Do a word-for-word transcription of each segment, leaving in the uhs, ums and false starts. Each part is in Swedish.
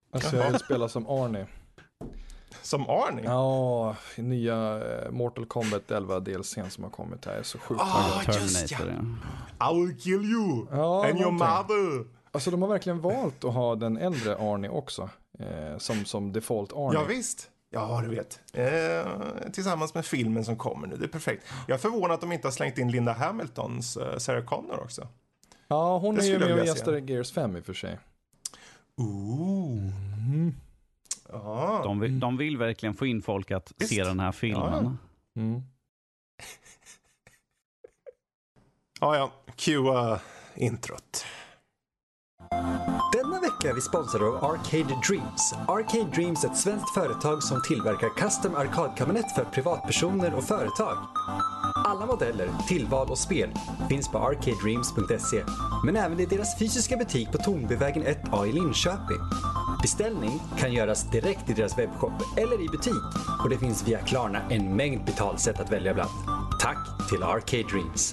Alltså jag vill spela som Arnie. Som Arnie? Ja, nya Mortal Kombat elva D L C:n som har kommit här är så sjukt. Ah, just ja. I will kill you ja, and your mother. Alltså de har verkligen valt att ha den äldre Arnie också. Eh, som, som default Arnie. Ja visst. Ja, du vet. Eh, tillsammans med filmen som kommer nu. Det är perfekt. Jag är förvånad att de inte har slängt in Linda Hamiltons uh, Sarah Connor också. Ja, hon det är ju med och gästar Gears fem i och för sig. Ooh. Mm. Ja. De, vill, de vill verkligen få in folk att Visst. se den här filmen. Ja, mm. ja, ja. Cue introt. Denna vecka är vi sponsrade av Arcade Dreams. Arcade Dreams är ett svenskt företag som tillverkar custom arkadkabinett för privatpersoner och företag. Alla modeller, tillval och spel finns på arcade dreams punkt se, men även i deras fysiska butik på Tornbyvägen ett A i Linköping. Beställning kan göras direkt i deras webbshop eller i butik, och det finns via Klarna en mängd betalsätt att välja bland. Tack till Arcade Dreams.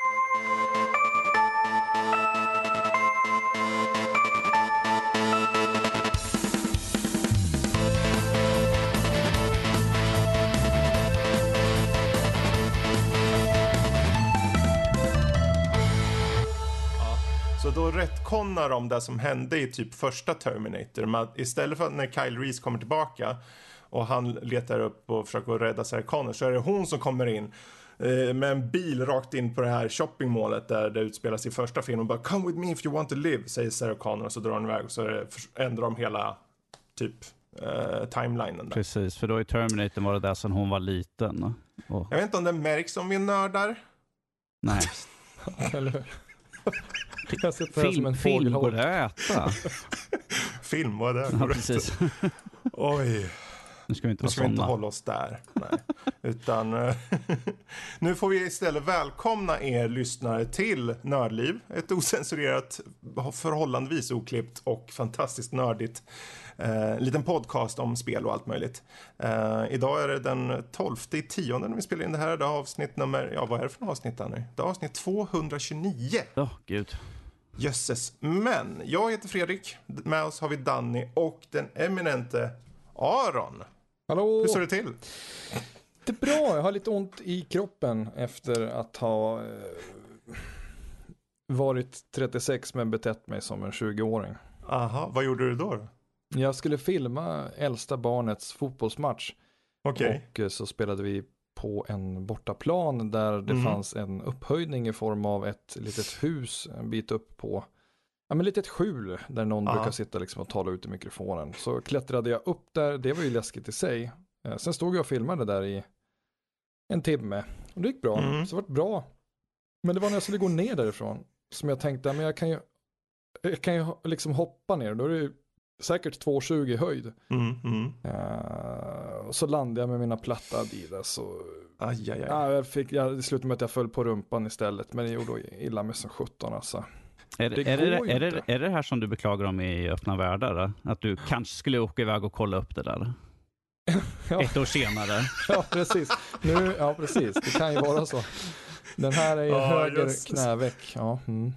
Så då rättkonnar de det som hände i typ första Terminator. Men istället för att när Kyle Reese kommer tillbaka och han letar upp och försöker rädda Sarah Connor, så är det hon som kommer in eh, med en bil rakt in på det här shoppingmålet där det utspelas i första filmen. Och bara, come with me if you want to live, säger Sarah Connor, och så drar hon iväg och så det, ändrar de hela typ eh, timelinen där. Precis, för då i Terminator var det där sedan hon var liten. Och... Jag vet inte om det märks om vi nördar. Nej. Eller Jag film, som en film går det att äta. Film, vad är det? Ja, precis. Oj. Nu ska vi inte, nu ska vi inte hålla oss där. Nej. Utan nu får vi istället välkomna er lyssnare till Nördliv. Ett osensurerat, förhållandevis oklippt och fantastiskt nördigt eh, liten podcast om spel och allt möjligt. Eh, idag är det den tolfte i tionde när vi spelar in det här. Det är avsnitt nummer, ja vad är det för avsnitt här nu? Det är avsnitt tvåhundratjugonio. Ja, oh, gud. Jösses. Men jag heter Fredrik. Med oss har vi Danny och den eminente Aron. Hallå! Hur står det till? Det är bra. Jag har lite ont i kroppen efter att ha eh, varit trettiosex men betett mig som en tjugoåring. Aha, vad gjorde du då? Jag skulle filma äldsta barnets fotbollsmatch. Okej. Och eh, så spelade vi på en bortaplan där det mm. fanns en upphöjning i form av ett litet hus en bit upp på, ja men litet skjul där någon Aha. brukar sitta liksom och tala ut i mikrofonen. Så klättrade jag upp där, det var ju läskigt i sig. Eh, sen stod jag och filmade där i en timme och det gick bra, mm. så det var bra. Men det var när jag skulle gå ner därifrån som jag tänkte, men jag kan ju jag kan ju liksom hoppa ner, då är det ju säkert två tjugo i höjd. Mm, mm. Uh, och så landade jag med mina platta Adidas och aj, aj, aj. Ja, jag fick, jag, det slutade med att jag föll på rumpan istället, men det gjorde illa med som sjutton alltså. Är det, det, är, det, är, det, är det här som du beklagar om i Öppna världar? Då? Att du kanske skulle åka iväg och kolla upp det där? Ja. Ett år senare. Ja, precis. Nu, ja, precis. Det kan ju vara så. Den här är ju ja, höger just. knäveck. Ja, mm.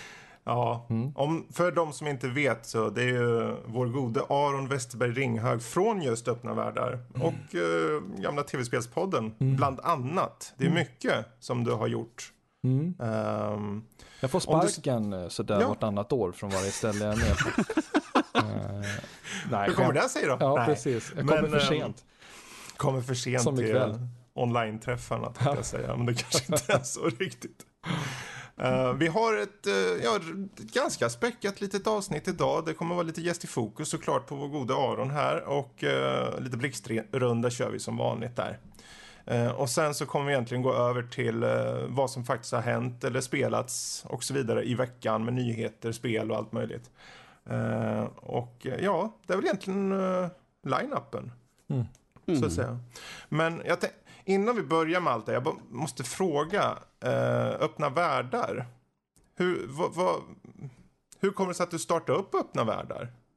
Ja, mm. Om, för de som inte vet så det är ju vår gode Aron Westerberg Ringhög från just Öppna världar mm. och eh, gamla tv-spelspodden mm. bland annat. Det är mycket som du har gjort. Mm. Um, jag får sparken du... sådär ja. vartannat år från varje ställe jag är med på. uh, nej, Hur kommer det sig då? Ja, nej. precis. Jag kommer Men, för sent. Um, kommer för sent som till ikväll. Online-träffarna, tänkte jag säga. Men det kanske inte är så riktigt. Uh, vi har ett, uh, ja, ett ganska späckat litet avsnitt idag. Det kommer vara lite gäst i fokus såklart på vår goda Aron här. Och uh, lite blixtrunda kör vi som vanligt där. Uh, och sen så kommer vi egentligen gå över till uh, vad som faktiskt har hänt eller spelats och så vidare i veckan med nyheter, spel och allt möjligt. Uh, och uh, ja, det är väl egentligen uh, line-upen. Mm. Mm. Så att säga. Men jag tänkte, innan vi börjar med allt det, jag måste fråga eh, Öppna världar. Hur, vad, vad, hur kommer det sig att du startade upp Öppna världar?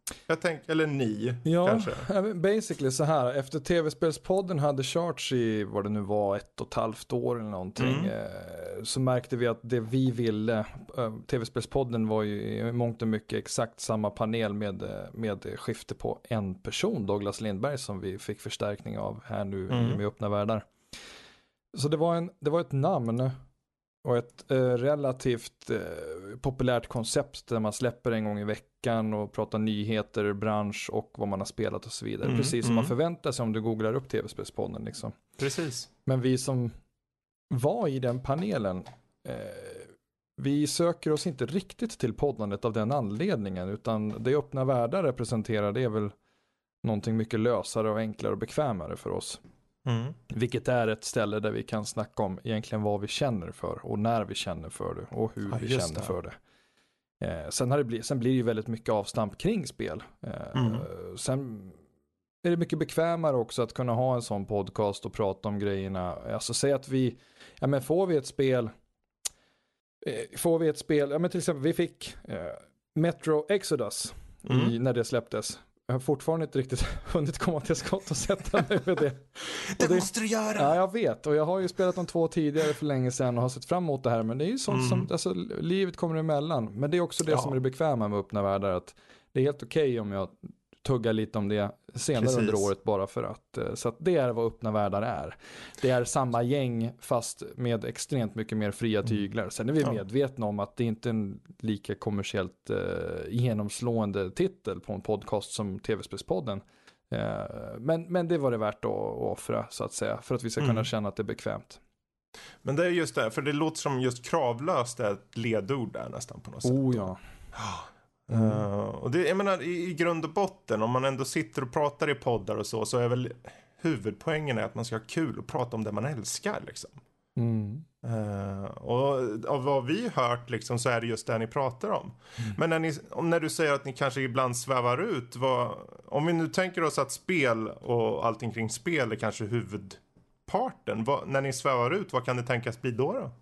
Jag tänker, eller ni ja, kanske. Basically så här, efter tv-spelspodden hade charts i vad det nu var ett och ett halvt år eller någonting, mm. eh, så märkte vi att det vi ville, eh, tv-spelspodden var ju i mångt och mycket exakt samma panel med, med skifte på en person, Douglas Lindberg, som vi fick förstärkning av här nu mm. med öppna världar. Så det var, en, det var ett namn och ett eh, relativt eh, populärt koncept där man släpper en gång i veckan och pratar nyheter, bransch och vad man har spelat och så vidare. Mm, Precis som mm. man förväntar sig om du googlar upp tv-spelspodden. Liksom. Precis. Men vi som var i den panelen, eh, vi söker oss inte riktigt till poddandet av den anledningen, utan det öppna världar representerar, det är väl någonting mycket lösare och enklare och bekvämare för oss. Mm. Vilket är ett ställe där vi kan snacka om egentligen vad vi känner för och när vi känner för det och hur ja, vi känner det. för det. Eh, sen, har det bli, sen blir det ju väldigt mycket avstamp kring spel. Eh, mm. Sen är det mycket bekvämare också att kunna ha en sån podcast och prata om grejerna. Alltså säg att vi, ja men får vi ett spel, eh, får vi ett spel, ja men till exempel vi fick eh, Metro Exodus mm. i, när det släpptes. Jag har fortfarande inte riktigt hunnit komma till skott och sätta mig med det. det, det måste du göra! Ja, jag vet. Och jag har ju spelat de två tidigare för länge sedan och har sett fram emot det här. Men det är ju sånt mm. som, alltså livet kommer emellan. Men det är också det ja. som är det bekväma med öppna världar. Att det är helt okej okay om jag tuggar lite om det senare Precis. under året bara för att. Så att det är vad öppna världar är. Det är samma gäng fast med extremt mycket mer fria tyglar. Sen är vi ja. medvetna om att det inte är en lika kommersiellt eh, genomslående titel på en podcast som tv-spelspodden. Eh, men, men det var det värt att, att offra så att säga för att vi ska kunna mm. känna att det är bekvämt. Men det är just det, för det låter som just kravlöst är ett ledord där nästan på något sätt. Oh ja. Mm. Uh, och det, jag menar, i, i grund och botten, om man ändå sitter och pratar i poddar och så, så är väl huvudpoängen är att man ska ha kul och prata om det man älskar liksom. Mm. Uh, och av vad vi hört liksom, så är det just det ni pratar om. Mm. Men när, ni, om, när du säger att ni kanske ibland svävar ut, vad, om vi nu tänker oss att spel och allting kring spel är kanske huvudparten, vad, när ni svävar ut, vad kan det tänkas bli då då?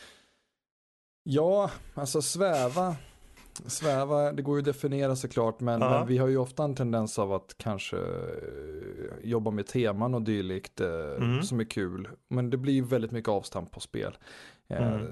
Ja, alltså sväva Sväva, det går ju att definiera såklart, men, ja. men vi har ju ofta en tendens av att kanske eh, jobba med teman och dylikt eh, mm. som är kul. Men det blir ju väldigt mycket avstamp på spel. Eh, mm.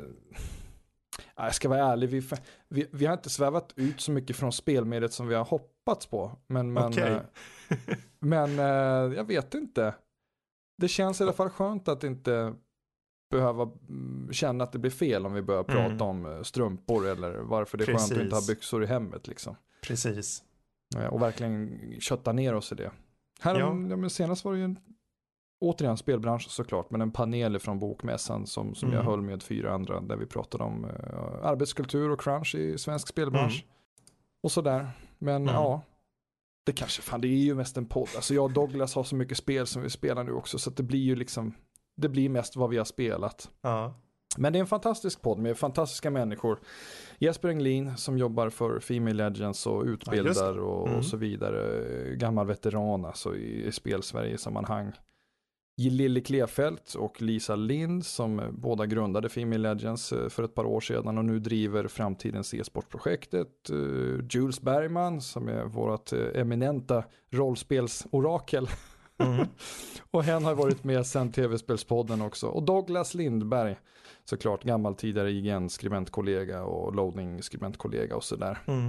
Jag ska vara ärlig, vi, vi, vi har inte svävat ut så mycket från spelmediet som vi har hoppats på. Men, men, okay. eh, men eh, jag vet inte. Det känns i alla fall skönt att inte behöva känna att det blir fel om vi börjar prata mm. om strumpor eller varför det är Precis. skönt att inte ha byxor i hemmet liksom. Precis. Och verkligen kötta ner oss i det. Här ja. Ja, men senast var det ju en, återigen spelbranschen såklart, men en panel från Bokmässan som, som mm. jag höll med fyra andra där vi pratade om uh, arbetskultur och crunch i svensk spelbransch. Mm. Och sådär. Men mm. ja, det kanske, fan det är ju mest en podd. Alltså jag och Douglas har så mycket spel som vi spelar nu också, så att det blir ju liksom det blir mest vad vi har spelat. Ja. Men det är en fantastisk podd med fantastiska människor. Jesper Englin som jobbar för Female Legends och utbildar ja, och, mm. och så vidare. Gammal veteran alltså i, i spelsverige-sammanhang. Lille Klefelt och Lisa Lind som båda grundade Female Legends för ett par år sedan och nu driver framtidens e-sportprojektet. Uh, Jules Bergman som är vårt uh, eminenta rollspelsorakel. Mm. Och hen har varit med sen tv-spelspodden också. Och Douglas Lindberg, såklart gammal tidigare I G N-skribentkollega och loading-skribentkollega och sådär. Mm.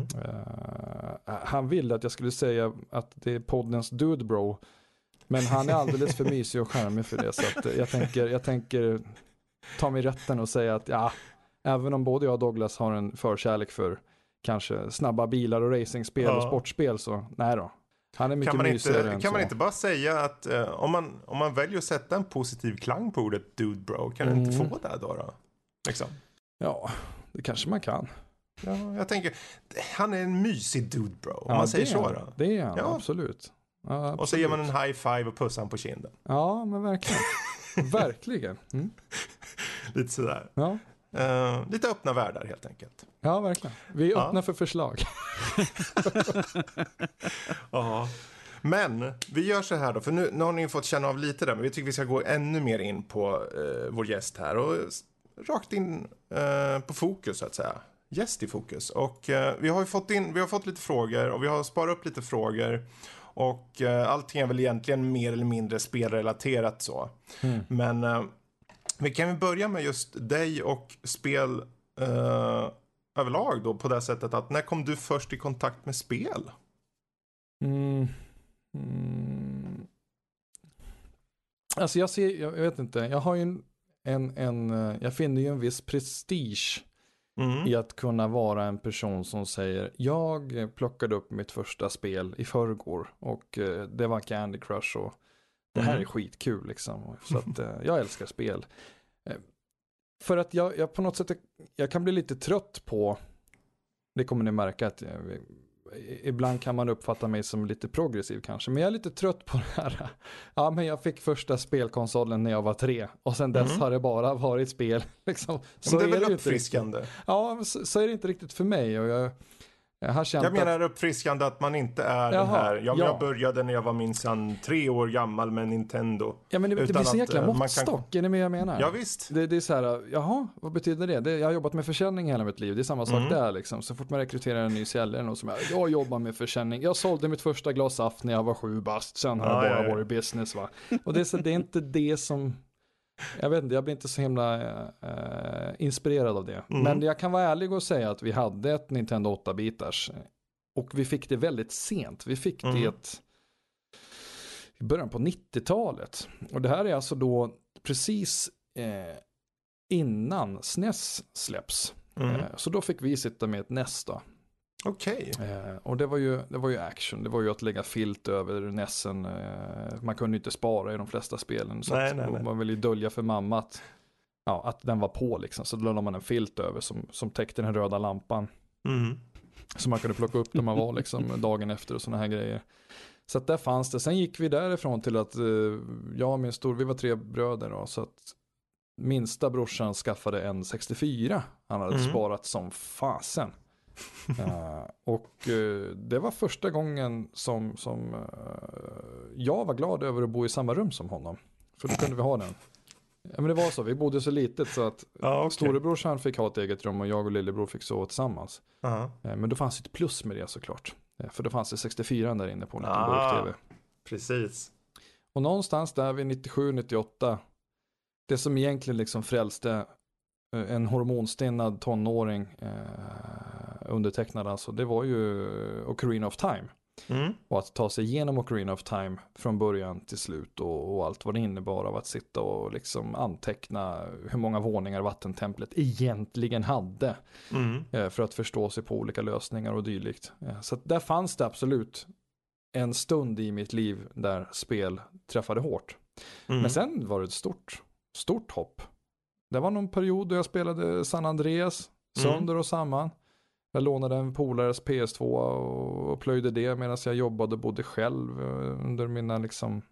Uh, han ville att jag skulle säga att det är poddens dude bro. Men han är alldeles för mysig och charmig för det. Så att jag tänker, jag tänker ta mig rätten och säga att ja, även om både jag och Douglas har en förkärlek för kanske snabba bilar och racingspel ja. och sportspel, så nej då. Han är mycket kan man mysigare inte, än kan så. Man inte bara säga att uh, om, man, om man väljer att sätta en positiv klang på ordet dude bro, kan mm. du inte få det då då? Liksom. Ja, det kanske man kan. Ja, jag tänker, han är en mysig dude bro, om ja, man säger så han. då. Det är han, ja. absolut. Ja, absolut. Och så ger man en high five och pussar på kinden. Ja, men verkligen. verkligen. Mm. Lite sådär. Ja. Uh, lite öppna världar helt enkelt. Ja, verkligen. Vi är ja. öppna för förslag. Ja. Men vi gör så här då, för nu, nu har ni fått känna av lite där, men vi tycker vi ska gå ännu mer in på uh, vår gäst här och rakt in uh, på fokus så att säga. gäst i fokus. Och eh, vi har ju fått in, vi har fått lite frågor och vi har sparat upp lite frågor. Och eh, allting är väl egentligen mer eller mindre spelrelaterat så. Mm. Men eh, vi kan ju börja med just dig och spel eh, överlag då, på det sättet att när kom du först i kontakt med spel? Mm. Mm. Alltså jag ser, jag vet inte, jag har ju en, en, en jag finner ju en viss prestige mm. i att kunna vara en person som säger, jag plockade upp mitt första spel i förrgår och uh, det var Candy Crush och det här mm. är skitkul liksom. Så att uh, jag älskar spel. Uh, för att jag, jag på något sätt, jag kan bli lite trött på, det kommer ni märka att jag, ibland kan man uppfatta mig som lite progressiv kanske. Men jag är lite trött på det här. Ja, men jag fick första spelkonsolen när jag var tre. Och sen dess mm. har det bara varit spel. Liksom. Så men det är väl är det uppfriskande? Inte, ja, så, så är det inte riktigt för mig. Och jag, jag har känt Jag menar att, uppfriskande att man inte är Jaha, den här. Jag, ja. jag började när jag var minsann tre år gammal med Nintendo. Ja, men det, det blir så jäkla att, måttstock. Kan... Är det med jag menar? Ja, visst. Det, det är så här, jaha, vad betyder det? det? Jag har jobbat med försäljning hela mitt liv. Det är samma sak mm. där liksom. Så fort man rekryterar en ny säljare och som jag, jag jobbar med försäljning. Jag sålde mitt första glas saft när jag var sju bast. Sen har ja, jag bara ja, ja. varit business va. Och det är, så, det är inte det som... Jag vet inte, jag blir inte så himla äh, inspirerad av det. Mm. Men jag kan vara ärlig och säga att vi hade ett Nintendo åtta-bitars. Och vi fick det väldigt sent. Vi fick mm. det i början på nittiotalet. Och det här är alltså då precis eh, innan S N E S släpps. Mm. Eh, så då fick vi sitta med ett N E S då. Okej. Okay. Eh, och det var, ju, det var ju action. Det var ju att lägga filt över N E Sen. Eh, man kunde ju inte spara i de flesta spelen. Så nej, att, nej, nej. man ville ju dölja för mamma att, ja, att den var på liksom. Så då la man en filt över som, som täckte den röda lampan. Mm. Så man kunde plocka upp när man var liksom dagen efter och såna här grejer. Så att där fanns det. Sen gick vi därifrån till att uh, jag och min stor, vi var tre bröder då, så att minsta brorsan skaffade en sextiofyra. Han hade mm. sparat som fasen. uh, och uh, det var första gången som, som uh, jag var glad över att bo i samma rum som honom. För då kunde vi ha den. Ja, men det var så, vi bodde så litet så att ah, okay. storebrorsan fick ha ett eget rum och jag och lillebror fick sova tillsammans. Uh-huh. Men då fanns ett plus med det såklart. För då fanns det sextiofyra där inne på en liten ah, burk-tv. Precis. Och någonstans där vid nittiosju nittioåtta, det som egentligen liksom frälste en hormonstinnad tonåring eh, undertecknad alltså, det var ju Ocarina of Time. Mm. Och att ta sig igenom Ocarina of Time från början till slut och, och allt vad det innebar av att sitta och liksom anteckna hur många våningar vattentemplet egentligen hade mm. eh, för att förstå sig på olika lösningar och dylikt. Eh, så att där fanns det absolut en stund i mitt liv där spel träffade hårt. Mm. Men sen var det ett stort, stort hopp. Det var någon period då jag spelade San Andreas sönder och samman. Jag lånade en polares P S två och plöjde det medan jag jobbade och bodde själv under mina liksom,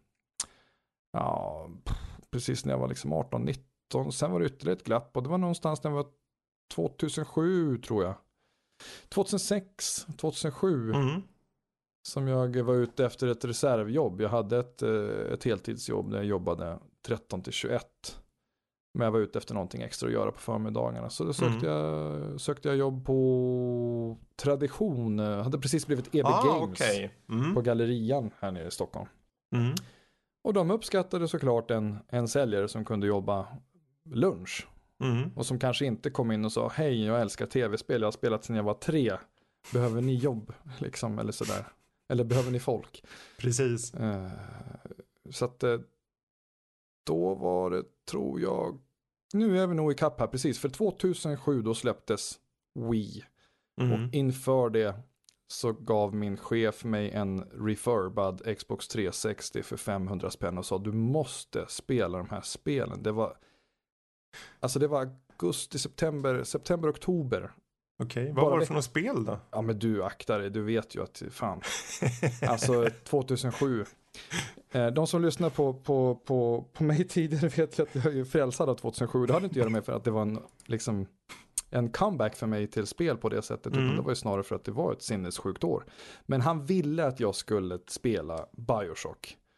ja, precis när jag var liksom arton nitton. Sen var det ytterligare ett glapp och det var någonstans när jag var tvåtusensju tror jag. tvåtusensex, tvåtusensju mm. som jag var ute efter ett reservjobb. Jag hade ett, ett heltidsjobb där jag jobbade tretton till tjugoett. Men jag var ute efter någonting extra att göra på förmiddagarna. Så då sökte, mm. jag, sökte jag jobb på Tradition. Jag hade precis blivit E B ah, Games okay. mm. på Gallerian här nere i Stockholm. Mm. Och de uppskattade såklart en, en säljare som kunde jobba lunch. Mm. Och som kanske inte kom in och sa, hej, jag älskar tv-spel. Jag har spelat sedan jag var tre. Behöver ni jobb? Liksom, eller sådär. Eller behöver ni folk? Precis. Uh, så att... Då var det, tror jag, nu är vi nog i kapp här precis, för tvåtusensju då släpptes Wii. Mm. Och inför det så gav min chef mig en refurbad Xbox trehundrasextio för femhundra spänn och sa du måste spela de här spelen. Det var, alltså det var augusti, september, september, oktober. Okej, okay. Vad Bara var det för något spel då? Ja men du aktar dig, du vet ju att fan. Alltså tvåtusensju. De som lyssnar på, på, på, på mig tidigare vet ju att jag är frälsad av tvåtusensju. Det hade inte att göra med för att det var en, liksom, en comeback för mig till spel på det sättet. Mm. Utan det var ju snarare för att det var ett sinnessjukt år. Men han ville att jag skulle spela Bioshock.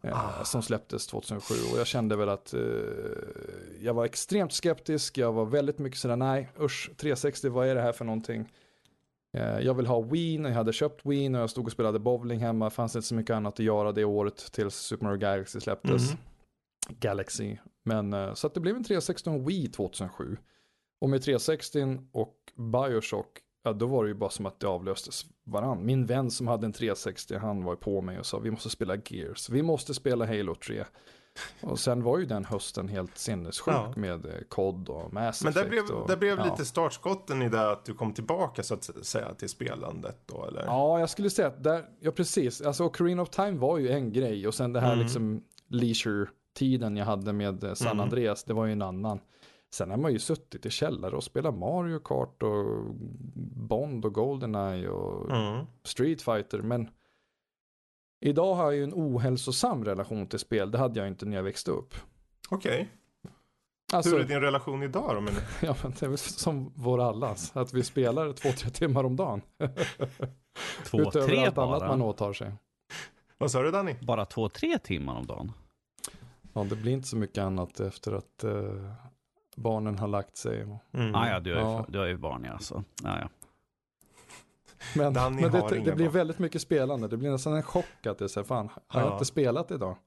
eh, som släpptes tjugohundrasju. Och jag kände väl att eh, jag var extremt skeptisk. Jag var väldigt mycket sådär, nej, usch, trehundrasextio, vad är det här för någonting? Eh, jag vill ha Wii, och jag hade köpt Wii och jag stod och spelade bowling hemma. Det fanns inte så mycket annat att göra det året tills Super Mario Galaxy släpptes. Mm. Galaxy. Men eh, så att det blev en trehundrasextio och Wii tjugohundrasju. Och med trehundrasextio och Bioshock, ja, då var det ju bara som att det avlöstes varann. Min vän som hade en trehundrasextio, han var på mig och sa, vi måste spela Gears, vi måste spela Halo tre. Och sen var ju den hösten helt sinnessjuk ja. med C O D och Mass Men Effect. Men det blev, och, det blev ja. lite startskotten i det att du kom tillbaka så att säga till spelandet då, eller? Ja, jag skulle säga att där, ja precis, alltså Ocarina of Time var ju en grej och sen det här mm. liksom leisure-tiden jag hade med San mm. Andreas, det var ju en annan. Sen har man ju suttit i källare och spelat Mario Kart och Bond och GoldenEye och mm. Street Fighter. Men idag har jag ju en ohälsosam relation till spel. Det hade jag inte när jag växte upp. Okej. Okay. Alltså, hur är din relation idag då? Men... ja, men det är väl som vår allas. Att vi spelar två, tre timmar om dagen. Två, Utöver tre allt bara? annat man åtar sig. Vad sa du, Danny? Bara två, tre timmar om dagen? Ja, det blir inte så mycket annat efter att... Uh... barnen har lagt sig. Mm. Ah, ja, du är, ja. du är ju barn, ja. Så. Ah, ja. Men, men det, det blir väldigt mycket spelande. Det blir nästan en chock att det är så här, fan, har ja. jag inte spelat idag?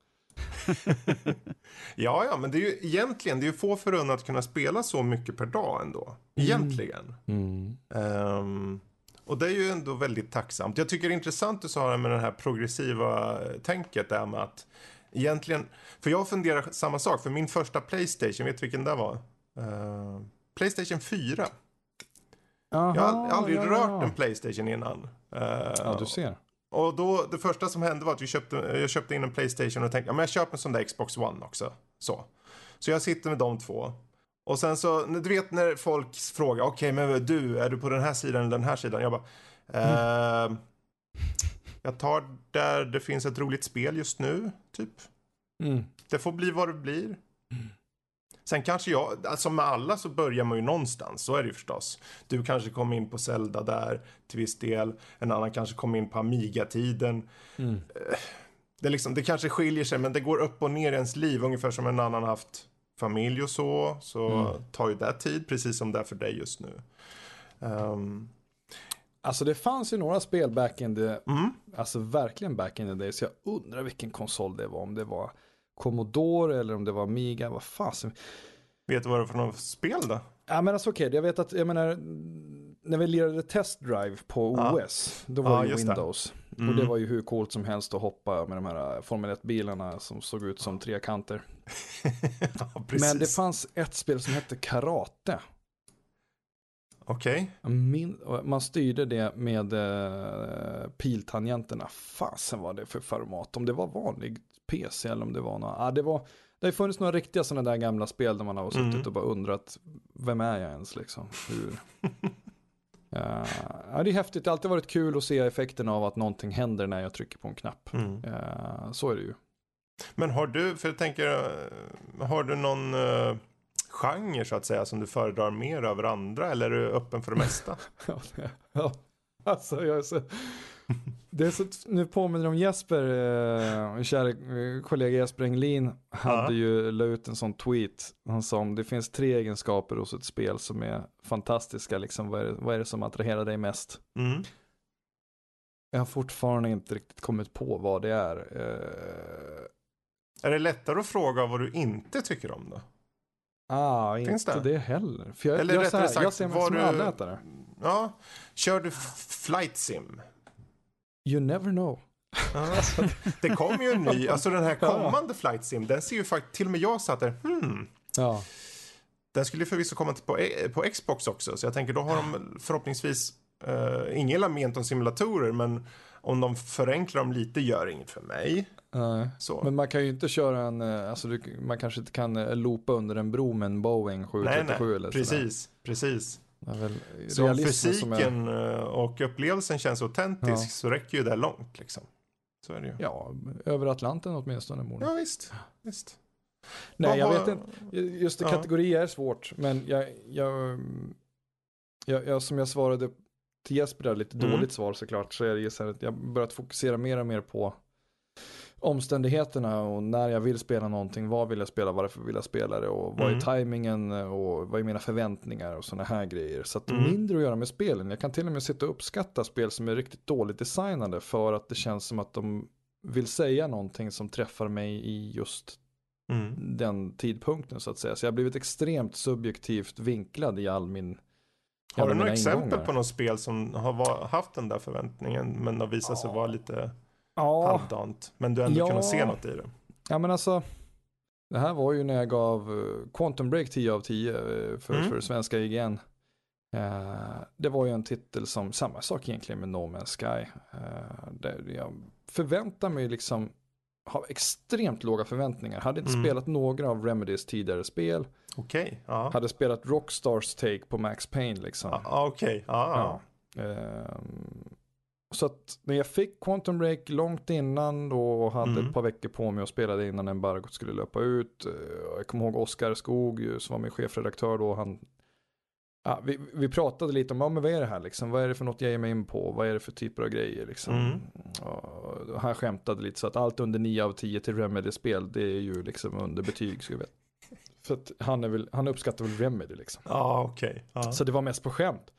ja, ja, men det är ju egentligen, det är ju få förunnat att kunna spela så mycket per dag ändå. Egentligen. Mm. Um, och det är ju ändå väldigt tacksamt. Jag tycker det är intressant du sa det med det här progressiva tänket där med att egentligen, för jag funderar samma sak, för min första PlayStation, vet du vilken det var? Uh, PlayStation fyra. Aha, jag har aldrig ja, rört ja. en PlayStation innan. Uh, ja, du ser. Och då, det första som hände var att vi köpte, jag köpte in en PlayStation och tänkte, ja men jag köper en sån där Xbox One också. Så. Så jag sitter med de två. Och sen så, du vet när folk frågar, okej okay, men du, är du på den här sidan eller den här sidan? Jag bara, mm. uh, jag tar där det finns ett roligt spel just nu, typ. Mm. Det får bli vad det blir. Mm. Sen kanske jag, alltså med alla så börjar man ju någonstans, så är det ju förstås. Du kanske kom in på Zelda där till viss del. En annan kanske kom in på Amiga-tiden. Mm. Det, liksom, det kanske skiljer sig, men det går upp och ner i ens liv. Ungefär som en annan haft familj och så. Så mm. tar ju det tid, precis som det är för dig just nu. Um. Alltså det fanns ju några spel back in the... Mm. Alltså verkligen back in the day. Så jag undrar vilken konsol det var. Om det var Commodore eller om det var Amiga. Vad fasen. Vet du vad det var för något spel då? Ja men alltså okej. Okay. Jag vet att, jag menar, när vi lirade Test Drive på ja. O S. Då var det ja, ju Windows. Det. Mm. Och det var ju hur coolt som helst att hoppa med de här Formel ett-bilarna som såg ut som trekanter. ja, men det fanns ett spel som hette Karate. Okej. Okay. Man styrde det med eh, piltangenterna. Fasen var det för format. Om det var vanlig P C eller om det var något. Ah, det var, det har funnits några riktiga sådana där gamla spel där man har suttit mm. och bara undrat, vem är jag ens liksom? Hur? uh, ja, det är häftigt. Det har alltid varit kul att se effekten av att någonting händer när jag trycker på en knapp. Mm. Uh, så är det ju. Men har du, för jag tänker, har du någon... Uh... genre så att säga som du föredrar mer över andra, eller är du öppen för det mesta? ja, alltså jag är så, det är så, nu påminner om Jesper, eh, kära kollega Jesper Englin hade ja. ju la ut en sån tweet, han sa om det finns tre egenskaper hos ett spel som är fantastiska, liksom, vad är det, vad är det som attraherar dig mest? Mm. Jag har fortfarande inte riktigt kommit på vad det är. Eh... Är det lättare att fråga vad du inte tycker om då? Ah, Finns inte det? det heller. För jag, Eller jag, rättare här, sagt, jag ser mig som du... allätare. Ja, kör du flight sim? You never know. Ah, det kommer ju en ny, alltså den här kommande flight sim, den ser ju faktiskt, till och med jag satt där, hmm. Ja. Den skulle ju förvisso komma till på, på Xbox också, så jag tänker då har de förhoppningsvis uh, ingen lament om simulatorer, men om de förenklar dem lite gör inget för mig. Nej, så. Men man kan ju inte köra en, alltså du, man kanske inte kan loopa under en bro med en Boeing sju trettiosju nej, nej. eller precis, sådär. precis. Så fysiken är... och upplevelsen känns autentisk, ja. Så räcker ju det långt liksom. Så är det ju. Ja, över Atlanten åtminstone. Mor. Ja, visst, visst. Nej, jag har... vet inte, just det, ja. Kategorier är svårt, men jag, jag, jag, jag som jag svarade till Jesper där, lite mm. dåligt svar såklart, så är det ju så här att jag börjat fokusera mer och mer på omständigheterna och när jag vill spela någonting, vad vill jag spela, varför vill jag spela det och vad Mm. är tajmingen och vad är mina förväntningar och sådana här grejer. Så att det är Mm. mindre att göra med spelen. Jag kan till och med sitta och uppskatta spel som är riktigt dåligt designade för att det känns som att de vill säga någonting som träffar mig i just Mm. den tidpunkten så att säga. Så jag har blivit extremt subjektivt vinklad i all min Har alla du några mina exempel ingångar. på något spel som har va- haft den där förväntningen men har visat sig vara lite Ja, halvdant, men du ändå Ja. kunnat se något i det? ja men alltså det här var ju när jag gav uh, Quantum Break tio av tio uh, för, Mm. för svenska I G N. Uh, det var ju en titel som, samma sak egentligen med No Man's Sky. Uh, där jag förväntar mig liksom ha extremt låga förväntningar. Hade inte Mm. spelat några av Remedys tidigare spel. Okej, ja. Hade spelat Rockstars take på Max Payne liksom. Ja, ja, okej. Ja, ja. Ehm, så att när jag fick Quantum Break långt innan då och hade Mm. ett par veckor på mig och spelade innan embargot skulle löpa ut. eh, Jag kommer ihåg Oskar Skog ju, som var min chefredaktör då. Han, ja, vi, vi pratade lite om, ja, men vad är det här liksom? Vad är det för något jag ger mig in på? Vad är det för typer av grejer liksom? Mm. Och han skämtade lite så att allt under nio av tio till Remedy-spel det är ju liksom under betyg. Så jag vet. För att han, är väl, han uppskattar väl Remedy liksom. Ja, okej. Ja. Så det var mest på skämt.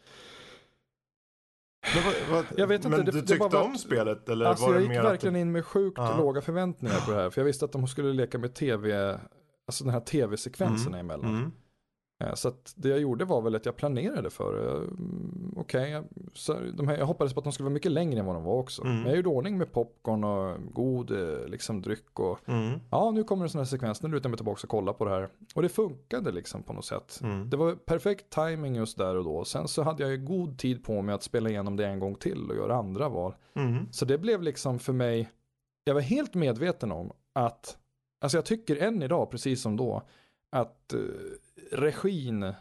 Men, vad, vad, Jag vet inte, men det- du det tyckte bara- om spelet? Eller Alltså var jag det gick mer verkligen att in med sjukt Ja. låga förväntningar på det här. För jag visste att de skulle leka med tv, alltså den här tv-sekvenserna Mm. emellan. Mm. Eh, Så att det jag gjorde var väl att jag planerade för det. Mm, Okej, jag, så de här- jag hoppades på att de skulle vara mycket längre än vad de var också. Mm. Men jag gjorde ordning med popcorn och god eh, liksom, dryck och Mm. ja, nu kommer en sån här sekvens, nu lutar jag mig tillbaka och kollar på det här. Och det funkade liksom på något sätt. Mm. Det var perfekt timing just där och då. Sen så hade jag ju god tid på mig att spela igenom det en gång till och göra andra val. Mm. Så det blev liksom för mig, jag var helt medveten om att, alltså jag tycker än idag, precis som då, att eh, regin,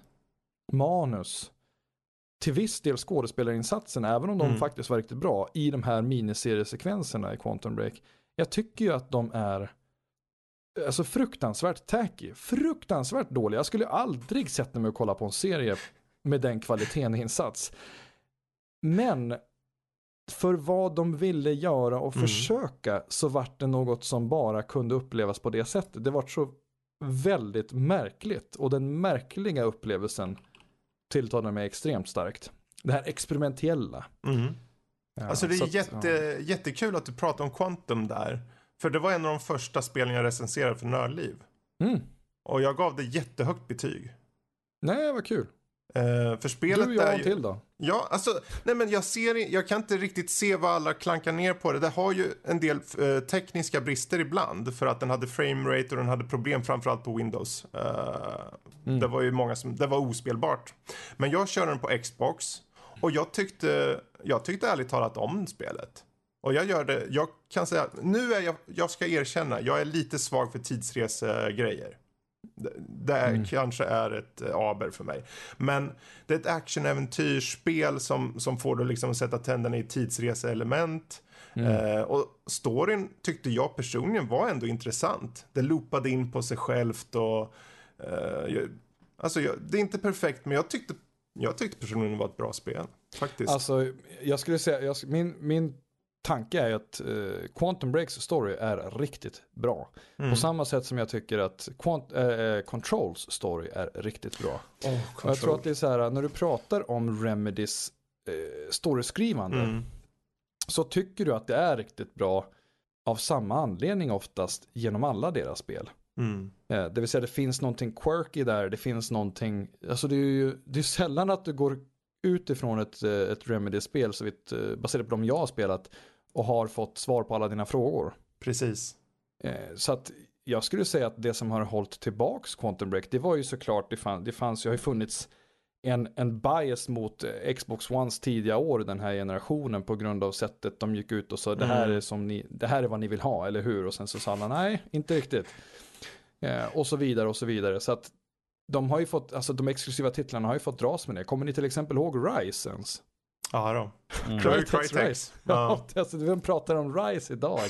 manus, till viss del skådespelarinsatsen, även om de Mm. faktiskt var riktigt bra i de här miniseriesekvenserna i Quantum Break, jag tycker ju att de är alltså fruktansvärt tacky, fruktansvärt dåliga. Jag skulle aldrig sätta mig och kolla på en serie med den kvaliteten i insats. Men för vad de ville göra och Mm. försöka så vart det något som bara kunde upplevas på det sättet. Det var så väldigt märkligt och den märkliga upplevelsen tilltalade mig extremt starkt. Det här experimentella. Mm. Ja, Alltså det så är att, jätte, ja. jättekul att du pratar om Quantum där. För det var en av de första spelen jag recenserade för Nördliv. Mm. Och jag gav det jättehögt betyg. Nej, vad kul. Uh, för spelet Du, jag är har ju... till då. Ja, alltså, nej men jag ser, jag kan inte riktigt se vad alla klankar ner på det. Det har ju en del eh, tekniska brister ibland för att den hade framerate och den hade problem framförallt på Windows. Eh, Mm. Det var ju många som, det var ospelbart. Men jag körde den på Xbox och jag tyckte, jag tyckte ärligt talat om spelet. Och jag gör det, jag kan säga, nu är jag, jag ska erkänna, jag är lite svag för tidsresegrejer. Det, det Mm. kanske är ett eh, aber för mig. Men det är ett actionäventyrsspel som, som får då liksom sätta tänderna i tidsreseelement. Mm. Eh, och storyn tyckte jag personligen var ändå intressant. Det loopade in på sig självt och eh, jag, alltså jag, det är inte perfekt men jag tyckte, jag tyckte personligen det var ett bra spel. Faktiskt. Alltså, jag skulle säga, jag, min, min tanke är att eh, Quantum Breaks story är riktigt bra. Mm. På samma sätt som jag tycker att Quant, eh, Controls story är riktigt bra. Oh, Och jag tror att det är så här, när du pratar om Remedys eh, storyskrivande mm. så tycker du att det är riktigt bra av samma anledning oftast genom alla deras spel. Mm. Eh, det vill säga det finns någonting quirky där, det finns någonting, alltså det är ju det är sällan att du går utifrån ett, ett Remedy-spel så vitt, baserat på de jag har spelat och har fått svar på alla dina frågor. Precis. Eh, så att jag skulle säga att det som har hållit tillbaks Quantum Break, det var ju såklart, det, fann, det fanns ju, har ju funnits en, en bias mot Xbox Ones tidiga år, den här generationen, på grund av sättet de gick ut och sa, det här Mm. är som ni, det här är vad ni vill ha, eller hur? Och sen så sa alla, nej, inte riktigt. Eh, och så vidare och så vidare. Så att de har ju fått, alltså de exklusiva titlarna har ju fått dras med det. Kommer ni till exempel ihåg Rise ens? Ja då. Mm. Crytek Crytek's Rise. Ja, Ja. alltså, vem pratar om Rise idag?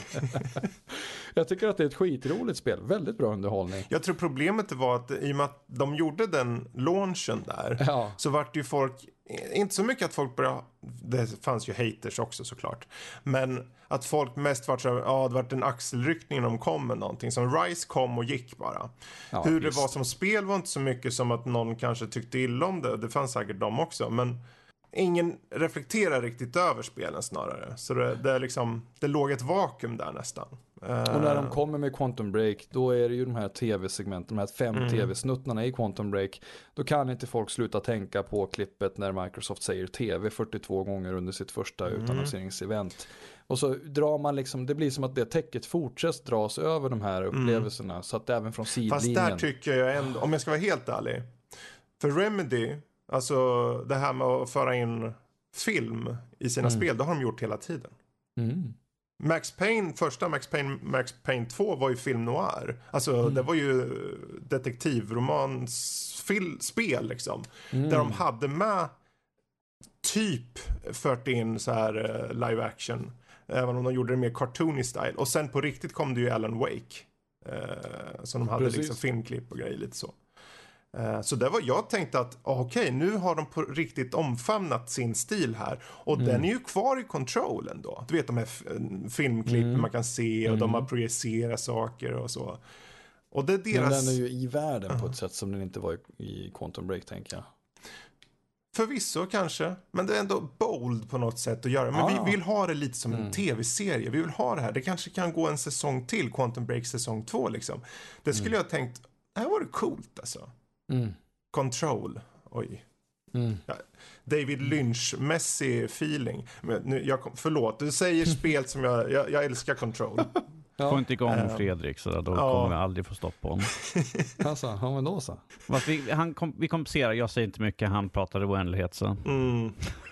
Jag tycker att det är ett skitroligt spel. Väldigt bra underhållning. Jag tror problemet var att i och med att de gjorde den launchen där Ja, så vart ju folk inte så mycket att folk började, det fanns ju haters också såklart, men att folk mest var så, ja det var en axelryckning när de kom med någonting, som Rise kom och gick bara. Ja, hur just. Det var som spel var inte så mycket som att någon kanske tyckte illa om det, det fanns säkert dem också, men ingen reflekterar riktigt över spelen snarare, så det, det är liksom, det låg ett vakuum där nästan. Och när de kommer med Quantum Break, då är det ju de här tv-segmenten, de här fem mm. tv-snuttarna i Quantum Break. Då kan inte folk sluta tänka på klippet när Microsoft säger tv fyrtiotvå gånger under sitt första mm. utannonseringsevent. Och så drar man liksom, det blir som att det täcket fortsätter dras över de här upplevelserna, mm. så att även från sidlinjen. Fast där tycker jag ändå, om jag ska vara helt ärlig, för Remedy, alltså det här med att föra in film i sina mm. spel, det har de gjort hela tiden. Mm. Max Payne, första Max Payne, Max Payne två var ju film noir. Alltså mm. det var ju detektivromans-spel liksom. Mm. Där de hade med typ fört in så här uh, live action. Även om de gjorde det mer cartoony style. Och sen på riktigt kom det ju Alan Wake. Uh, så de hade Precis. liksom filmklipp och grejer lite så. Uh, så det var, jag tänkte att okej, okay, nu har de på riktigt omfamnat sin stil här, och mm. den är ju kvar i Control ändå. Du vet de här f- filmklippen mm. man kan se, och mm. de har projicerat saker och så. Och det är deras... Men den är ju i världen uh. på ett sätt som den inte var i, i Quantum Break, tänker jag. Förvisso kanske, men det är ändå bold på något sätt att göra. Men ah. vi vill ha det lite som en mm. tv-serie. Vi vill ha det här. Det kanske kan gå en säsong till, Quantum Break säsong två liksom. Det skulle mm. jag ha tänkt, det här var det coolt alltså. Mm. Control, oj. Mm. Ja, David Lynch-mässig feeling. Men nu, jag, förlåt, du säger spel som jag, jag, jag älskar Control. Ja. Får inte igång uh, Fredrik, så då ja. kommer vi aldrig få stopp på honom. Alltså, han var då så. Vi, han kom, vi kompenserar, jag säger inte mycket, han pratade oändlighet så. Mm.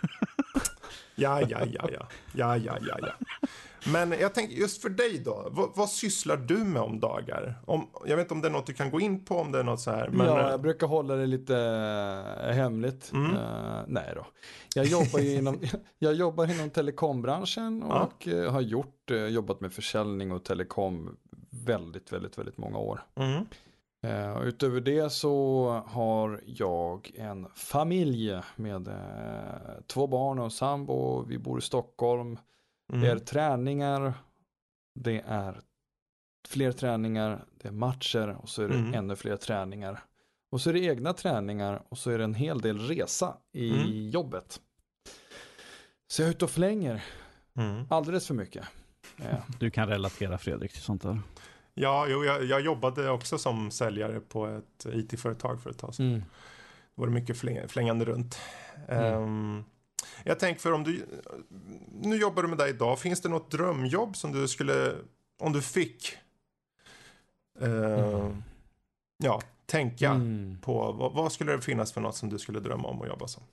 Ja, ja, ja, ja. Ja, ja, ja, ja. Men jag tänker, just för dig då, vad, vad sysslar du med om dagar? Om, jag vet inte om det är något du kan gå in på, om det är något så här. Men... Ja, jag brukar hålla det lite äh, hemligt. Mm. Uh, nej då. Jag jobbar ju inom, jag jobbar inom telekombranschen och ja. uh, har gjort, uh, jobbat med försäljning och telekom väldigt, väldigt, väldigt många år. Mm. Uh, utöver det så har jag en familj med uh, två barn och sambo. Vi bor i Stockholm. Mm. Det är träningar, det är fler träningar, det är matcher och så är det mm. ännu fler träningar. Och så är det egna träningar och så är det en hel del resa i mm. jobbet. Så jag är ute och flänger mm. alldeles för mycket. Ja. Du kan relatera, Fredrik, till sånt där. Ja, jo, jag, jag jobbade också som säljare på ett I T-företag för ett tag sedan. Mm. Det var mycket fläng, flängande runt. Mm. Um, Jag tänker, för om du nu jobbar du med dig idag, finns det något drömjobb som du skulle, om du fick uh, mm. ja, tänka mm. på, vad, vad skulle det finnas för något som du skulle drömma om att jobba som?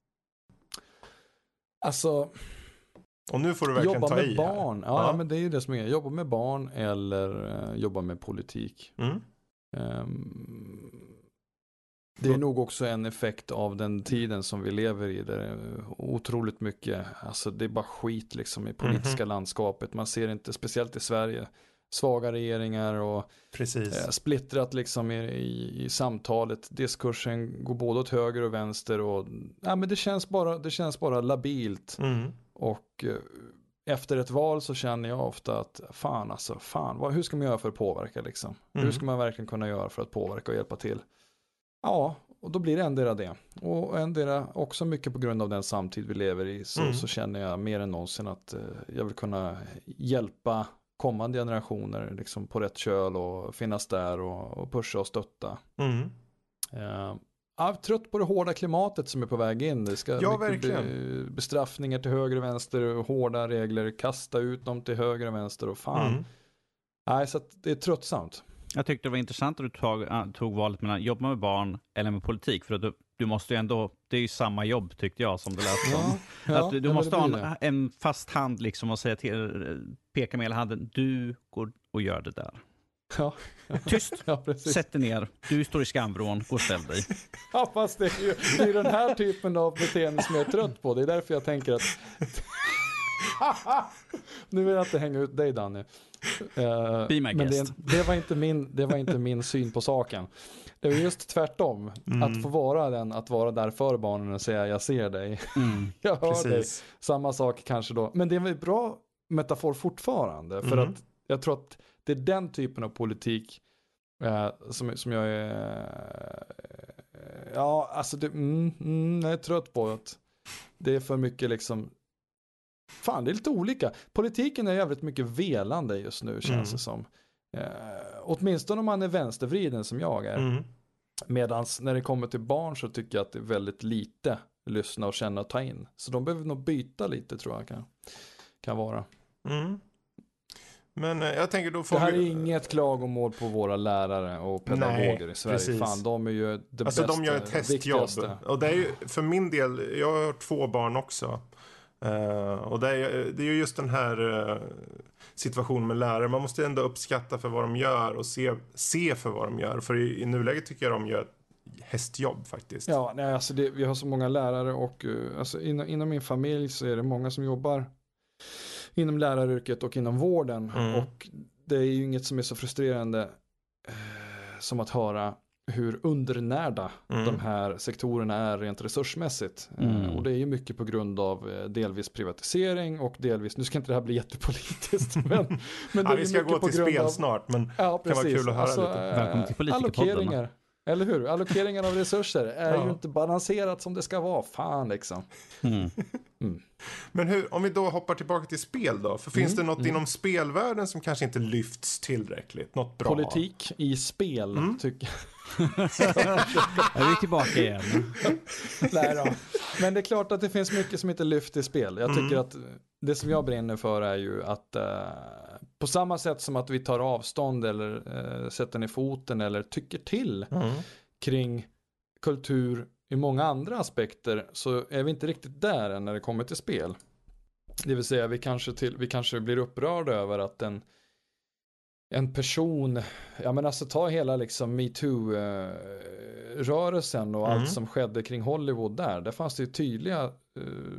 Alltså, och nu får du verkligen jobba ta med i barn. Ja, ja, men det är ju det som är. Jobba med barn eller uh, jobba med politik. Mm. Um, Det är nog också en effekt av den tiden som vi lever i. Det är otroligt mycket, alltså det är bara skit liksom i politiska mm-hmm. landskapet. Man ser inte, speciellt i Sverige, svaga regeringar och eh, splittrat liksom i, i, i samtalet. Diskursen går både åt höger och vänster och ja, men det känns bara, det känns bara labilt. Mm. Och eh, efter ett val så känner jag ofta att fan alltså, fan, vad, hur ska man göra för att påverka liksom? Mm. Hur ska man verkligen kunna göra för att påverka och hjälpa till? Ja, och då blir det ändera det. Och ändera också mycket på grund av den samtid vi lever i. Så, mm. så känner jag mer än någonsin att eh, jag vill kunna hjälpa kommande generationer liksom på rätt köl och finnas där och, och pusha och stötta. Mm. Eh, jag är trött på det hårda klimatet som är på väg in. Det ska ja, mycket be, bestraffningar till höger och vänster, hårda regler, kasta ut dem till höger och vänster och fan. Mm. Nej, så att det är tröttsamt. Jag tyckte det var intressant att du tog, tog valet mellan jobba med barn eller med politik. För att du, du måste ju ändå, det är ju samma jobb tyckte jag som det lät som. Ja, ja, att du, du måste ha en, en fast hand liksom och säga till, peka med hela handen, du går och gör det där. Ja. Tyst, ja, sätt dig ner, du står i skamvrån, gå och ställ dig. Ja, fast det är ju det är den här typen av beteende som jag är trött på. Det är därför jag tänker att Nu vill jag inte hänga ut dig, Danny. Uh, Be my men guest. det, det, var inte min, det var inte min syn på saken. Det var just tvärtom. Mm. Att få vara den, att vara där för barnen och säga jag ser dig. Mm. Jag hör Precis. dig. Samma sak kanske då. Men det är en bra metafor fortfarande. För mm. att jag tror att det är den typen av politik eh, som, som jag är... Eh, ja, alltså det, mm, mm, jag är trött på att det är för mycket liksom... Fan, det är lite olika. Politiken är jävligt mycket velande just nu, känns mm. det som. Eh, åtminstone om man är vänstervriden som jag är. Mm. Medan när det kommer till barn så tycker jag att det är väldigt lite lyssna och känna och ta in. Så de behöver nog byta lite, tror jag kan, kan vara. Mm. Men eh, jag tänker då får det här vi... är inget klagomål på våra lärare och pedagoger Nej, i Sverige. Precis. Fan, de är ju det alltså, bästa, de gör ett hästjobb. Och det är ju, för min del, jag har två barn också. Uh, och det är, det är ju just den här uh, situationen med lärare. Man måste ändå uppskatta för vad de gör och se, se för vad de gör. För i, i nuläget tycker jag de gör ett hästjobb faktiskt. Ja, nej, alltså det, vi har så många lärare och uh, alltså inom, inom min familj så är det många som jobbar inom läraryrket och inom vården. Mm. Och det är ju inget som är så frustrerande uh, som att höra hur undernärda mm. de här sektorerna är rent resursmässigt. Mm. Och det är ju mycket på grund av delvis privatisering och delvis, nu ska inte det här bli jättepolitiskt, men, men det ja, är vi ska gå till spel av, snart, men ja, det kan vara kul att höra alltså, lite. Välkommen till politikerpodden. Eller hur? Allokeringen av resurser är ja. ju inte balanserat som det ska vara. Fan liksom. Mm. Mm. Men hur, om vi då hoppar tillbaka till spel då. För finns mm. det något mm. inom spelvärlden som kanske inte lyfts tillräckligt? Något bra? Politik i spel, mm. tycker jag. Är vi tillbaka igen? Nej då. Men det är klart att det finns mycket som inte lyfts i spel. Jag tycker mm. att det som jag brinner för är ju att uh, på samma sätt som att vi tar avstånd eller uh, sätter ner foten eller tycker till mm. kring kultur i många andra aspekter, så är vi inte riktigt där än när det kommer till spel. Det vill säga vi kanske, till, vi kanske blir upprörda över att en, en person, ja men alltså ta hela liksom MeToo-rörelsen och mm. allt som skedde kring Hollywood där. Där fanns det ju tydliga, uh,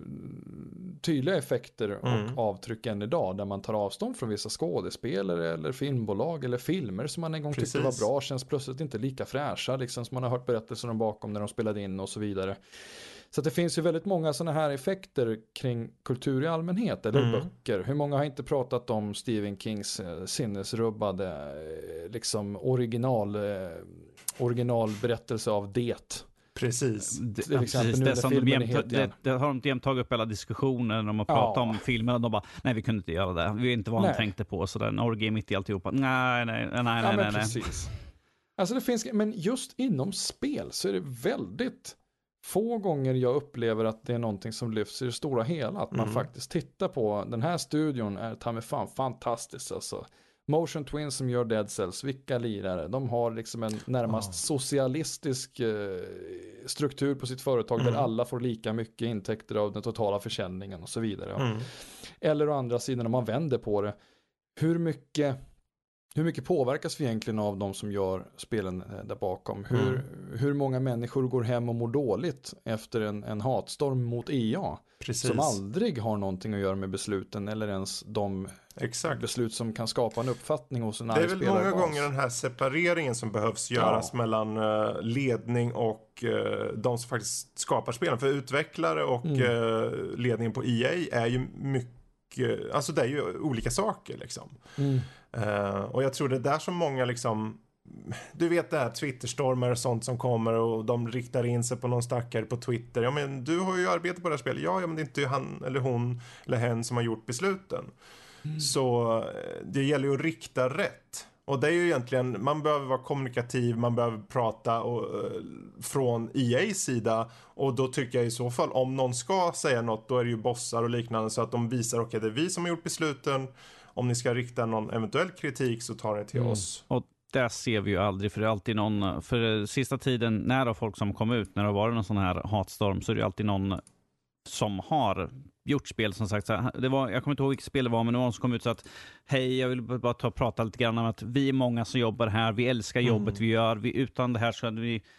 tydliga effekter och mm. avtryck än idag där man tar avstånd från vissa skådespelare eller filmbolag eller filmer som man en gång Precis. tyckte var bra känns plötsligt inte lika fräscha liksom, som man har hört berättelser om bakom när de spelade in och så vidare. Så att det finns ju väldigt många sådana här effekter kring kultur i allmänhet eller mm. böcker. Hur många har inte pratat om Stephen Kings eh, sinnesrubbade eh, liksom original, eh, originalberättelse av det. Precis. Det, ja, precis. Det, som de jämt, det, det har de jämt tagit upp alla diskussioner när de har pratat ja. om filmerna. De bara, nej vi kunde inte göra det. Vi vet inte vad han tänkte på. Så en orgie mitt i alltihopa. Nej, nej, nej, nej, ja, nej. nej. Precis. Alltså det finns, men just inom spel så är det väldigt få gånger jag upplever att det är någonting som lyfts i det stora hela. Att man mm. faktiskt tittar på den här studion är ta med fan fantastiskt alltså. Motion Twins som gör Dead Cells, vilka lirare. De har liksom en närmast oh. socialistisk eh, struktur på sitt företag mm. där alla får lika mycket intäkter av den totala försäljningen och så vidare. Mm. Eller å andra sidan om man vänder på det, hur mycket Hur mycket påverkas vi egentligen av de som gör spelen där bakom? Hur, mm. hur många människor går hem och mår dåligt efter en, en hatstorm mot E A? Precis. Som aldrig har någonting att göra med besluten eller ens de Exakt. beslut som kan skapa en uppfattning hos en arg spelare. Det är väl många gånger den här separeringen som behövs göras ja. mellan uh, ledning och uh, de som faktiskt skapar spelen. För utvecklare och mm. uh, ledningen på E A är ju mycket, alltså det är ju olika saker liksom. Mm. Uh, och jag tror det är där som många liksom, du vet det här Twitterstormar och sånt som kommer och de riktar in sig på någon stackare på Twitter. Ja men du har ju arbetat på det här spelet. Ja, ja men det är inte han eller hon eller hen som har gjort besluten. Mm. Så det gäller ju att rikta rätt. Och det är ju egentligen, man behöver vara kommunikativ, man behöver prata och, uh, från E A:s sida. Och då tycker jag i så fall, om någon ska säga något, då är det ju bossar och liknande så att de visar, okej okay, det är vi som har gjort besluten. Om ni ska rikta någon eventuell kritik så tar det till mm. oss. Och där ser vi ju aldrig, för det är alltid någon, för sista tiden när det är folk som kom ut, när det har varit någon sån här hatstorm, så är det alltid någon som har gjort spel som sagt. Så här, det var, jag kommer inte ihåg vilket spel det var, men någon som kom ut så att hej, jag vill bara ta och prata lite grann om att vi är många som jobbar här, vi älskar jobbet mm. vi gör, vi, utan det här så hade vi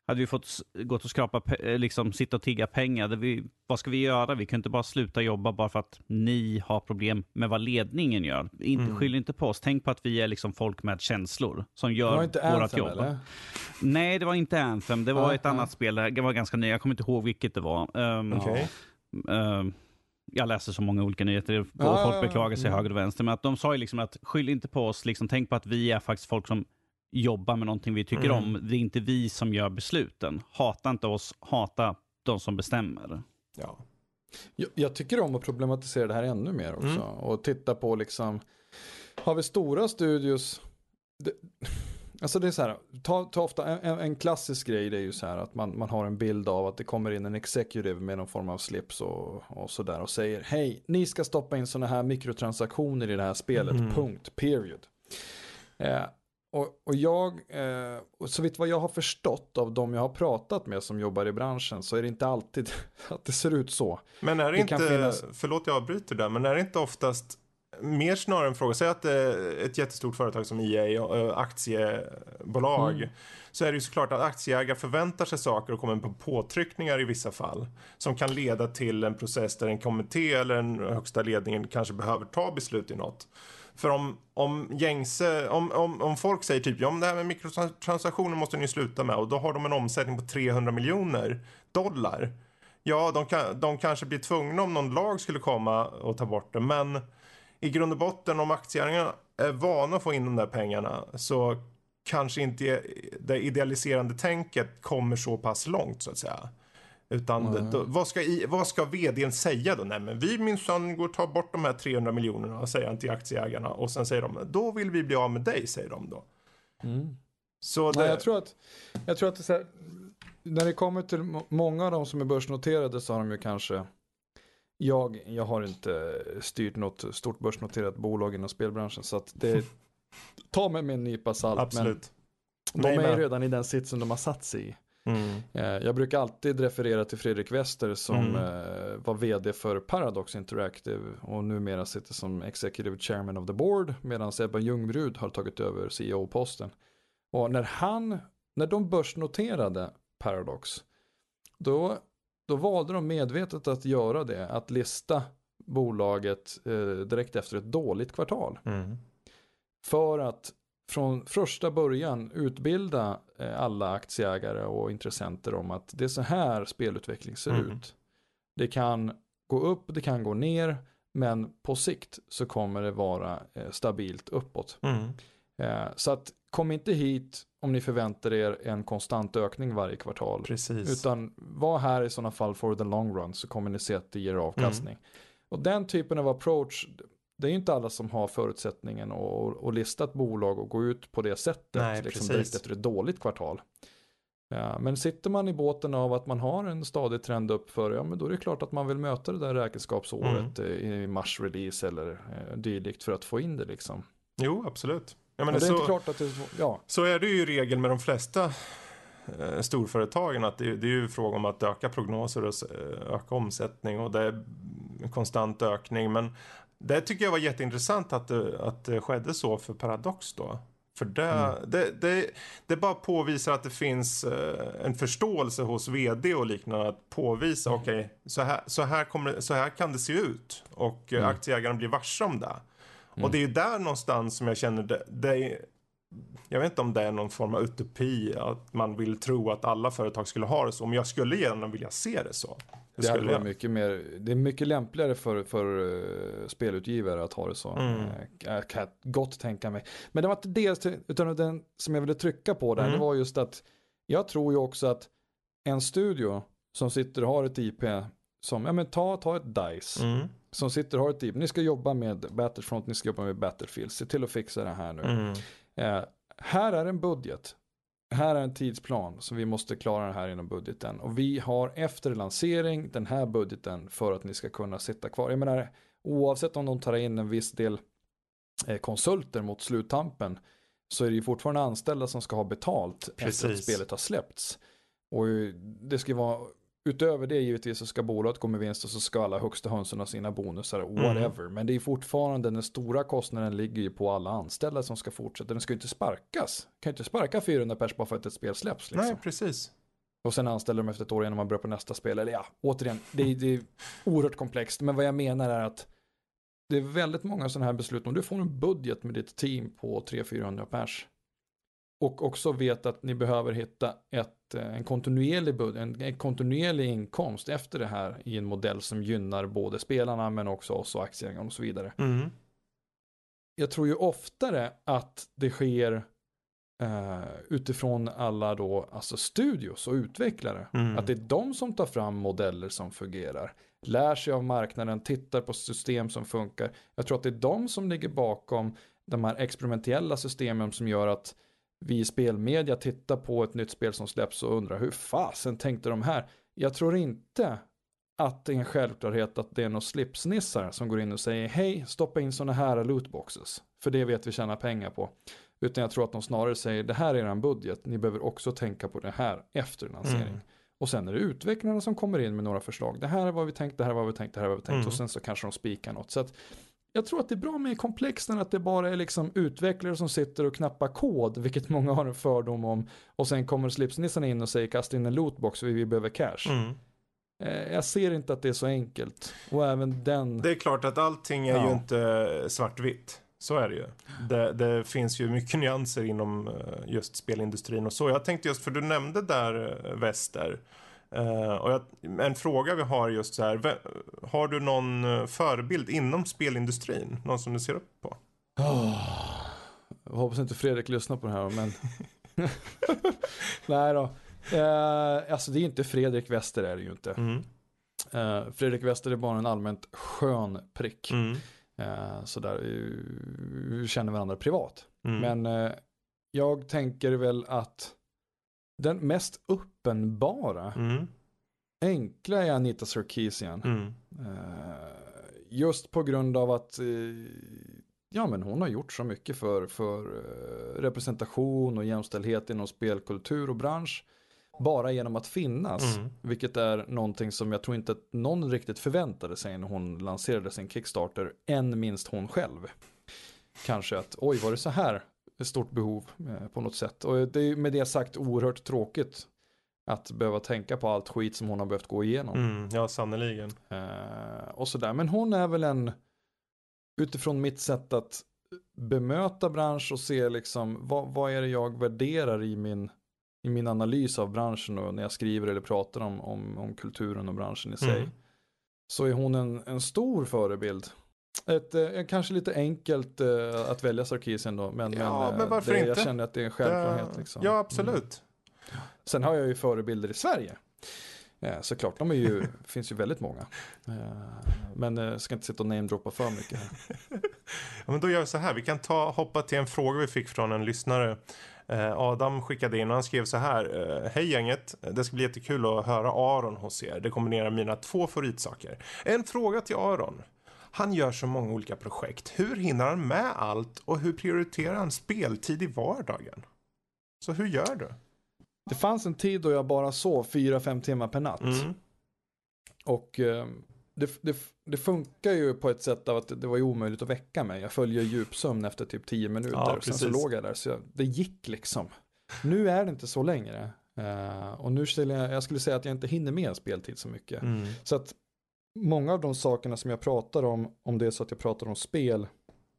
hade vi fått gått och skrapa, liksom sitta och tigga pengar. Det vi, vad ska vi göra? Vi kan inte bara sluta jobba bara för att ni har problem med vad ledningen gör. Inte, mm. Skyll inte på oss. Tänk på att vi är liksom folk med känslor som gör vårt jobb. Det var inte Anthem, eller? Nej, det var inte Anthem. Det var ah, ett ah. annat spel. Det var ganska nytt. Jag kommer inte ihåg vilket det var. Um, okay. um, jag läser så många olika nyheter och ah, folk beklagar sig mm. höger och vänster. Men att de sa ju liksom att skyll inte på oss. Liksom, tänk på att vi är faktiskt folk som jobba med någonting vi tycker mm. om. Det är inte vi som gör besluten. Hata inte oss, hata de som bestämmer. Ja. Jag, jag tycker om att problematisera det här ännu mer också. Mm. Och titta på liksom, har vi stora studios, det, alltså det är så här, ta, ta ofta, en, en klassisk grej det är ju så här att man, man har en bild av att det kommer in en executive med någon form av slips och, och sådär och säger, hej, ni ska stoppa in såna här mikrotransaktioner i det här spelet, mm. punkt, period. Eh, Och, och jag, eh, och så vitt vad jag har förstått av de jag har pratat med som jobbar i branschen så är det inte alltid att det ser ut så. Men är det, det inte, finnas... förlåt jag avbryter där, men är det inte oftast mer snarare en fråga, säg att det är ett jättestort företag som E A, aktiebolag, mm. så är det ju såklart att aktieägare förväntar sig saker och kommer på påtryckningar i vissa fall som kan leda till en process där en kommitté eller den högsta ledningen kanske behöver ta beslut i något. För om, om gängse, om, om, om folk säger typ, ja men det här med mikrotransaktioner måste ni sluta med, och då har de en omsättning på trehundra miljoner dollar. Ja, de, kan, de kanske blir tvungna om någon lag skulle komma och ta bort det, men i grund och botten om aktieägarna är vana att få in de där pengarna så kanske inte det idealiserande tänket kommer så pass långt så att säga. Utan mm. då, vad, ska i, vad ska vdn säga då? Nej men vi minsann går ta bort de här trehundra miljonerna, säger han till aktieägarna. Och sen säger de, då vill vi bli av med dig, säger de då. Mm. Så det... Nej, jag tror att, jag tror att det är så här, när det kommer till många av de som är börsnoterade så har de ju kanske, jag, jag har inte styrt något stort börsnoterat bolag inom spelbranschen så att det, ta med min nypa salt. Absolut. Men de är ju redan i den sitsen de har satt sig i. Mm. Jag brukar alltid referera till Fredrik Wester som mm. var vd för Paradox Interactive och numera sitter som Executive Chairman of the Board medan Ebba Ljungbrud har tagit över C E O-posten. Och när han, när de börsnoterade Paradox då, då valde de medvetet att göra det, att lista bolaget eh, direkt efter ett dåligt kvartal. Mm. För att från första början utbilda eh, alla aktieägare och intressenter om att det är så här spelutveckling ser mm. ut. Det kan gå upp, det kan gå ner, men på sikt så kommer det vara eh, stabilt uppåt. Mm. Eh, så att kom inte hit om ni förväntar er en konstant ökning varje kvartal. Precis. Utan var här i sådana fall for the long run så kommer ni se att det ger avkastning. Mm. Och den typen av approach, det är ju inte alla som har förutsättningen att, att lista ett bolag och gå ut på det sättet. Nej, liksom direkt efter ett dåligt kvartal. Ja, men sitter man i båten av att man har en stadig trend upp för, ja men då är det klart att man vill möta det där räkenskapsåret mm. i mars-release eller eh, dylikt för att få in det liksom. Jo, absolut. Ja, men det är så, inte klart att det, ja. Så är det ju i regel med de flesta eh, storföretagen att det, det är ju fråga om att öka prognoser och eh, öka omsättning och det är en konstant ökning, men det tycker jag var jätteintressant att det, att det skedde så för Paradox då. För det, mm. det, det, det bara påvisar att det finns eh, en förståelse hos vd och liknande att påvisa, mm. okej, okay, så, här, så, här kommer, så här kan det se ut och mm. aktieägarna blir varse om det. Mm. Och det är ju där någonstans som jag känner det, det, jag vet inte om det är någon form av utopi att man vill tro att alla företag skulle ha det så, men jag skulle gärna vilja se det så. Det, det, är mycket mer, det är mycket lämpligare för, för uh, spelutgivare att ha det så. Mm. Uh, jag kan gott tänka mig. Men det var inte det utan den som jag ville trycka på där. Mm. Det var just att jag tror ju också att en studio som sitter och har ett I P som, ja men ta, ta ett DICE. Mm. Som sitter och har ett I P. Ni ska jobba med Battlefront, ni ska jobba med Battlefield. Se till att fixa det här nu. Mm. Uh, här är en budget. Här är en tidsplan så vi måste klara det här inom budgeten. Och vi har efter lansering den här budgeten för att ni ska kunna sitta kvar. Jag menar, oavsett om de tar in en viss del eh, konsulter mot sluttampen så är det ju fortfarande anställda som ska ha betalt Precis. Efter att spelet har släppts. Och det ska vara, utöver det givetvis så ska bolaget gå med vinst och så ska alla högsta hönsen ha sina bonusar, whatever. Mm. Men det är fortfarande, den stora kostnaden ligger ju på alla anställda som ska fortsätta. Den ska ju inte sparkas. Kan ju inte sparka fyrahundra pers bara för att ett spel släpps. Liksom. Nej, precis. Och sen anställer de efter ett år innan man börjar på nästa spel. Eller ja, återigen, det är, det är oerhört komplext. Men vad jag menar är att det är väldigt många sådana här beslut. Om du får en budget med ditt team på tre till fyrahundra pers. Och också vet att ni behöver hitta ett, en, kontinuerlig budget, en, en kontinuerlig inkomst efter det här. I en modell som gynnar både spelarna men också oss och aktieägarna och så vidare. Mm. Jag tror ju oftare att det sker Uh, utifrån alla då, alltså studios och utvecklare. Mm. Att det är de som tar fram modeller som fungerar. Lär sig av marknaden, tittar på system som funkar. Jag tror att det är de som ligger bakom de här experimentella systemen som gör att vi i spelmedia tittar på ett nytt spel som släpps och undrar hur fasen tänkte de här. Jag tror inte att det är en självklarhet att det är några slipsnissar som går in och säger hej, stoppa in såna här lootboxes. För det vet vi tjäna pengar på. Utan jag tror att de snarare säger det här är en budget. Ni behöver också tänka på det här efter lansering. Mm. Och sen är det utvecklarna som kommer in med några förslag. Det här är vad vi tänkt, det här är vad vi tänkt, det här är vad vi tänkt. Mm. Och sen så kanske de spikar något. Så att jag tror att det är bra med komplext än att det bara är liksom utvecklare som sitter och knappar kod. Vilket många har en fördom om. Och sen kommer slipsnissarna in och säger kasta in en lootbox och vi behöver cash. Mm. Eh, jag ser inte att det är så enkelt. Och även den... Det är klart att allting är ja. ju inte svartvitt. Så är det ju. Det, det finns ju mycket nyanser inom just spelindustrin och så. Jag tänkte just, för du nämnde där Wester. Uh, och jag, en fråga vi har just så här. Har du någon förebild inom spelindustrin? Någon som du ser upp på? Oh, jag hoppas inte Fredrik lyssnar på det här, men... Nej då. Uh, alltså det är inte Fredrik Wester, är det ju inte. Mm. Uh, Fredrik Wester är bara en allmänt skön prick. Mm. Uh, så där, vi känner varandra privat. Mm. Men uh, jag tänker väl att den mest uppenbara mm. enkla är Anita Sarkeesian. Mm. Uh, just på grund av att uh, ja, men hon har gjort så mycket för, för uh, representation och jämställdhet inom spelkultur och bransch. Bara genom att finnas. Mm. Vilket är någonting som jag tror inte att någon riktigt förväntade sig när hon lanserade sin Kickstarter. Än minst hon själv. Kanske att, oj, var det så här ett stort behov eh, på något sätt. Och det är med det sagt oerhört tråkigt att behöva tänka på allt skit som hon har behövt gå igenom. Mm, ja, sannoliken. Eh, och sådär. Men hon är väl en, utifrån mitt sätt att bemöta bransch och se liksom, vad, vad är det jag värderar i min i min analys av branschen och när jag skriver eller pratar om, om, om kulturen och branschen i sig. Mm. Så är hon en, en stor förebild. Ett, eh, kanske lite enkelt eh, att välja Sarkeesian då. Men, ja, men, men varför det, inte? Jag känner att det är en självklarhet. Det, liksom. Ja, absolut. Mm. Sen har jag ju förebilder i Sverige. Eh, såklart, de är ju, finns ju väldigt många. Eh, men jag eh, ska inte sitta och namedroppa för mycket här. Ja, men då gör vi så här. Vi kan ta, hoppa till en fråga vi fick från en lyssnare. Adam skickade in och han skrev så här: hej gänget, det ska bli jättekul att höra Aron hos er. Det kombinerar mina två favoritsaker. En fråga till Aron. Han gör så många olika projekt. Hur hinner han med allt och hur prioriterar han speltid i vardagen? Så hur gör du? Det fanns en tid då jag bara sov fyra fem timmar per natt. Mm. Och eh, det, det, det funkar ju på ett sätt av att det var ju omöjligt att väcka mig. Jag följer djupsömn efter typ tio minuter. Ja, sen så låg jag där. Så jag, det gick liksom. Nu är det inte så längre. Uh, och nu skulle jag, jag skulle säga att jag inte hinner med speltid så mycket. Mm. Så att många av de sakerna som jag pratar om, om det är så att jag pratar om spel.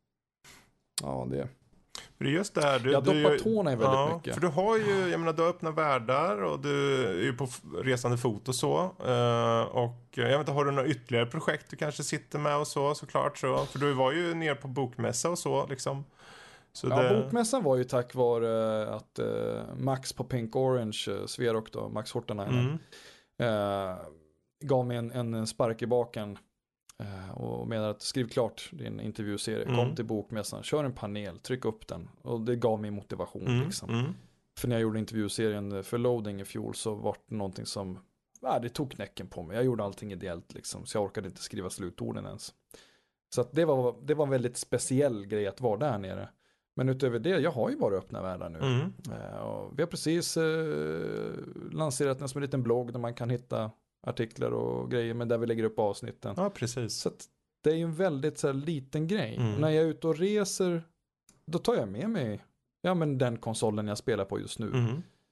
Ja, det För det är just det här, du, jag du, doppar tårna i väldigt ja, mycket. För du har ju, jag menar, du har öppnat världar och du är ju på resande fot och så. Uh, och jag vet inte, har du några ytterligare projekt du kanske sitter med och så, såklart. Så. För du var ju ner på bokmässa och så, liksom. Så ja, det... bokmässan var ju tack vare att uh, Max på Pink Orange, uh, Sverok då, Max Hortanainen, mm. uh, gav mig en, en spark i baken. Uh, och menar att skriv klart din intervjuserie, mm. kom till bokmässan, kör en panel, tryck upp den, och det gav mig motivation mm. liksom. Mm. För när jag gjorde intervjuserien för Loading i fjol så var det någonting som, ja, det tog knäcken på mig, jag gjorde allting ideellt liksom, så jag orkade inte skriva slutorden ens. Så att det var, det var en väldigt speciell grej att vara där nere. Men utöver det, jag har ju bara öppna världar nu. Mm. Uh, och vi har precis uh, lanserat en som en liten blogg där man kan hitta artiklar och grejer, men där vi lägger upp avsnitten. Ja, precis. Så att det är ju en väldigt så här, liten grej. Mm. När jag är ute och reser, då tar jag med mig ja, men den konsolen jag spelar på just nu. Mm.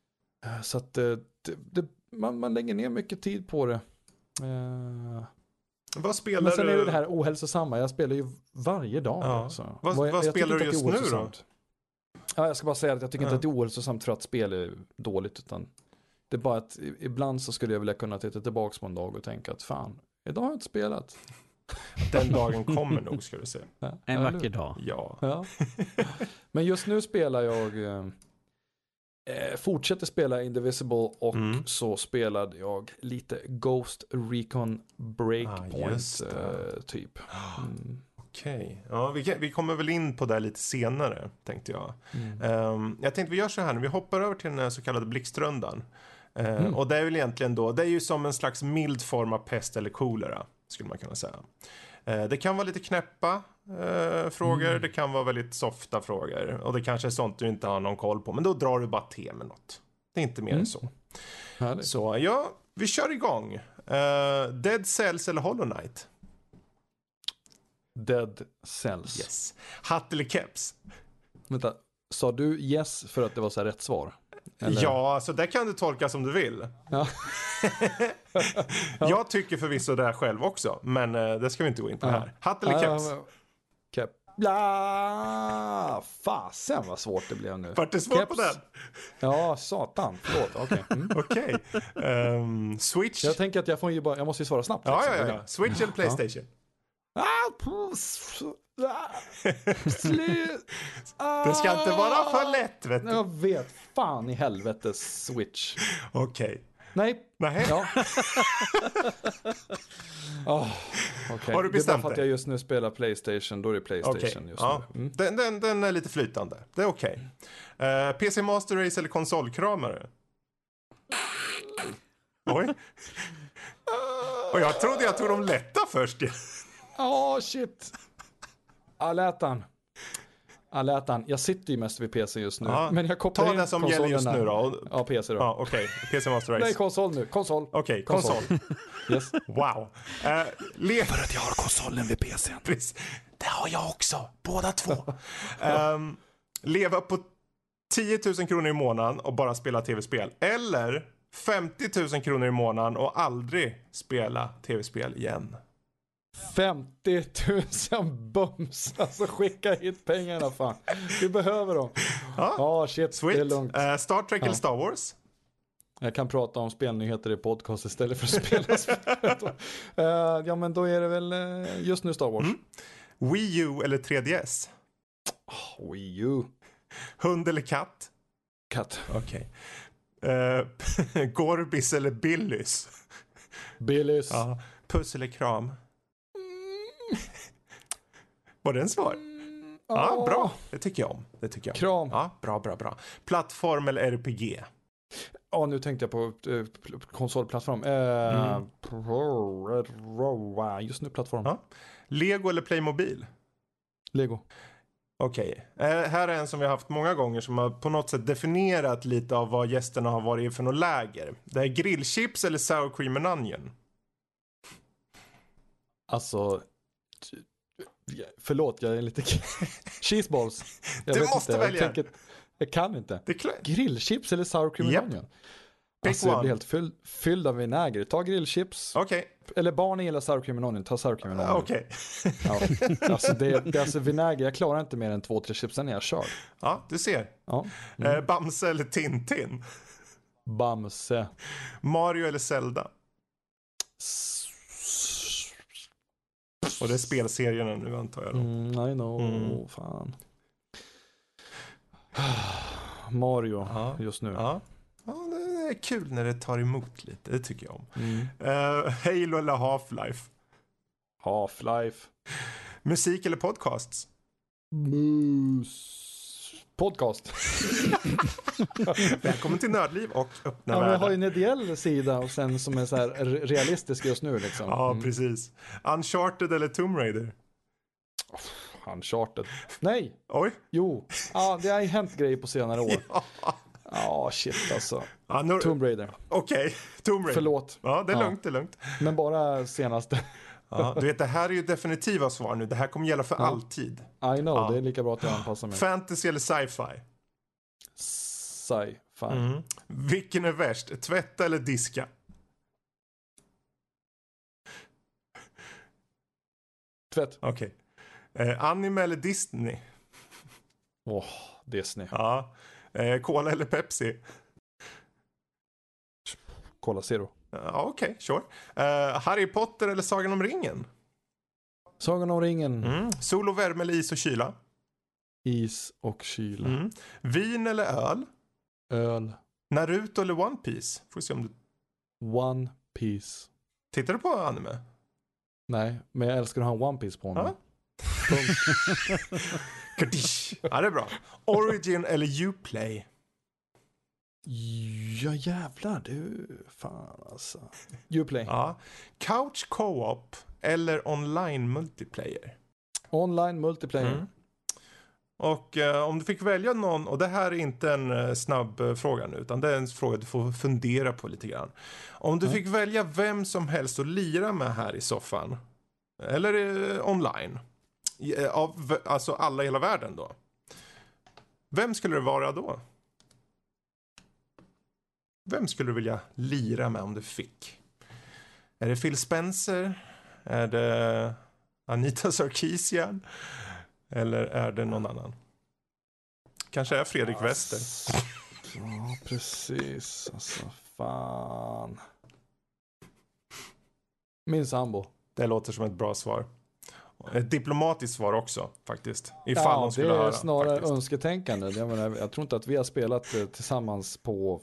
Så att det, det, det, man, man lägger ner mycket tid på det. Uh, vad spelar men sen du? är det det här ohälsosamma. Jag spelar ju varje dag. Ja. Alltså. Vad, vad, vad spelar du just nu då? Ja, jag ska bara säga att jag tycker ja. inte att det är ohälsosamt för att spel är dåligt. Utan det är bara att ibland så skulle jag vilja kunna titta tillbaka på en dag och tänka att fan, idag har jag inte spelat. Den dagen kommer nog, ska du säga. Ja, en vacker dag. Ja. ja. Men just nu spelar jag eh, fortsätter spela Indivisible och mm. så spelade jag lite Ghost Recon Breakpoint ah, eh, typ. Mm. Okej, okay. Ja, vi, vi kommer väl in på det lite senare, tänkte jag. Mm. Um, jag tänkte vi gör så här nu, vi hoppar över till den här så kallade blixtrundan. Uh, mm. Och det är väl egentligen då, det är ju som en slags mild form av pest eller kolera, skulle man kunna säga. Uh, det kan vara lite knäppa uh, frågor, mm. det kan vara väldigt softa frågor. Och det kanske är sånt du inte har någon koll på, men då drar du bara te med något. Det är inte mer mm. än så. Härligt. Så ja, vi kör igång. Uh, Dead Cells eller Hollow Knight? Dead Cells. Yes. Hatt eller keps? Vänta, sa du yes för att det var så här rätt svar? Eller? Ja, så det kan du tolka som du vill. Ja. Jag tycker förvisso det här själv också, men uh, det ska vi inte gå in på ja. här. Hatt eller keps? Ja, Kep. Ja, fasen vad svårt det blev nu. Vart det svårt keps. På den? Ja, satan. Förlåt, okej. Okay. Mm. Okej. Okay. Um, Switch? Jag tänker att jag får ju bara, jag måste ju svara snabbt. Ja, liksom. ja, ja. Switch eller PlayStation? Ja. Det ska inte vara för lätt, vet du. Jag vet, fan i helvetes Switch. Okej. Okay. Nej. Nej. Ja. oh, okay. Har du bestämt det? Är bara för att jag just nu spelar PlayStation, då är det PlayStation okay. just ja. nu. Mm. Den, den, den är lite flytande, det är okej. Okay. Uh, P C Master Race eller konsolkramare? Oj. Och jag trodde jag tog dem lätta först. Ja, oh, shit. Alätan. Alätan. Jag sitter ju mest vid P C just nu. Ja, men jag kopplar ta in det som gäller just nu då. Ja, P C då. Ja, okej. Okay. P C Master Race. Nej, konsol nu. Konsol. Okej, okay, konsol. konsol. Yes. Wow. Uh, le- För att jag har konsolen vid P C. Precis. Det har jag också. Båda två. um, leva på tio tusen kronor i månaden och bara spela tv-spel. Eller femtio tusen kronor i månaden och aldrig spela tv-spel igen. femtio tusen bums. Alltså skicka hit pengarna fan. Vi behöver dem. Ja, oh, shit. Sweet. Det är lugnt. Uh, Star Trek ja. eller Star Wars? Jag kan prata om spelnyheter i podcast istället för att spela spelet. uh, ja, men då är det väl uh, just nu Star Wars. Mm. Wii U eller tre D S? Oh, Wii U. Hund eller katt? Katt. Okej. Okay. Uh, Gorbis eller Billys? Billys. Ja. Puss eller kram? Mm. Var det en svar? Mm. Ja, oh. Bra. Det tycker jag om. Det tycker jag om. Kram. Ja, bra, bra, bra. Plattform eller R P G? Ja, nu tänkte jag på uh, konsolplattform. Uh, mm. Just nu plattform. Ja. Lego eller Playmobil? Lego. Okej. Okay. Uh, här är en som vi har haft många gånger som har på något sätt definierat lite av vad gästerna har varit i för något läger. Det är grillchips eller sour cream and onion? Alltså, förlåt, jag är lite cheeseballs. Jag du vet måste inte. välja. Jag, tänker, jag kan inte. Grillchips eller sour cream yep. and onion? Alltså, jag blir helt fylld, fylld av vinäger. Ta grillchips. Okej. Okay. Eller barnen gillar sour cream and onion. Ta sour cream and onion. Okej. Okay. Ja. Alltså, det, det är alltså vinäger. Jag klarar inte mer än två, tre chips. Sen är jag kör. Ja, du ser. Ja. Mm. Eh, Bamse eller Tintin? Bamse. Mario eller Zelda? Och det är spelserierna nu, antar jag då. Mm, I know, mm. fan. Mario ja. just nu. Ja. Ja, det är kul när det tar emot lite, det tycker jag om. Mm. Uh, Halo eller Half-Life? Half-Life. Musik eller podcasts? Mus... Podcast. Välkommen till Nördliv och öppna ja, världar. Jag har ju en ideell sida och sen som är så här realistisk just nu liksom. Ja, mm. precis. Uncharted eller Tomb Raider? Oh, Uncharted. Nej. Oj. Jo. Ja, det har ju hänt grejer på senare år. Ja, oh, shit alltså. Ja, nu... Tomb Raider. Okej, okay. Tomb Raider. Förlåt. Ja, det är ja. lugnt, det är lugnt. Men bara senaste. Ja, du vet, det här är ju definitiva svar nu. Det här kommer gälla för ja. alltid. I know, ja. det är lika bra att jag anpassar mig. Fantasy eller sci-fi? Sci-fi. Fan. Mm. Vilken är värst? Tvätta eller diska? Tvätt. Okej. Okay. Eh, anime eller Disney? Åh, oh, Disney. Ja. Eh, Cola eller Pepsi? Cola Zero. Ja, okej, okay, sure. Eh, Harry Potter eller Sagan om ringen? Sagan om ringen. Mm. Sol och värme eller is och kyla? Is och kyla. Mm. Vin eller öl? Öl. Naruto eller One Piece? Får se om du... One Piece. Tittar du på anime? Nej, men jag älskar att ha en One Piece på honom. Ja. Ja, det är bra. Origin eller Uplay? Ja, jävlar du. Fan alltså. Uplay. Ja. Couch co-op eller online multiplayer? Online multiplayer. Mm. Och eh, om du fick välja någon, och det här är inte en eh, snabb eh, fråga nu, utan det är en fråga du får fundera på lite grann. Om du mm. fick välja vem som helst att lira med här i soffan, eller eh, online, eh, av alltså alla i hela världen då. Vem skulle det vara då? Vem skulle du vilja lira med om du fick? Är det Phil Spencer? Är det Anita Sarkeesian? Eller är det någon annan? Kanske är Fredrik Wester. Ja, precis. Alltså, fan. Min sambo. Det låter som ett bra svar. Ett diplomatiskt svar också, faktiskt. Ifall ja, de skulle det är höra, snarare faktiskt. önsketänkande. Jag, menar, jag tror inte att vi har spelat tillsammans på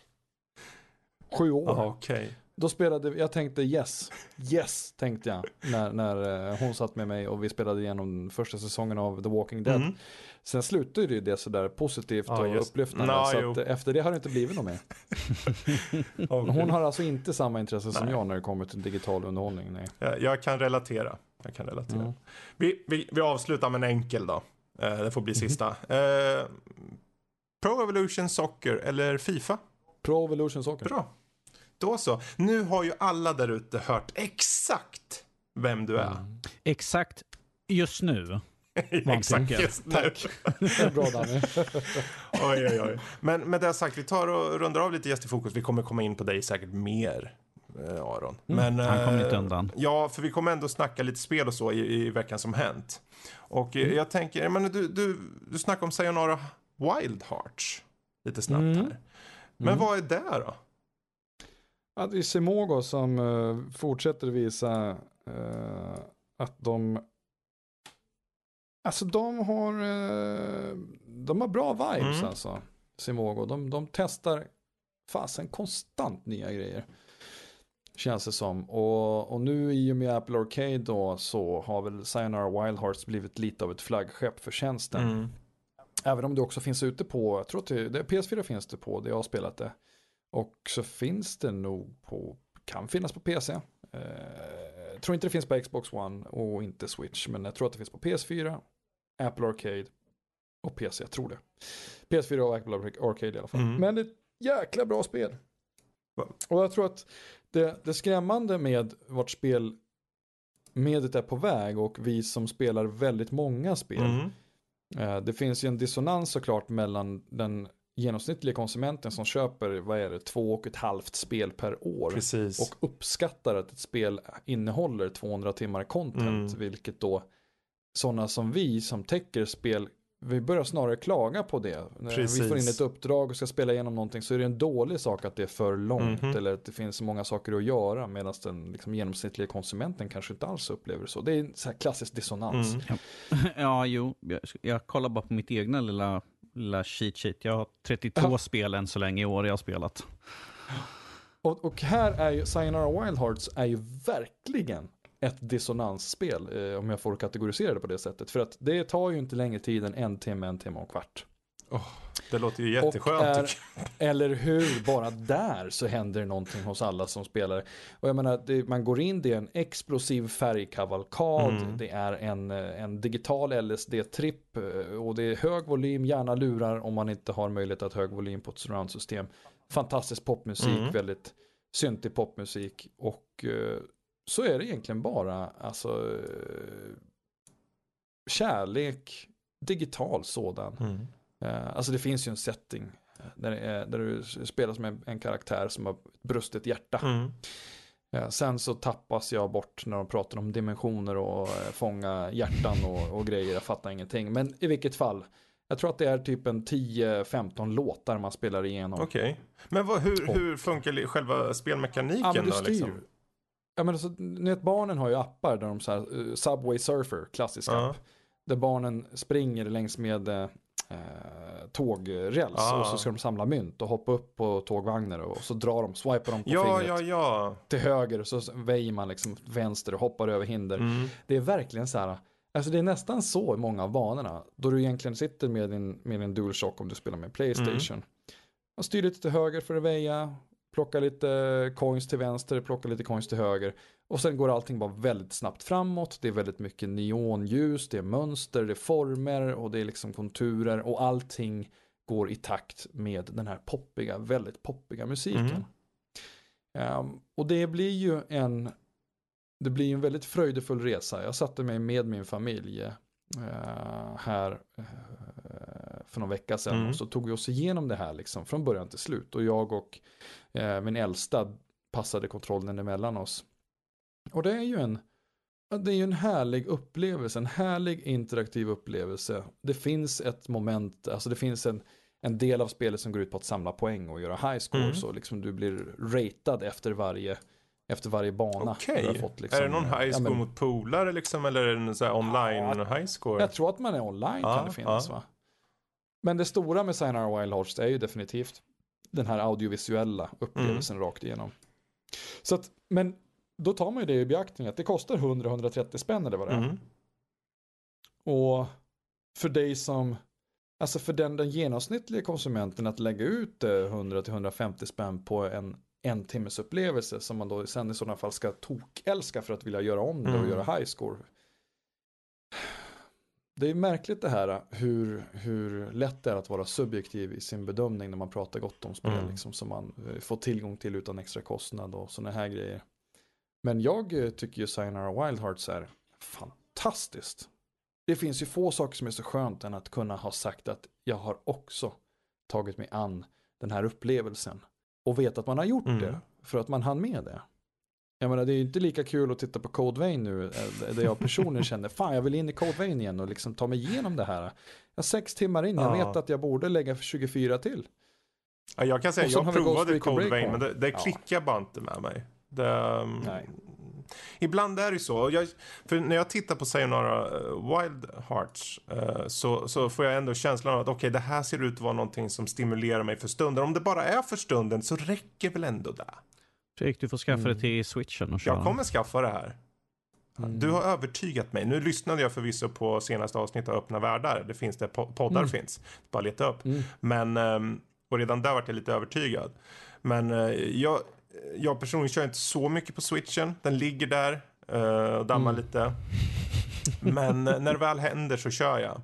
sju år. Aha, okay. Då spelade, jag tänkte yes, yes tänkte jag när, när hon satt med mig och vi spelade igenom första säsongen av The Walking Dead. Mm. Sen slutade ju det sådär positivt ah, och upplyftande. No, så att efter det har det inte blivit något mer. Okay. Hon har alltså inte samma intresse nej. som jag när det kommer till digital underhållning. Nej. Jag, jag kan relatera. Jag kan relatera. Mm. Vi, vi, vi avslutar med en enkel då. Eh, det får bli sista. Mm. Eh, Pro Evolution Soccer eller FIFA? Pro Evolution Soccer. Bra. Då så. Nu har ju alla där ute hört exakt vem du är. Mm. Exakt just nu. Exakt just nu. Tack. Det är bra, Danny. oj, oj, oj. Men med det sagt, vi tar och rundar av lite gäst i fokus. Vi kommer komma in på dig säkert mer, eh, Aron. Mm. Men, Han kommer eh, inte undan. Ja, för vi kommer ändå snacka lite spel och så i, i veckan som hänt. Och mm. jag tänker, men du, du, du snackar om Sayonara Wild Hearts lite snabbt mm. här. Men mm. vad är det då? Att det är Simogo som uh, fortsätter visa uh, att de alltså de har uh, de har bra vibes mm. alltså Simogo. De, de testar fasen konstant nya grejer. Känns det som. Och, och nu i och med Apple Arcade då så har väl Sayonara Wild Hearts blivit lite av ett flaggskepp för tjänsten. Mm. Även om det också finns ute på, jag tror att det, det P S fyra finns det på, det jag har spelat det. Och så finns det nog på, kan finnas på P C. Eh, jag tror inte det finns på Xbox One och inte Switch. Men jag tror att det finns på P S fyra, Apple Arcade och P C. Jag tror det. P S fyra och Apple Arcade i alla fall. Mm. Men det är ett jäkla bra spel. Och jag tror att det, det skrämmande med vart spel medet är på väg och vi som spelar väldigt många spel. Mm. Eh, det finns ju en dissonans såklart mellan den genomsnittliga konsumenten som köper, vad är det, två och ett halvt spel per år. Precis. Och uppskattar att ett spel innehåller tvåhundra timmar content, mm. vilket då sådana som vi som täcker spel, vi börjar snarare klaga på det. Precis. När vi får in ett uppdrag och ska spela igenom någonting så är det en dålig sak att det är för långt mm-hmm. eller att det finns så många saker att göra medan den liksom, genomsnittliga konsumenten kanske inte alls upplever så. Det är en så här klassisk dissonans. Mm. Ja. ja, jo. Jag, jag kollar bara på mitt egna lilla lilla cheat sheet. Jag har trettiotvå ja. spel än så länge i år jag har spelat. Och, och här är ju Sayonara Wild Hearts är ju verkligen ett dissonansspel eh, om jag får kategorisera det på det sättet. För att det tar ju inte längre tid än en timme, en timme och en kvart. Oh, det låter ju jätteskönt. Är, eller hur, bara där så händer det någonting hos alla som spelar. Och jag menar, det, man går in, det är en explosiv färgkavalkad, mm. det är en, en digital L S D-tripp och det är hög volym, gärna lurar om man inte har möjlighet att hög volym på ett surround-system. Fantastisk popmusik, mm. väldigt syntig popmusik och eh, så är det egentligen bara alltså eh, kärlek, digital sådan. Mm. Uh, alltså det finns ju en setting. där, är, där du spelar som en, en karaktär som har brustit hjärta. Mm. Eh, sen så tappas jag bort när de pratar om dimensioner och eh, fånga hjärtan och, och grejer. Jag fattar ingenting. Men i vilket fall, jag tror att det är typ en tio femton låtar man spelar igenom. Okej. Okay. Men vad, hur, hur funkar själva spelmekaniken ja, men du då? styr. Liksom? Ja, men alltså, ni vet, barnen har ju appar där de så här, uh, Subway Surfer, klassisk uh-huh. app. Där barnen springer längs med uh, tågräls uh-huh. och så ska de samla mynt och hoppa upp på tågvagnar och så drar de, swipar dem på ja, fingret ja, ja. till höger och så väjer man liksom vänster och hoppar över hinder. Mm. Det är verkligen så här, alltså det är nästan så i många av banorna då du egentligen sitter med din, med din DualShock om du spelar med PlayStation. Mm. Man styr lite till höger för att väja, plocka lite coins till vänster, plocka lite coins till höger. Och sen går allting bara väldigt snabbt framåt. Det är väldigt mycket neonljus, det är mönster, det är former och det är liksom konturer. Och allting går i takt med den här poppiga, väldigt poppiga musiken. Mm. Um, och det blir ju en, det blir en väldigt fröjdefull resa. Jag satte mig med min familj uh, här uh, för någon vecka sedan. Mm. Och så tog vi oss igenom det här liksom från början till slut. Och jag och uh, min äldsta passade kontrollen emellan oss. Och det är ju en det är ju en härlig upplevelse, en härlig interaktiv upplevelse. Det finns ett moment, alltså det finns en, en del av spelet som går ut på att samla poäng och göra high score. Mm. Så liksom du blir ratad efter varje efter varje bana. Okej, okay. liksom, är det någon high score ja, men, mot polare liksom, eller är det en så här online ja, high score? Jag tror att man är online ja, kan det finnas ja. va? Men det stora med Sayonara Wild Hearts är ju definitivt den här audiovisuella upplevelsen mm. rakt igenom. Så att, men då tar man ju det i beaktning att det kostar hundra till hundratrettio spänn eller vad det är. Mm. Och för dig som, alltså för den, den genomsnittliga konsumenten att lägga ut hundra till hundrafemtio spänn på en en timmes upplevelse som man då sen i sådana fall ska tokälska för att vilja göra om det mm. och göra high score. Det är märkligt det här hur, hur lätt det är att vara subjektiv i sin bedömning när man pratar gott om spel mm. liksom, som man får tillgång till utan extra kostnad och sådana här grejer. Men jag tycker ju Sayonara Wild Hearts är fantastiskt. Det finns ju få saker som är så skönt än att kunna ha sagt att jag har också tagit mig an den här upplevelsen. Och vet att man har gjort mm. det för att man hann med det. Jag menar, det är ju inte lika kul att titta på Code Vein nu där jag personligen känner, fan jag vill in i Code Vein igen och liksom ta mig igenom det här. Jag har sex timmar in, jag ja. vet att jag borde lägga tjugofyra till. Ja, jag kan säga, jag provade Code Vein men det, det klickar ja. bara inte med mig. Det, Nej. Ibland är det så. Jag, för när jag tittar på Sayonara Wild Hearts uh, så, så får jag ändå känslan av att okej, okay, det här ser ut att vara någonting som stimulerar mig för stunden. Om det bara är för stunden så räcker väl ändå det. Fredrik, du får skaffa mm. det till Switchen och köra. Jag kommer skaffa det här. Mm. Du har övertygat mig. Nu lyssnade jag förvisso på senaste avsnittet av Öppna Världar. Det finns det, poddar mm. finns. Bara leta upp. Mm. Men, um, och redan där var jag lite övertygad. Men uh, jag... Jag personligen kör inte så mycket på Switchen. Den ligger där uh, och dammar mm. lite. Men när det väl händer så kör jag.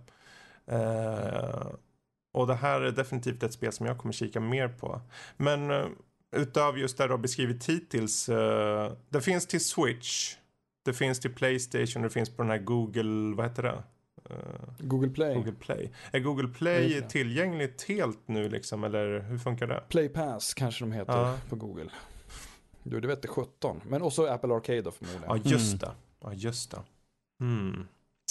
Uh, och det här är definitivt ett spel som jag kommer kika mer på. Men uh, utöver just det du har beskrivit hittills. Uh, det finns till Switch. Det finns till PlayStation. Det finns på den här Google, vad heter det? Uh, Google Play. Google Play. Är Google Play tillgängligt helt nu liksom? Eller hur funkar det? Play Pass kanske de heter uh. på Google. Du, det vet det sjutton. Men också Apple Arcade då förmodligen. Ja, just det. Ja, just det. Mm.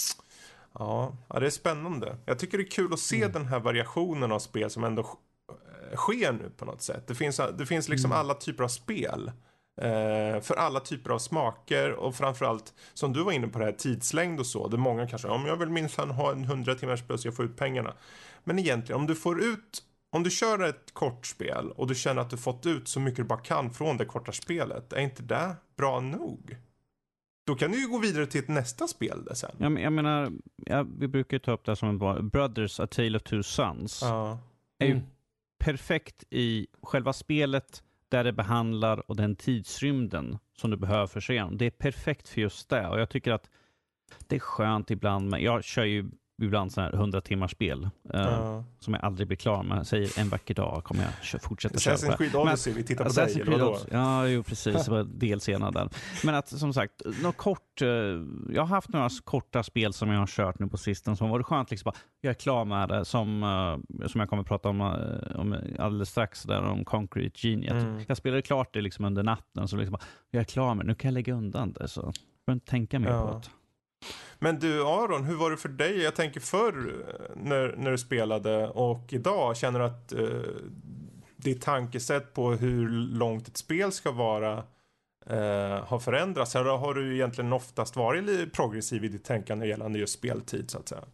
Ja, ja, det är spännande. Jag tycker det är kul att se mm. den här variationen av spel som ändå sker nu på något sätt. Det finns, det finns liksom mm. alla typer av spel. Eh, för alla typer av smaker. Och framförallt, som du var inne på det här, tidslängd och så. Det är många kanske, om jag vill minsann ha en hundra timmars plus, jag får ut pengarna. Men egentligen, om du får ut... Om du kör ett kort spel och du känner att du fått ut så mycket du bara kan från det korta spelet, är inte det bra nog? Då kan du ju gå vidare till ett nästa spel där sen. Ja, men jag menar, ja, vi brukar ju ta upp det som en bra Brothers, A Tale of Two Sons. Ja. Är ju mm. perfekt i själva spelet där det behandlar och den tidsrymden som du behöver för sig. Det är perfekt för just det. Och jag tycker att det är skönt ibland. Men jag kör ju ibland sådana här hundra timmars spel uh, uh. som jag aldrig blir klar med. Jag säger en vacker dag kommer jag fortsätta köra. Assassin's Creed Odyssey, vi tittar på dig, eller vadå? Ja, jo, precis. Det var delscena där. Men att, som sagt, något kort, uh, jag har haft några korta spel som jag har kört nu på sistone som var det skönt liksom bara, jag är klar med det, som, uh, som jag kommer att prata om, uh, om alldeles strax där, om Concrete Genie. Mm. Jag spelade klart det liksom under natten, så liksom bara, jag är klar med det, nu kan jag lägga undan det, så jag får inte tänka mer ja. på det. Men du Aron, hur var det för dig? Jag tänker förr när, när du spelade och idag, känner du att uh, ditt tankesätt på hur långt ett spel ska vara uh, har förändrats? Eller har du egentligen oftast varit lite progressiv i ditt tänkande gällande just speltid så att säga?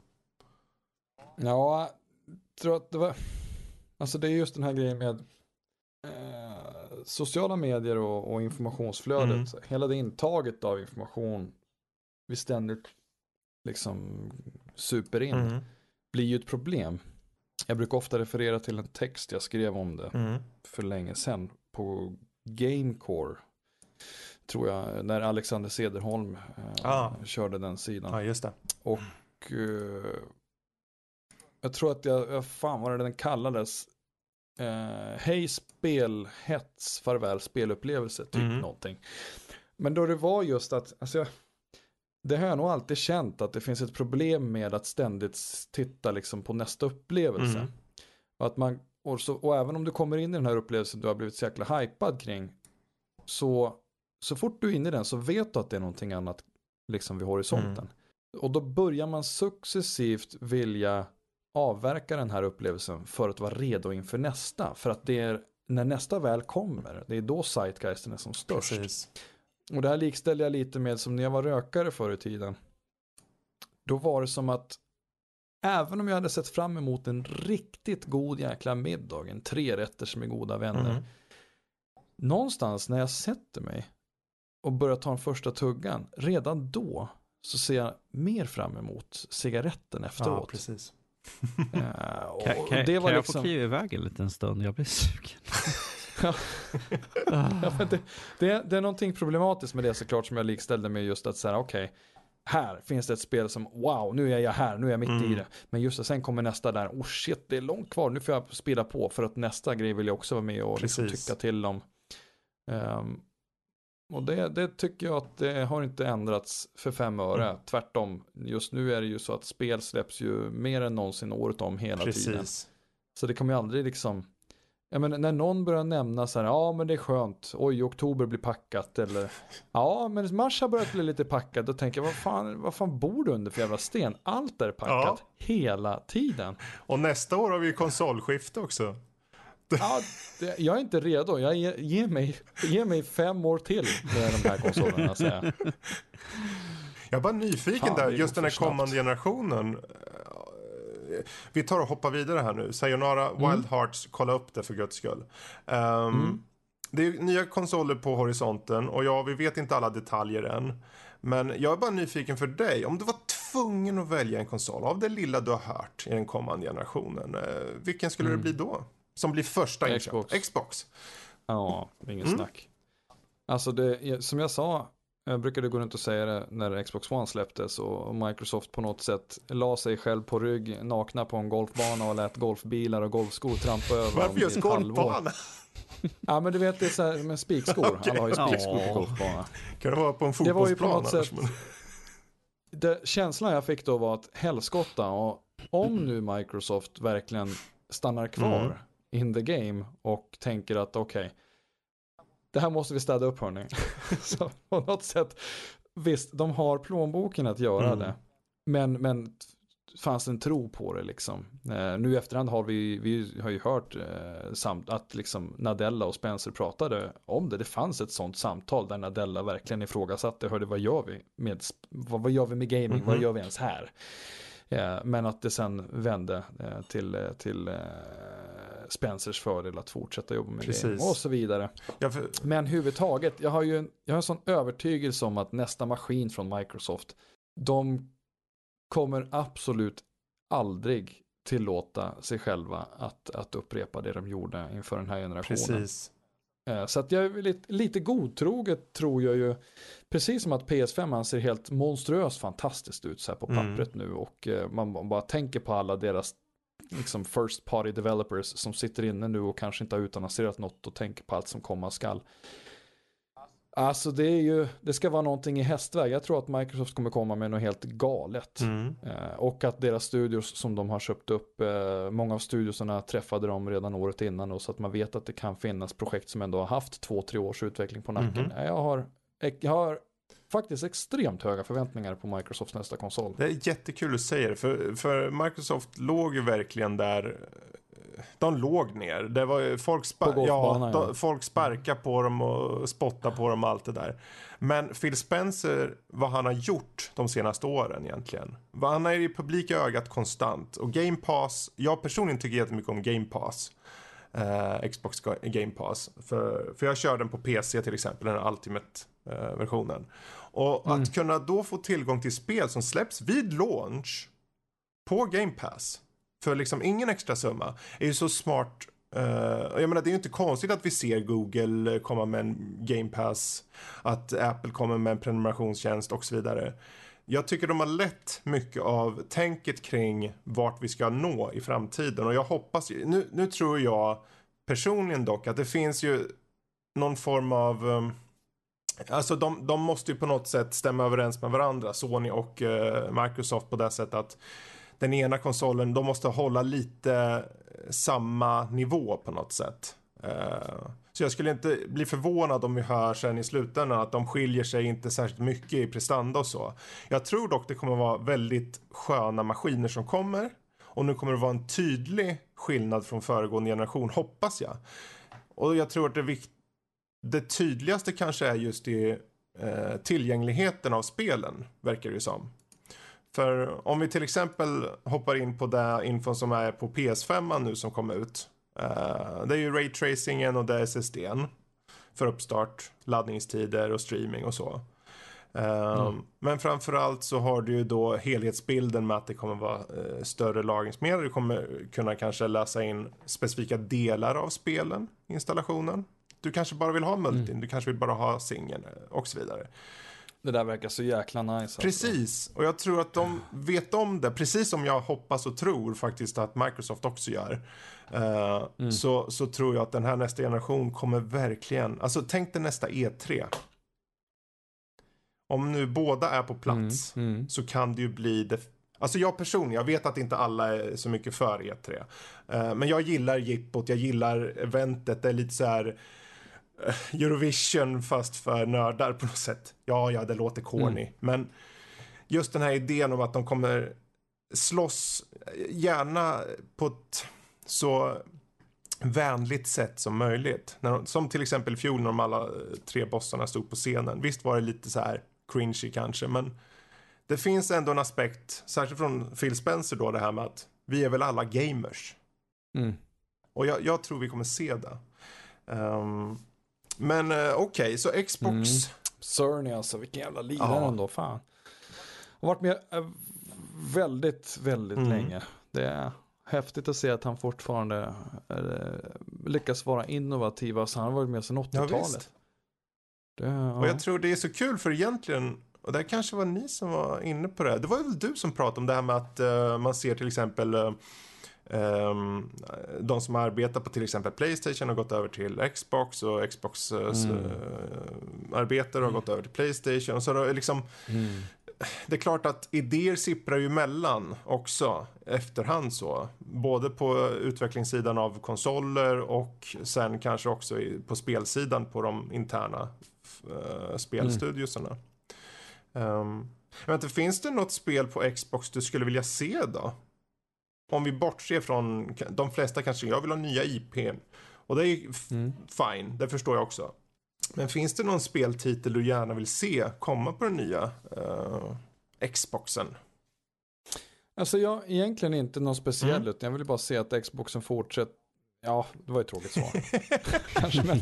Ja, jag tror att det var, alltså det är just den här grejen med uh, sociala medier och, och informationsflödet. Mm. Hela det intaget av information vi ständigt liksom super in mm. blir ju ett problem. Jag brukar ofta referera till en text jag skrev om det mm. för länge sedan på Gamecore, tror jag, när Alexander Cederholm eh, ah. körde den sidan. Ja, just det. Och eh, jag tror att jag, fan vad den kallades, eh, hej spelhets, farväl spelupplevelse, typ mm. någonting. Men då det var just att, alltså jag det har jag nog alltid känt att det finns ett problem med att ständigt titta liksom på nästa upplevelse. Mm. Och, att man, och, så, och även om du kommer in i den här upplevelsen du har blivit så jäkla hypad kring, så, så fort du är inne i den så vet du att det är någonting annat liksom vid horisonten. Mm. Och då börjar man successivt vilja avverka den här upplevelsen för att vara redo inför nästa. För att det är när nästa väl kommer, det är då zeitgeisten är som störst. Precis. Och det här likställer jag lite med som när jag var rökare förr i tiden. Då var det som att även om jag hade sett fram emot en riktigt god jäkla middag, en tre rätter som är goda vänner. Mm. Någonstans när jag sätter mig och börjar ta en första tuggan, redan då så ser jag mer fram emot cigaretten efteråt. Ja, precis. uh, och kan kan, det var kan liksom... jag få kliva iväg en liten stund? Jag blir sugen. ja, men det, det, det är någonting problematiskt med det såklart som jag likställde med just att säga okej, okay, här finns det ett spel som wow, nu är jag här, nu är jag mitt mm. i det. Men just det, sen kommer nästa där, oh shit, det är långt kvar, nu får jag spela på för att nästa grej vill jag också vara med och liksom tycka till om. Um, och det, det tycker jag att det har inte ändrats för fem öre. Mm. Tvärtom, just nu är det ju så att spel släpps ju mer än någonsin året om hela Precis. tiden. Så det kommer ju aldrig liksom, ja, men när någon börjar nämna så här, ja men det är skönt, oj oktober blir packat, eller ja men mars har börjat bli lite packat, då tänker jag, vad fan, vad fan bor du under för jävla sten? Allt är packat ja. hela tiden. Och nästa år har vi ju konsolskifte också. Ja, det, jag är inte redo, jag ger, ger, mig, ger mig fem år till med de här konsolerna, säger jag. Jag är bara nyfiken fan, där, just den här kommande generationen. Vi tar och hoppar vidare här nu. Sayonara mm. Wild Hearts, kolla upp det för guds skull. Um, mm. Det är nya konsoler på horisonten och ja, vi vet inte alla detaljer än. Men jag är bara nyfiken för dig. Om du var tvungen att välja en konsol av det lilla du har hört i den kommande generationen, uh, vilken skulle mm. det bli då? Som blir första Xbox. inköp? Xbox. Ja, ingen mm. snack. Alltså det, som jag sa, jag brukade gå runt och säga det när Xbox One släpptes och Microsoft på något sätt la sig själv på rygg nakna på en golfbana och lät golfbilar och golfskor trampa över. Varför just golfbana? Ja, men du vet, det är så här med spikskor. Okay. Alla har ju spikskor på golfbana. Kan det vara på en fotbollsplan? Det var ju på något sätt, men... det, känslan jag fick då var att helskotta, och om nu Microsoft verkligen stannar kvar mm. in the game och tänker att okej, okay, det här måste vi städa upp, hörni. Så på något sätt, visst, de har plånboken att göra mm. det. Men, men fanns en tro på det liksom. Eh, nu i efterhand har vi, vi har ju hört eh, samt att liksom Nadella och Spencer pratade om det. Det fanns ett sånt samtal där Nadella verkligen ifrågasatte, hörde, vad gör vi med, vad, vad gör vi med gaming? Mm-hmm. Vad gör vi ens här? Eh, men att det sen vände eh, till, till eh, Spencers fördel att fortsätta jobba med det och så vidare. Ja, för... Men huvudtaget, jag har ju en, jag har en sån övertygelse om att nästa maskin från Microsoft, de kommer absolut aldrig tillåta sig själva att, att upprepa det de gjorde inför den här generationen. Precis. Så att jag är lite, lite godtroget tror jag ju, precis som att P S fem ser helt monstruöst fantastiskt ut så här på pappret mm. nu, och man bara tänker på alla deras liksom first party developers som sitter inne nu och kanske inte har utannonserat något och tänker på allt som komma skall. Alltså det är ju, det ska vara någonting i hästväg. Jag tror att Microsoft kommer komma med något helt galet. Mm. Eh, och att deras studios som de har köpt upp, eh, många av studiosarna träffade dem redan året innan, och så att man vet att det kan finnas projekt som ändå har haft två, tre års utveckling på nacken. Mm. Jag har, jag har faktiskt extremt höga förväntningar på Microsofts nästa konsol. Det är jättekul att säga det, för, för Microsoft låg ju verkligen där. De låg ner. Det var folk, spa- ja, de, folk sparkar på dem och spottar på dem och allt det där. Men Phil Spencer, vad han har gjort de senaste åren egentligen. Han är i publika ögat konstant. Och Game Pass, jag personligen tycker jättemycket om Game Pass. Eh, Xbox Game Pass. För, för jag kör den på P C till exempel, den Ultimate-versionen. Eh, och mm. att kunna då få tillgång till spel som släpps vid launch på Game Pass för liksom ingen extra summa är ju så smart. Uh, jag menar, det är ju inte konstigt att vi ser Google komma med en Game Pass, att Apple kommer med en prenumerationstjänst och så vidare. Jag tycker de har lett mycket av tänket kring vart vi ska nå i framtiden, och jag hoppas ju, nu, nu tror jag personligen dock att det finns ju någon form av um, alltså de, de måste ju på något sätt stämma överens med varandra, Sony och uh, Microsoft, på det sättet att den ena konsolen, de måste hålla lite samma nivå på något sätt. Uh, så jag skulle inte bli förvånad om vi hör sen i slutändan att de skiljer sig inte särskilt mycket i prestanda och så. Jag tror dock det kommer vara väldigt sköna maskiner som kommer. Och nu kommer det vara en tydlig skillnad från föregående generation, hoppas jag. Och jag tror att det, vikt- det tydligaste kanske är just i uh, tillgängligheten av spelen, verkar det som. För om vi till exempel hoppar in på det infon som är på P S fem nu som kom ut. Uh, det är ju raytracingen och det är S S D:n för uppstart, laddningstider och streaming och så. Uh, mm. Men framförallt så har du ju då helhetsbilden med att det kommer vara uh, större lagringsmedel. Du kommer kunna kanske läsa in specifika delar av spelen, installationen. Du kanske bara vill ha multin, mm. du kanske vill bara ha singeln och så vidare. Det där verkar så jäkla nice. Precis, alltså. Och jag tror att de vet om det, precis som jag hoppas och tror faktiskt att Microsoft också gör. Uh, mm. så, så tror jag att den här nästa generation kommer verkligen, alltså tänk dig nästa E tre. Om nu båda är på plats mm. Mm. så kan det ju bli det. Alltså jag personligen, jag vet att inte alla är så mycket för E tre. Uh, men jag gillar jippot, jag gillar eventet, det är lite så här Eurovision fast för nördar på något sätt. Ja, ja, det låter corny. Mm. Men just den här idén om att de kommer slåss gärna på ett så vänligt sätt som möjligt. När de, som till exempel i fjol när de alla tre bossarna stod på scenen. Visst var det lite så här cringy kanske, men det finns ändå en aspekt, särskilt från Phil Spencer då, det här med att vi är väl alla gamers. Mm. Och jag, jag tror vi kommer se det. Um, Men uh, okej, okay, så Xbox... Mm. Cerny alltså, vilken jävla lirare ja. ändå, fan. Har varit med äh, väldigt, väldigt mm. länge. Det är häftigt att se att han fortfarande äh, lyckas vara innovativ. Alltså, han har varit med sedan åttiotalet. Ja, det, ja. Och jag tror det är så kul, för egentligen, och det kanske var ni som var inne på det. Det var väl du som pratade om det här med att uh, man ser till exempel... Uh, Um, de som arbetar på till exempel PlayStation har gått över till Xbox, och Xbox mm. uh, arbetare har mm. gått över till PlayStation, så det är liksom mm. det är klart att idéer sipprar ju mellan också efterhand, så både på utvecklingssidan av konsoler och sen kanske också i, på spelsidan på de interna uh, spelstudiosarna. Mm. um, jag vet inte, finns det något spel på Xbox du skulle vilja se då? Om vi bortser från de flesta, kanske jag vill ha nya I P, och det är f- mm. fine, det förstår jag också. Men finns det någon speltitel du gärna vill se komma på den nya uh, Xboxen? Alltså jag egentligen inte någon speciell, mm. utan jag vill bara se att Xboxen fortsätter. Ja, det var ju tråkigt svar. Kanske, men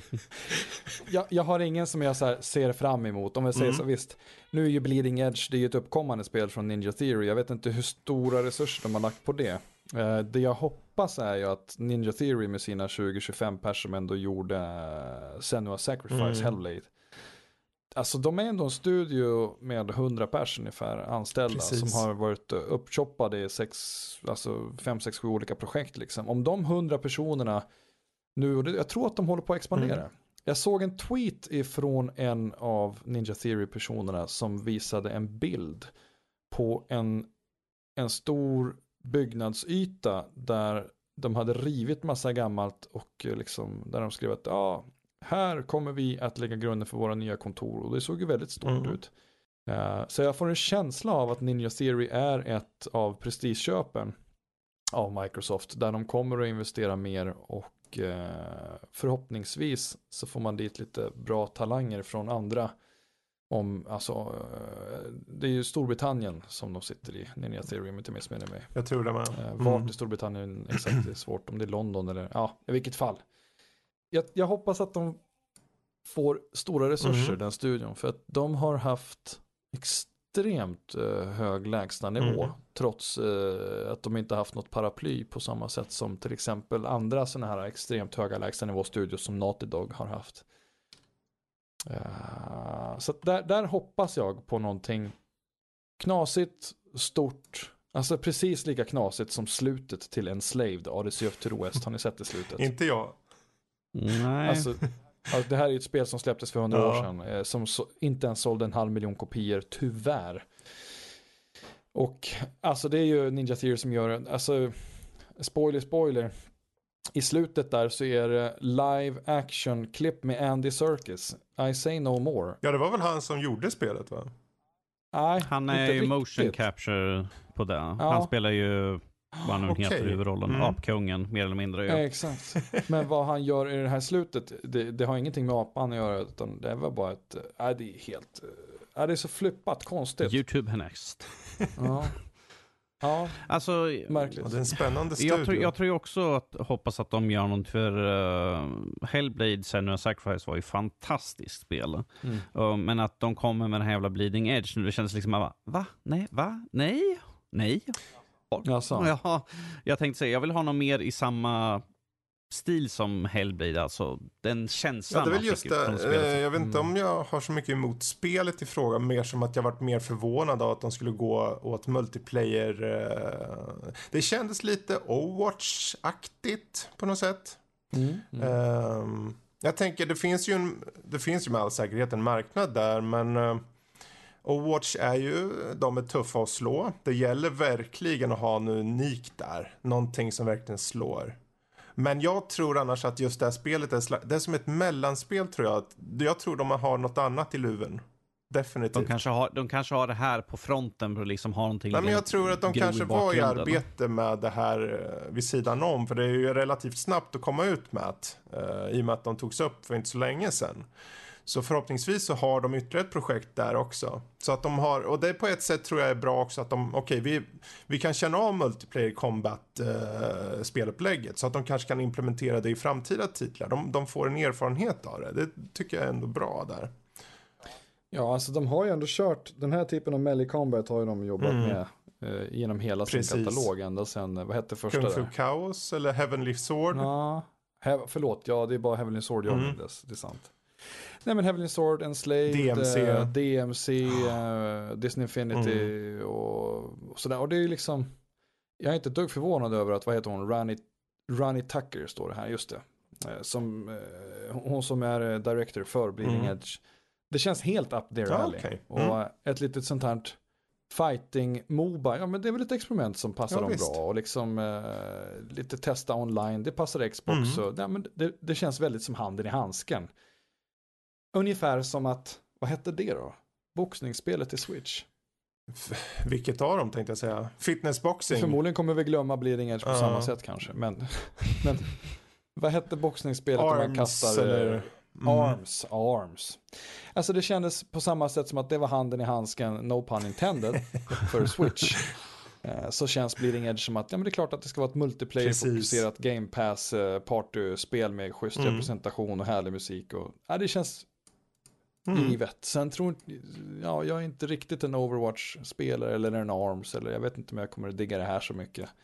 jag, jag har ingen som jag så här ser fram emot. Om jag säger mm. så, visst, nu är ju Bleeding Edge, det är ju ett uppkommande spel från Ninja Theory. Jag vet inte hur stora resurser de har lagt på det. Uh, det jag hoppas är ju att Ninja Theory med sina tjugo till tjugofem personer som ändå gjorde uh, Senua's Sacrifice, mm. Hellblade. Alltså de är ändå en studio med hundra personer ungefär anställda. Precis. Som har varit uppchoppade i sex, alltså fem, sex, sju olika projekt liksom. Om de hundra personerna nu, och det, jag tror att de håller på att expandera. Mm. Jag såg en tweet ifrån en av Ninja Theory-personerna som visade en bild på en, en stor byggnadsyta där de hade rivit massa gammalt och liksom, där de skrev att ja, här kommer vi att lägga grunden för våra nya kontor, och det såg ju väldigt stort mm. ut. Uh, så jag får en känsla av att Ninja Theory är ett av prestigeköpen av Microsoft där de kommer att investera mer, och uh, förhoppningsvis så får man dit lite bra talanger från andra. Om, alltså, uh, det är ju Storbritannien som de sitter i, Ninja Theory, om inte missminner mig. Jag tror det med. Uh, vart mm. i Storbritannien exakt, det är svårt, om det är London eller, ja, i vilket fall. Jag, jag hoppas att de får stora resurser, mm. den studion, för att de har haft extremt uh, hög lägsta nivå mm. trots uh, att de inte haft något paraply på samma sätt som till exempel andra sådana här extremt höga lägsta nivå studios som Naughty Dog har haft. Uh, så där, där hoppas jag på någonting knasigt, stort, alltså precis lika knasigt som slutet till Enslaved, Odyssey of to the West. Har ni sett det slutet? Inte jag. Nej. Alltså, alltså det här är ju ett spel som släpptes för hundra ja. år sedan, eh, som så, inte ens sålde en halv miljon kopior, tyvärr. Och alltså det är ju Ninja Theory som gör, alltså spoiler spoiler, i slutet där så är det live action klipp med Andy Serkis, I say no more. Ja, det var väl han som gjorde spelet, va? Nej, han är ju motion capture på det. Ja. Han spelar ju vad han nu heter i huvudrollen, mm. apkungen mer eller mindre. Ja. Exakt. Men vad han gör i det här slutet, det, det har ingenting med apan att göra, utan det var bara ett, äh, det är helt, äh, det är så flippat, konstigt. YouTube next. Ja. Ja, alltså, märkligt. Ja, det är en spännande studio. Jag tror, jag tror också att hoppas att de gör något, för uh, Hellblade, Senua's Sacrifice var ju fantastiskt spel. Mm. Uh, men att de kommer med den här jävla bleeding edge nu, det känns liksom bara, va? Nej, va? Nej? Nej? Jaså. Ja, jag tänkte säga, jag vill ha något mer i samma stil som Hellblade, alltså den känslan. Ja, det är väl just det. Eh, jag vet inte mm. om jag har så mycket emot spelet i fråga, mer som att jag varit mer förvånad av att de skulle gå åt multiplayer. Eh, det kändes lite Overwatch-aktigt på något sätt. Mm. Mm. Eh, jag tänker, det finns ju en, det finns ju med all säkerhet en marknad där, men eh, Overwatch är ju, de är tuffa att slå. Det gäller verkligen att ha något unikt där. Någonting som verkligen slår. Men jag tror annars att just det här spelet är, det är som ett mellanspel, tror jag. Jag tror de har något annat i luven. Definitivt. De kanske har, de kanske har det här på fronten för att liksom ha någonting. Nej, men jag tror att de kanske var i arbete med det här vid sidan om. För det är ju relativt snabbt att komma ut med att, uh, i och med att de togs upp för inte så länge sedan. Så förhoppningsvis så har de ytterligare ett projekt där också. Så att de har, och det är på ett sätt tror jag är bra också att de, okej, okay, vi, vi kan känna av multiplayer combat eh, spelupplägget så att de kanske kan implementera det i framtida titlar. De, de får en erfarenhet av det. Det tycker jag är ändå bra där. Ja, alltså de har ju ändå kört, den här typen av melee combat har ju de jobbat mm. med eh, genom hela Precis. sin katalog ända sen, vad hette första Kung Fu där? Chaos eller Heavenly Sword? Ja, he- förlåt, ja det är bara Heavenly Sword jag mm. minns, det är sant. Nej, men Heavenly Sword, Enslaved, D M C, uh, D M C uh, Disney Infinity mm. och, och sådär. Och det är ju liksom, jag är inte ett dugg förvånad över att, vad heter hon, Rani, Rani Tucker står det här, just det. Uh, som, uh, hon som är uh, director för Bleeding mm. Edge. Det känns helt up their alley. Okay. Mm. Och uh, ett litet sånt här fighting Moba, ja men det är väl ett experiment som passar ja, dem visst. bra. Och liksom uh, lite testa online, det passar Xbox. Mm. Så, ja, men det, det känns väldigt som handen i handsken. Ungefär som att, vad hette det då? Boxningsspelet i Switch. F- vilket av dem tänkte jag säga? Fitnessboxing. Förmodligen kommer vi glömma Bleeding Edge på uh. samma sätt kanske. Men, men vad hette boxningsspelet Arms, där man kastar? Eller... Mm. Arms, arms. Alltså det kändes på samma sätt som att det var handen i handsken, no pun intended, för Switch. Så känns Bleeding Edge som att ja, men det är klart att det ska vara ett multiplayer-fokuserat Game Pass party-spel med schysst mm. representation och härlig musik. Och, ja, det känns mm. givet. Sen tror ja, jag är inte riktigt en Overwatch-spelare eller en Arms. Eller jag vet inte om jag kommer att digga det här så mycket.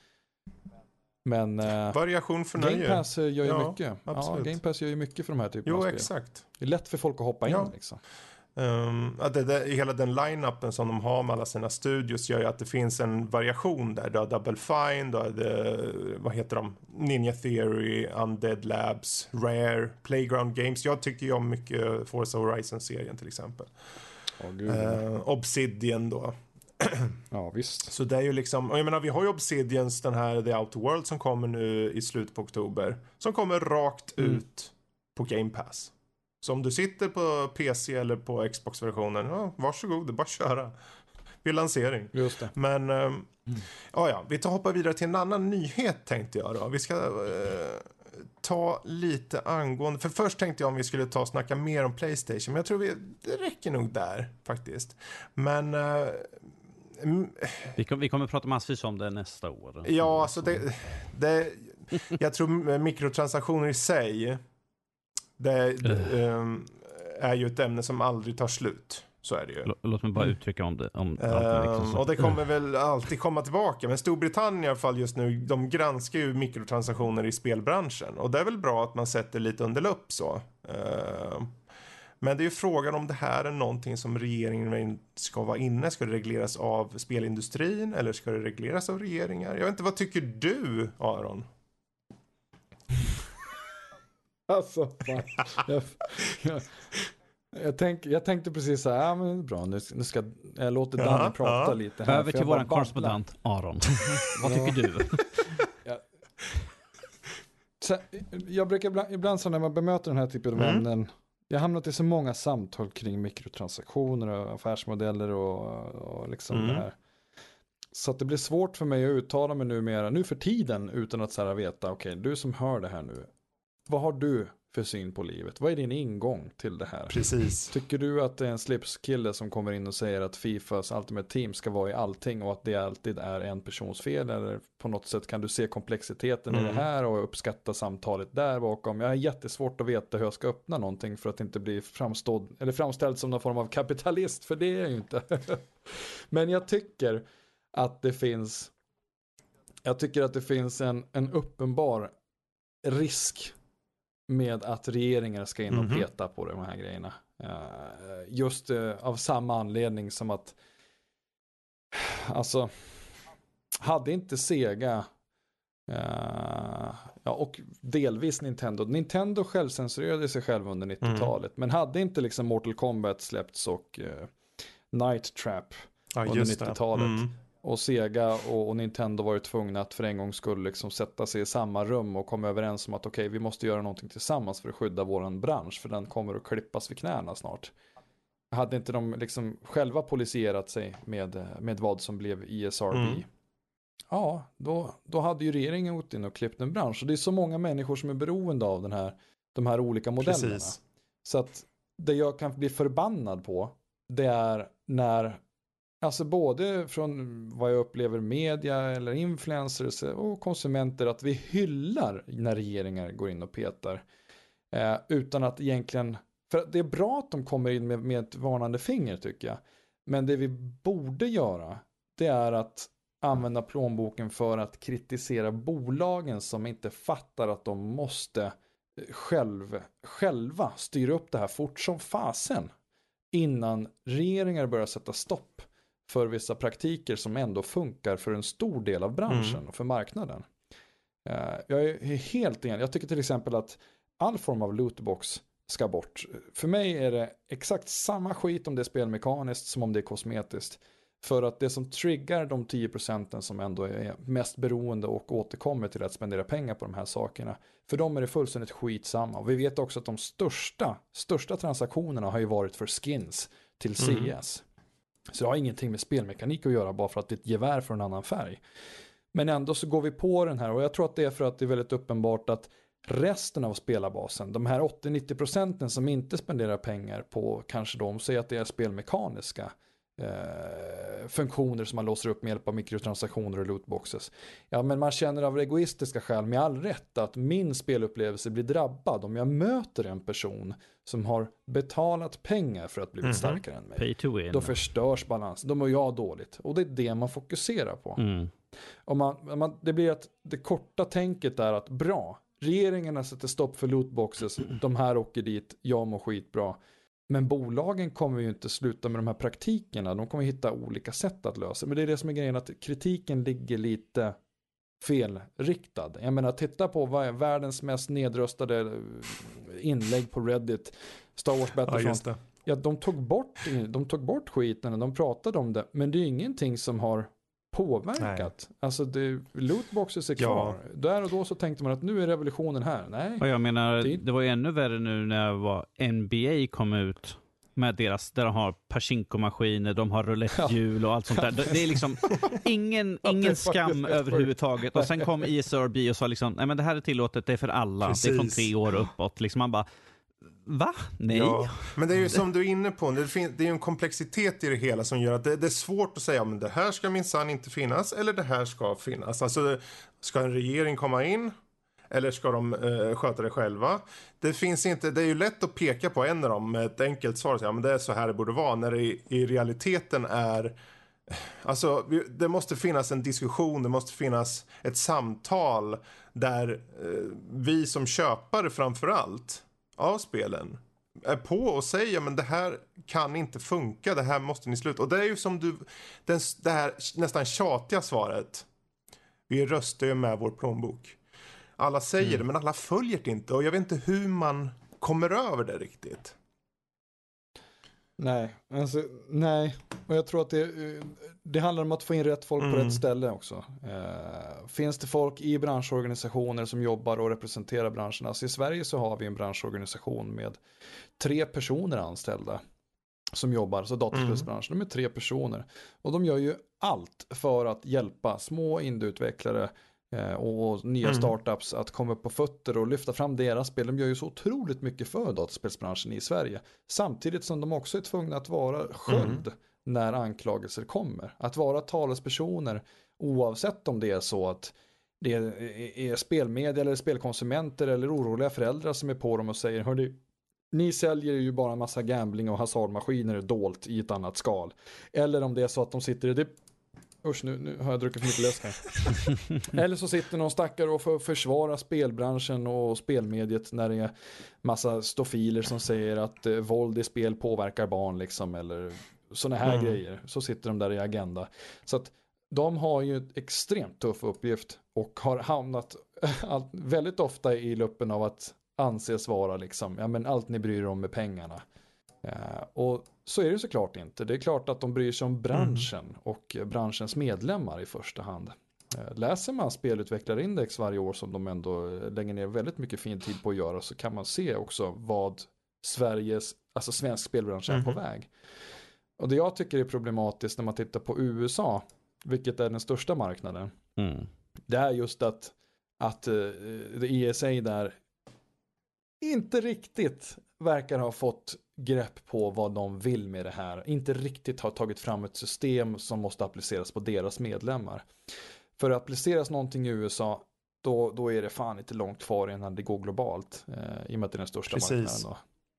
Men eh, variation för Game nöje. Pass gör ju Ja, mycket. absolut. Ja, Game Pass gör ju mycket för de här typerna Jo, av spel. exakt. Det är lätt för folk att hoppa in Ja. liksom. Um, att det, det, hela den line-upen som de har med alla sina studios gör ju att det finns en variation där. Du har Double Fine, du har det, vad heter de? Ninja Theory, Undead Labs, Rare, Playground Games. Jag tycker ju om mycket Forza Horizon-serien till exempel. Oh, gud. Uh, Obsidian då. Ja, visst. Så det är ju liksom, och jag menar vi har ju Obsidians, den här The Outer World som kommer nu i slutet på oktober. Som kommer rakt mm. ut på Game Pass. Så om du sitter på P C eller på Xbox-versionen, ja, varsågod, det är bara att köra. Vid lansering. Just det. Men, um, mm. ja, ja, vi tar hoppa vidare till en annan nyhet tänkte jag då. Vi ska uh, ta lite angående, för först tänkte jag om vi skulle ta och snacka mer om PlayStation, men jag tror vi, det räcker nog där faktiskt. Men... Uh, vi, kom, vi kommer att prata massvis om det nästa år. Ja, alltså det, det, jag tror mikrotransaktioner i sig, det, det um, är ju ett ämne som aldrig tar slut. Så är det ju. Låt mig bara uttrycka om det. Om um, och det kommer väl alltid komma tillbaka. Men Storbritannien i alla fall just nu, de granskar ju mikrotransaktioner i spelbranschen. Och det är väl bra att man sätter lite under lupp så. Uh, men det är ju frågan om det här är någonting som regeringen ska vara inne. Ska det regleras av spelindustrin eller ska det regleras av regeringar? Jag vet inte, vad tycker du, Aron? Alltså, fan. jag, jag, jag, tänk, jag tänkte precis så här, ja men bra, nu, nu ska jag låter Danny ja, prata ja. lite här. Över till våran korrespondent Aron. Vad tycker du? ja. Så, jag brukar ibland, ibland så när man bemöter den här typen av mm. ämnen, jag har hamnat i så många samtal kring mikrotransaktioner och affärsmodeller och, och liksom mm. det här. Så att det blir svårt för mig att uttala mig numera, nu för tiden, utan att så här veta, okej, okay, du som hör det här nu, vad har du för syn på livet? Vad är din ingång till det här? Precis. Tycker du att det är en slipskille som kommer in och säger att Fifas Ultimate Team ska vara i allting och att det alltid är en persons fel? Eller på något sätt kan du se komplexiteten mm. i det här och uppskatta samtalet där bakom? Jag har jättesvårt att veta hur jag ska öppna någonting för att inte bli framstådd, eller framställd som någon form av kapitalist, för det är jag ju inte. Men jag tycker att det finns jag tycker att det finns en, en uppenbar risk med att regeringar ska in och mm-hmm. peta på de här grejerna. Uh, just uh, av samma anledning som att alltså hade inte Sega uh, ja, och delvis Nintendo. Nintendo självcensurerade sig själv under nittiotalet. Mm. Men hade inte liksom Mortal Kombat släppts och uh, Night Trap ja, under nittiotalet. Mm. Och Sega och, och Nintendo var ju tvungna att för en gång skulle liksom sätta sig i samma rum och komma överens om att okej, okay, vi måste göra någonting tillsammans för att skydda våran bransch, för den kommer att klippas vid knäna snart. Hade inte de liksom själva policierat sig med, med vad som blev E S R B, mm. ja, då, då hade ju regeringen gått in och klippt en bransch. Och det är så många människor som är beroende av den här, de här olika modellerna. Precis. Så att det jag kan bli förbannad på, det är när alltså både från vad jag upplever media eller influencers och konsumenter att vi hyllar när regeringar går in och petar. Eh, utan att egentligen, för det är bra att de kommer in med, med ett varnande finger tycker jag. Men det vi borde göra, det är att använda plånboken för att kritisera bolagen som inte fattar att de måste själv, själva styra upp det här fort som fasen. Innan regeringar börjar sätta stopp för vissa praktiker som ändå funkar för en stor del av branschen mm. och för marknaden. Uh, jag är helt enig. Jag tycker till exempel att all form av lootbox ska bort. För mig är det exakt samma skit om det är spelmekaniskt som om det är kosmetiskt. För att det som triggar de tio procenten som ändå är mest beroende och återkommer till att spendera pengar på de här sakerna, för dem är det fullständigt skitsamma. Och vi vet också att de största, största transaktionerna har ju varit för skins till C S. Mm. Så det har ingenting med spelmekanik att göra bara för att det är ett gevär för en annan färg. Men ändå så går vi på den här, och jag tror att det är för att det är väldigt uppenbart att resten av spelarbasen, de här åttio till nittio procenten som inte spenderar pengar på kanske de, säger att det är spelmekaniska eh, funktioner som man låser upp med hjälp av mikrotransaktioner och lootboxes. Ja, men man känner av egoistiska skäl med all rätt att min spelupplevelse blir drabbad om jag möter en person som har betalat pengar för att bli mm-hmm. starkare än mig. Pay to win. Då förstörs balansen. Då mår jag dåligt. Och det är det man fokuserar på. Mm. om man, om man, det blir att det korta tänket är att bra, regeringarna sätter stopp för lootboxes, de här åker dit, jag mår skitbra. Men bolagen kommer ju inte sluta med de här praktikerna, de kommer hitta olika sätt att lösa. Men det är det som är grejen, att kritiken ligger lite felriktad. Jag menar, titta på vad är världens mest nedröstade inlägg på Reddit, Star Wars Battlefront. Ja, ja, de tog bort de tog bort skiten, de pratade om det, men det är ingenting som har påverkat. Nej. Alltså det, lootboxes är kvar. Ja. Där och då så tänkte man att nu är revolutionen här. Nej. Och jag menar, det, det var ju ännu värre nu när var N B A kom ut med deras, där de har Pachinko-maskiner, de har roulettehjul och allt sånt där. Det är liksom ingen, ingen skam överhuvudtaget. Och sen kom I S R B och sa liksom, nej men det här är tillåtet, det är för alla. Precis. Det är från tre år uppåt. Liksom man bara, va? Nej. Ja, men det är ju som du är inne på, det, fin- det är ju en komplexitet i det hela som gör att det, det är svårt att säga, men det här ska minsann inte finnas eller det här ska finnas. Alltså, ska en regering komma in eller ska de eh, sköta det själva? Det finns inte, det är ju lätt att peka på en av dem med ett enkelt svar och säga, ja, men det är så här det borde vara, när det i, i realiteten är, alltså det måste finnas en diskussion, det måste finnas ett samtal där eh, vi som köpare framförallt av spelen är på och säger, men det här kan inte funka, det här måste ni sluta. Och det är ju som du, den, det här nästan tjatiga svaret, vi röstar ju med vår plånbok. Alla säger mm. det, men alla följer det inte, och jag vet inte hur man kommer över det riktigt. Nej, alltså, nej. Och jag tror att det, det handlar om att få in rätt folk mm. på rätt ställe också. Eh, finns det folk i branschorganisationer som jobbar och representerar branscherna? Alltså i Sverige så har vi en branschorganisation med tre personer anställda som jobbar, alltså dataspelsbranschen. De är tre personer. Och de gör ju allt för att hjälpa små indieutvecklare och nya mm. startups att komma upp på fötter och lyfta fram deras spel. De gör ju så otroligt mycket för dataspelsbranschen i Sverige. Samtidigt som de också är tvungna att vara sköld mm. när anklagelser kommer. Att vara talespersoner, oavsett om det är så att det är spelmedia eller spelkonsumenter eller oroliga föräldrar som är på dem och säger, hörni, ni säljer ju bara en massa gambling och hasardmaskiner dolt i ett annat skal. Eller om det är så att de sitter i det. Usch, nu, nu har jag druckit för mycket läsk här. Eller så sitter någon stackare och får försvara spelbranschen och spelmediet när det är massa stofiler som säger att eh, våld i spel påverkar barn liksom, eller såna här mm. grejer. Så sitter de där i Agenda. Så att de har ju ett extremt tuff uppgift och har hamnat allt, väldigt ofta i luppen av att anses vara liksom, ja men allt ni bryr er om med pengarna. Uh, och så är det såklart inte. Det är klart att de bryr sig om branschen mm. och branschens medlemmar i första hand. Uh, läser man spelutvecklarindex varje år, som de ändå lägger ner väldigt mycket fin tid på att göra, så kan man se också vad Sveriges, alltså svensk spelbransch är mm. på väg. Och det jag tycker är problematiskt när man tittar på U S A, vilket är den största marknaden, mm. det är just att att uh, E S A där inte riktigt verkar ha fått grepp på vad de vill med det här. Inte riktigt har tagit fram ett system som måste appliceras på deras medlemmar. För att appliceras någonting i U S A, då, då är det fan inte långt kvar innan det går globalt. Eh, I och med att det är den största Precis. marknaden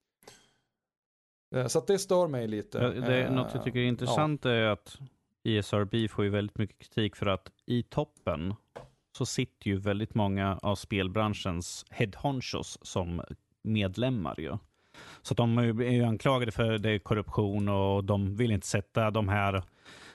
då. Eh, så att det stör mig lite. Ja, det är, eh, något jag tycker är intressant ja. är att I S R B får ju väldigt mycket kritik för att i toppen så sitter ju väldigt många av spelbranschens head honchos som medlemmar ju. Så de är ju anklagade för det korruption och de vill inte sätta de här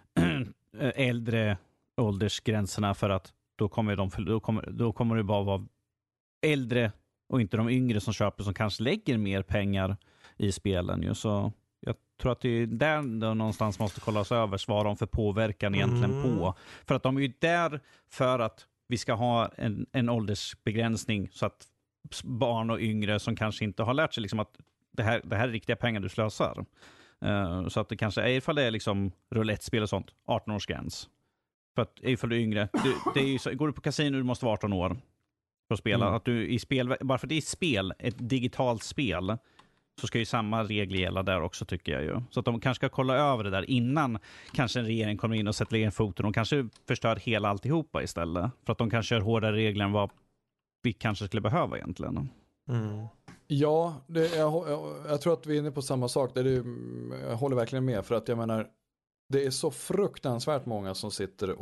äldre åldersgränserna, för att då kommer de då kommer då kommer det bara vara äldre och inte de yngre som köper, som kanske lägger mer pengar i spelen ju. Så jag tror att det är där då någonstans måste kollas över vad de för påverkan egentligen mm. på. För att de är ju där för att vi ska ha en, en åldersbegränsning så att barn och yngre som kanske inte har lärt sig liksom att det här, det här är riktiga pengar du slösar. Uh, så att det kanske är, ifall det är liksom roulettespel och sånt, arton-årsgräns. För att ifall du är yngre, du, det är ju så, går du på kasino du måste vara arton år för att spela. Mm. Att du i spel, bara för det är spel, ett digitalt spel, så ska ju samma regler gälla där också, tycker jag ju. Så att de kanske ska kolla över det där innan kanske en regering kommer in och sätter in foten och kanske förstör hela alltihopa istället. För att de kanske kör hårdare regler än vad vi kanske skulle behöva egentligen. Mm. Ja, det, jag, jag, jag tror att vi är inne på samma sak. Det är, jag håller verkligen med, för att jag menar, det är så fruktansvärt många som sitter och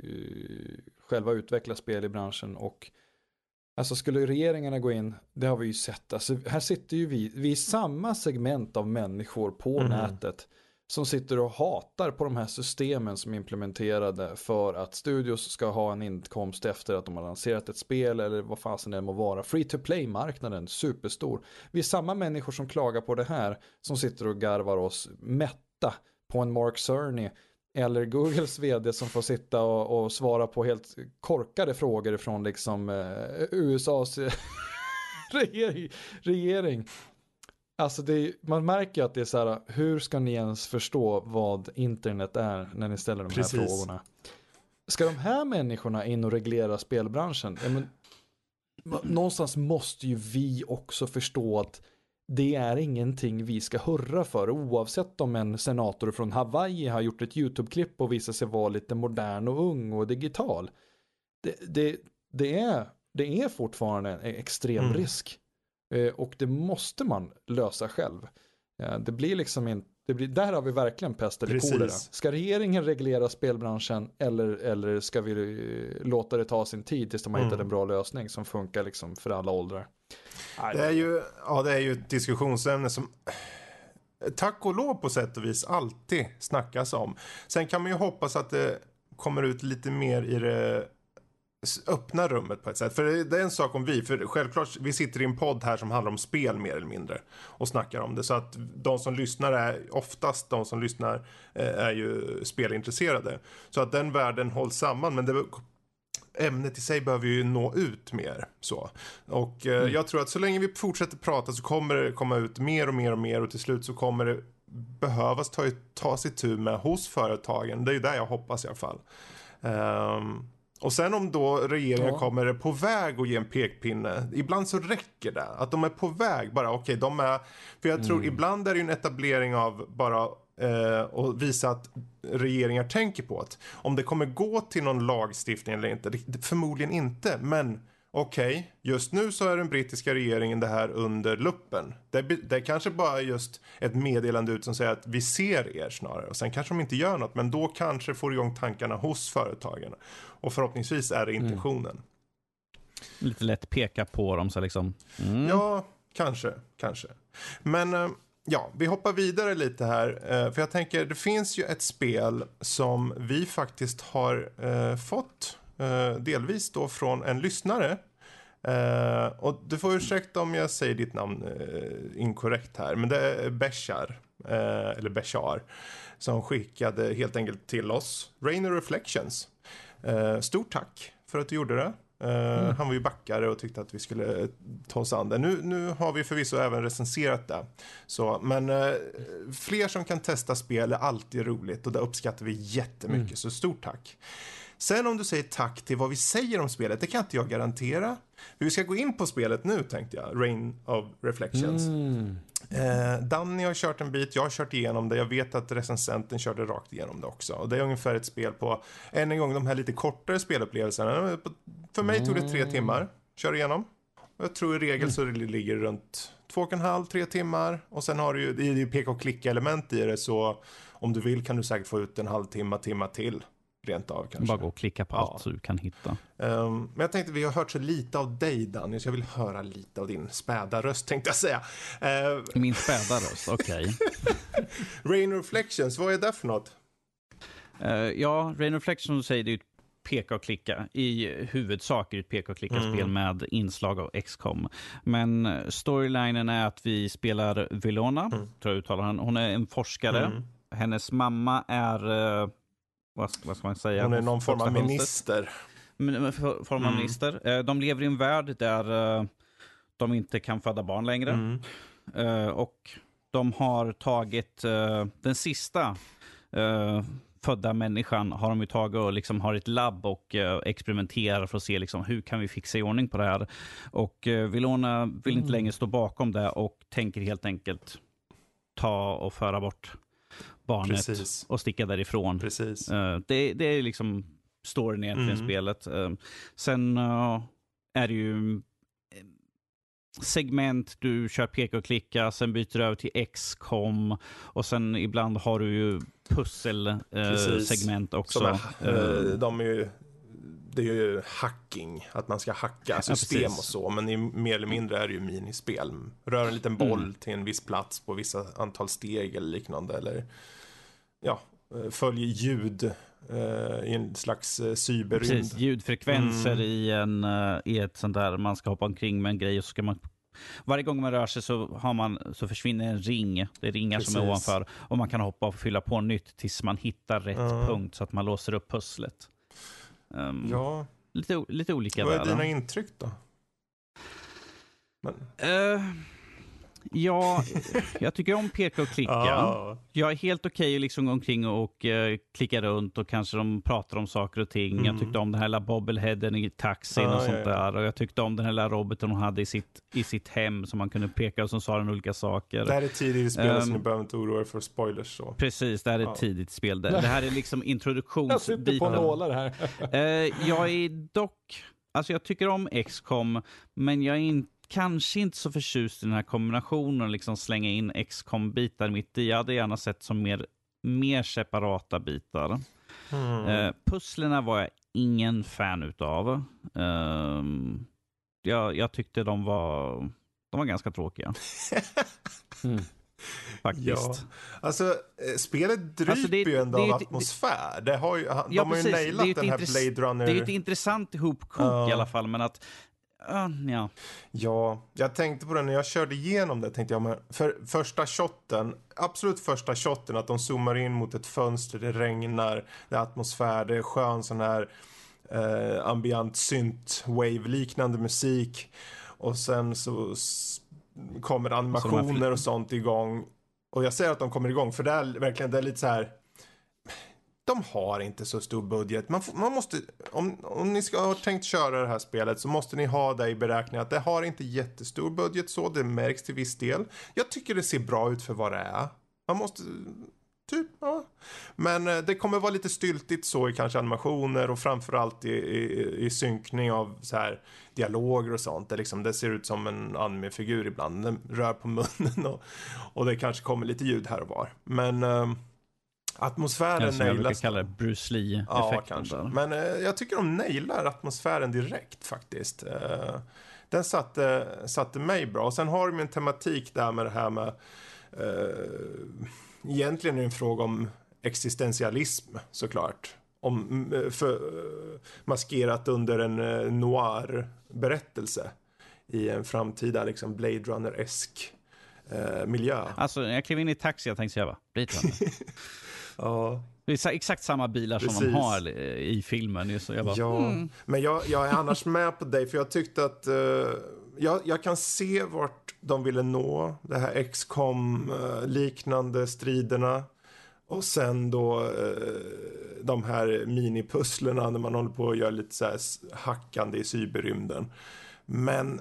uh, själva utveckla spel i branschen och alltså skulle regeringarna gå in, det har vi ju sett, alltså här sitter ju vi, vi är samma segment av människor på mm. nätet som sitter och hatar på de här systemen som är implementerade för att studios ska ha en inkomst efter att de har lanserat ett spel eller vad fasen det må vara. Free-to-play-marknaden, superstor. Vi är samma människor som klagar på det här som sitter och garvar oss mätta på en Mark Cerny eller Googles vd som får sitta och, och svara på helt korkade frågor från liksom eh, U S A:s regering. regering. Alltså det är, man märker att det är så här, hur ska ni ens förstå vad internet är när ni ställer de Precis. här frågorna? Ska de här människorna in och reglera spelbranschen? Ja, men, någonstans måste ju vi också förstå att det är ingenting vi ska hurra för, oavsett om en senator från Hawaii har gjort ett YouTube-klipp och visar sig vara lite modern och ung och digital. Det, det, det, är, det är fortfarande en extrem mm. risk. Och det måste man lösa själv. Det blir liksom inte, det blir, där har vi verkligen pest eller kolera. Ska regeringen reglera spelbranschen eller, eller ska vi låta det ta sin tid tills de har mm. hittat en bra lösning som funkar liksom för alla åldrar? Det är ju, ja, det är ju ett diskussionsämne som tack och lov på sätt och vis alltid snackas om. Sen kan man ju hoppas att det kommer ut lite mer i det öppna rummet på ett sätt. För det är en sak om vi, för självklart vi sitter i en podd här som handlar om spel mer eller mindre och snackar om det. Så att de som lyssnar är oftast de som lyssnar är ju spelintresserade. Så att den världen hålls samman, men det, ämnet i sig behöver ju nå ut mer. Så. Och mm. jag tror att så länge vi fortsätter prata så kommer det komma ut mer och mer och mer och till slut så kommer det behövas ta, ta sig tur med hos företagen. Det är ju där jag hoppas i alla fall. Um, Och sen om då regeringen ja. kommer på väg och ge en pekpinne, ibland så räcker det. Att de är på väg bara, okej, okay, de är... För jag tror, mm. ibland är det ju en etablering av bara eh, och visa att regeringar tänker på att om det kommer gå till någon lagstiftning eller inte, det, förmodligen inte, men okej, okay, just nu så är den brittiska regeringen det här under luppen. Det, det är kanske bara just ett meddelande ut som säger att vi ser er snarare. Och sen kanske de inte gör något, men då kanske får igång tankarna hos företagen. Och förhoppningsvis är det intentionen. Mm. Lite lätt peka på dem så liksom. Mm. Ja, kanske, kanske. Men ja, vi hoppar vidare lite här. För jag tänker, det finns ju ett spel som vi faktiskt har eh, fått Uh, delvis då från en lyssnare uh, och du får ursäkta om jag säger ditt namn uh, inkorrekt här, men det är Beshar uh, eller Beshar som skickade helt enkelt till oss Rainer Reflections. Uh, stort tack för att du gjorde det. Uh, mm. Han var ju backare och tyckte att vi skulle ta oss an det. Nu, nu har vi förvisso även recenserat det. Så, men uh, fler som kan testa spel är alltid roligt och det uppskattar vi jättemycket. Mm. Så stort tack. Sen om du säger tack till vad vi säger om spelet, det kan inte jag garantera. Vi ska gå in på spelet nu, tänkte jag. Rain of Reflections. Mm. Eh, Danny har kört en bit, jag har kört igenom det. Jag vet att recensenten körde rakt igenom det också. Och det är ungefär ett spel på, än en gång, de här lite kortare spelupplevelserna. För mig tog det tre timmar, kör igenom. Och jag tror i regel så det ligger runt två och en halv, tre timmar. Och sen har du ju, det är ju peka och klicka element i det, så om du vill kan du säkert få ut en halvtimme, timme till. Rent av kanske. Bara gå och klicka på ja. allt så du kan hitta. Um, men jag tänkte, vi har hört så lite av dig, Danny, så jag vill höra lite av din späda röst, tänkte jag säga. Uh, Min späda röst, okej. Okay. Rain Reflections, vad är det för något? Uh, ja, Rain Reflections säger det är ett peka och klicka. I huvudsak är det ett peka och klicka-spel mm. med inslag av X COM. Men storylinen är att vi spelar Vilona, mm. tror jag uttalar han. Hon är en forskare. Mm. Hennes mamma är... Uh, Vad ska, vad ska man säga? Hon är någon form av minister. Form av mm. minister. De lever i en värld där de inte kan föda barn längre. Mm. Och de har tagit den sista födda människan har de ju tagit och liksom har ett labb och experimenterar för att se liksom hur kan vi fixa i ordning på det här. Och Vilona vill inte mm. längre stå bakom det och tänker helt enkelt ta och föra bort barnet. Precis. Och sticka därifrån. Precis. Uh, det, det är liksom storyn egentligen mm. spelet. Uh, sen uh, är det ju segment, du kör peka och klicka, sen byter du över till X COM och sen ibland har du ju pusselsegment eh, också. Är, eh, de är ju, det är ju hacking, att man ska hacka system ja, och så, men i, mer eller mindre är det ju minispel. Rör en liten boll mm. till en viss plats på vissa antal steg eller liknande, eller ja, följer ljud uh, i en slags uh, cyberrymd. Precis, ljudfrekvenser mm. i, en, uh, i ett sånt där, man ska hoppa omkring med en grej och så ska man, varje gång man rör sig så, har man, så försvinner en ring, det är ringar Precis. Som är ovanför och man kan hoppa och fylla på nytt tills man hittar rätt uh. punkt så att man låser upp pusslet. Um, ja. lite, lite olika. Vad är där, dina då. intryck då? Men... Uh, ja, jag tycker om peka och klicka. Ah. Jag är helt okej okay liksom omkring och uh, klicka runt och kanske de pratar om saker och ting. Mm. Jag tyckte om den här lilla bobbleheaden i taxin ah, och sånt ja, ja. där. Och jag tyckte om den här lilla roboten hon hade i sitt, i sitt hem som man kunde peka och som sa den olika saker. Det här är tidigt i spelet um, så ni behöver inte oroa er för spoilers. Så. Precis, det här är ett ah. tidigt spel. Det, det här är liksom introduktionsbiten. Jag sitter på nålar här. uh, jag är dock, alltså jag tycker om X COM, men jag är inte kanske inte så förtjust i den här kombinationen, liksom slänga in X COM-bitar mitt i. Jag hade gärna sett som mer, mer separata bitar. Mm. Eh, pusslerna var jag ingen fan utav. Eh, jag, jag tyckte de var, de var ganska tråkiga. mm. Faktiskt. Ja. Alltså, spelet dryper alltså det, ju ändå det, av det, atmosfär. Det har ju, de ja, har ju nailat den här Blade Runner. Det är ju ett intressant ihopkok uh. i alla fall, men att Uh, ja. ja, jag tänkte på det när jag körde igenom det, tänkte jag, men för första shotten, absolut första shotten, att de zoomar in mot ett fönster, det regnar, det är atmosfär, det är skön sån här eh, ambient synth-wave-liknande musik och sen så s- kommer animationer och sånt igång, och jag säger att de kommer igång för det är verkligen, det är lite så här. De har inte så stor budget. Man, f- man måste, om, om ni ska ha tänkt köra det här spelet så måste ni ha det i beräkning att det har inte jättestor budget så, det märks till viss del. Jag tycker det ser bra ut för vad det är. Man måste, typ, ja. Men eh, det kommer vara lite styltigt så i kanske animationer och framförallt i, i, i synkning av så här dialoger och sånt. Det, liksom, det ser ut som en anime-figur ibland. Den rör på munnen och, och det kanske kommer lite ljud här och var. Men... Eh, atmosfären jag brukar kalla det Bruce Lee-effekten. Ja, kanske. Där. Men eh, jag tycker de nailar atmosfären direkt faktiskt. Eh, den satte, satte mig bra. Och sen har de en tematik där med det här med eh, egentligen är det en fråga om existentialism såklart. Om, för, maskerat under en eh, noir-berättelse i en framtida liksom Blade Runner-esk eh, miljö. Alltså, jag klev in i taxi och tänkte säga, Blade Runner. Ja. Det är exakt samma bilar som Precis. De har i filmen. Så jag bara, ja, mm. Men jag, jag är annars med på dig. För jag tyckte att uh, jag, jag kan se vart de ville nå. Det här X COM-liknande striderna. Och sen då uh, de här minipusslerna när man håller på att göra lite så här hackande i cyberrymden. Men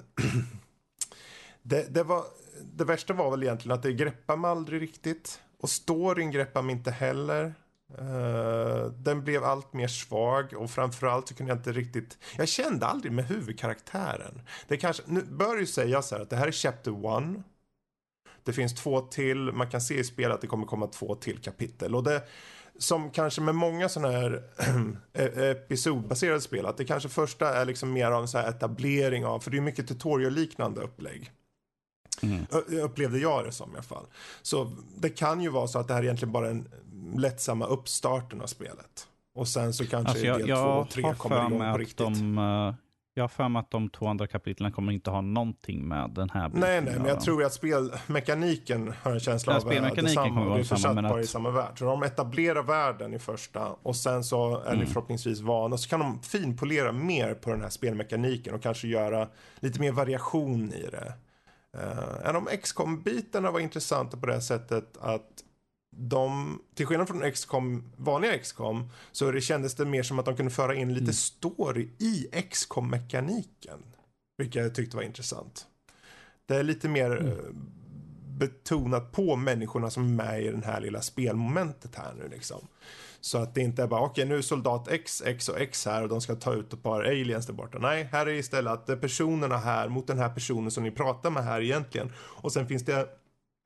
det, det, var, det värsta var väl egentligen att det greppar mig aldrig riktigt. Och storyn greppar mig inte heller. Uh, den blev allt mer svag. Och framförallt så kunde jag inte riktigt... Jag kände aldrig med huvudkaraktären. Det kanske, nu bör ju säga så här att det här är chapter one. Det finns två till. Man kan se i spelet att det kommer komma två till kapitel. Och det, som kanske med många sådana här episodbaserade spel, att det kanske första är liksom mer av en så här etablering av... För det är mycket tutorial-liknande upplägg. Mm. Upplevde jag det som i alla fall. Så det kan ju vara så att det här egentligen bara är en lättsamma uppstarten av spelet. Och sen så kanske alltså jag, del två och tre kommer igång på riktigt. De, uh, jag har för mig att de två andra kapitlen kommer inte ha någonting med den här biten. Nej, nej, men jag tror att spelmekaniken har en känsla ja, av att det samma. Och det är försatt bara att... i samma värld. Så de etablerar världen i första och sen så är mm. ni förhoppningsvis vana. Så kan de finpolera mer på den här spelmekaniken och kanske göra lite mer variation i det. Uh, en av X COM-bitarna var intressanta på det sättet att de, till skillnad från X COM, vanliga X COM, så det kändes det mer som att de kunde föra in lite mm. story i X COM-mekaniken. Vilket jag tyckte var intressant. Det är lite mer mm. betonat på människorna som är med i den här lilla spelmomentet här nu liksom. Så att det inte är bara, okej, okay, nu är soldat X, X och X här och de ska ta ut ett par aliens där borta. Nej, här är istället att det är personerna här mot den här personen som ni pratar med här egentligen. Och sen finns det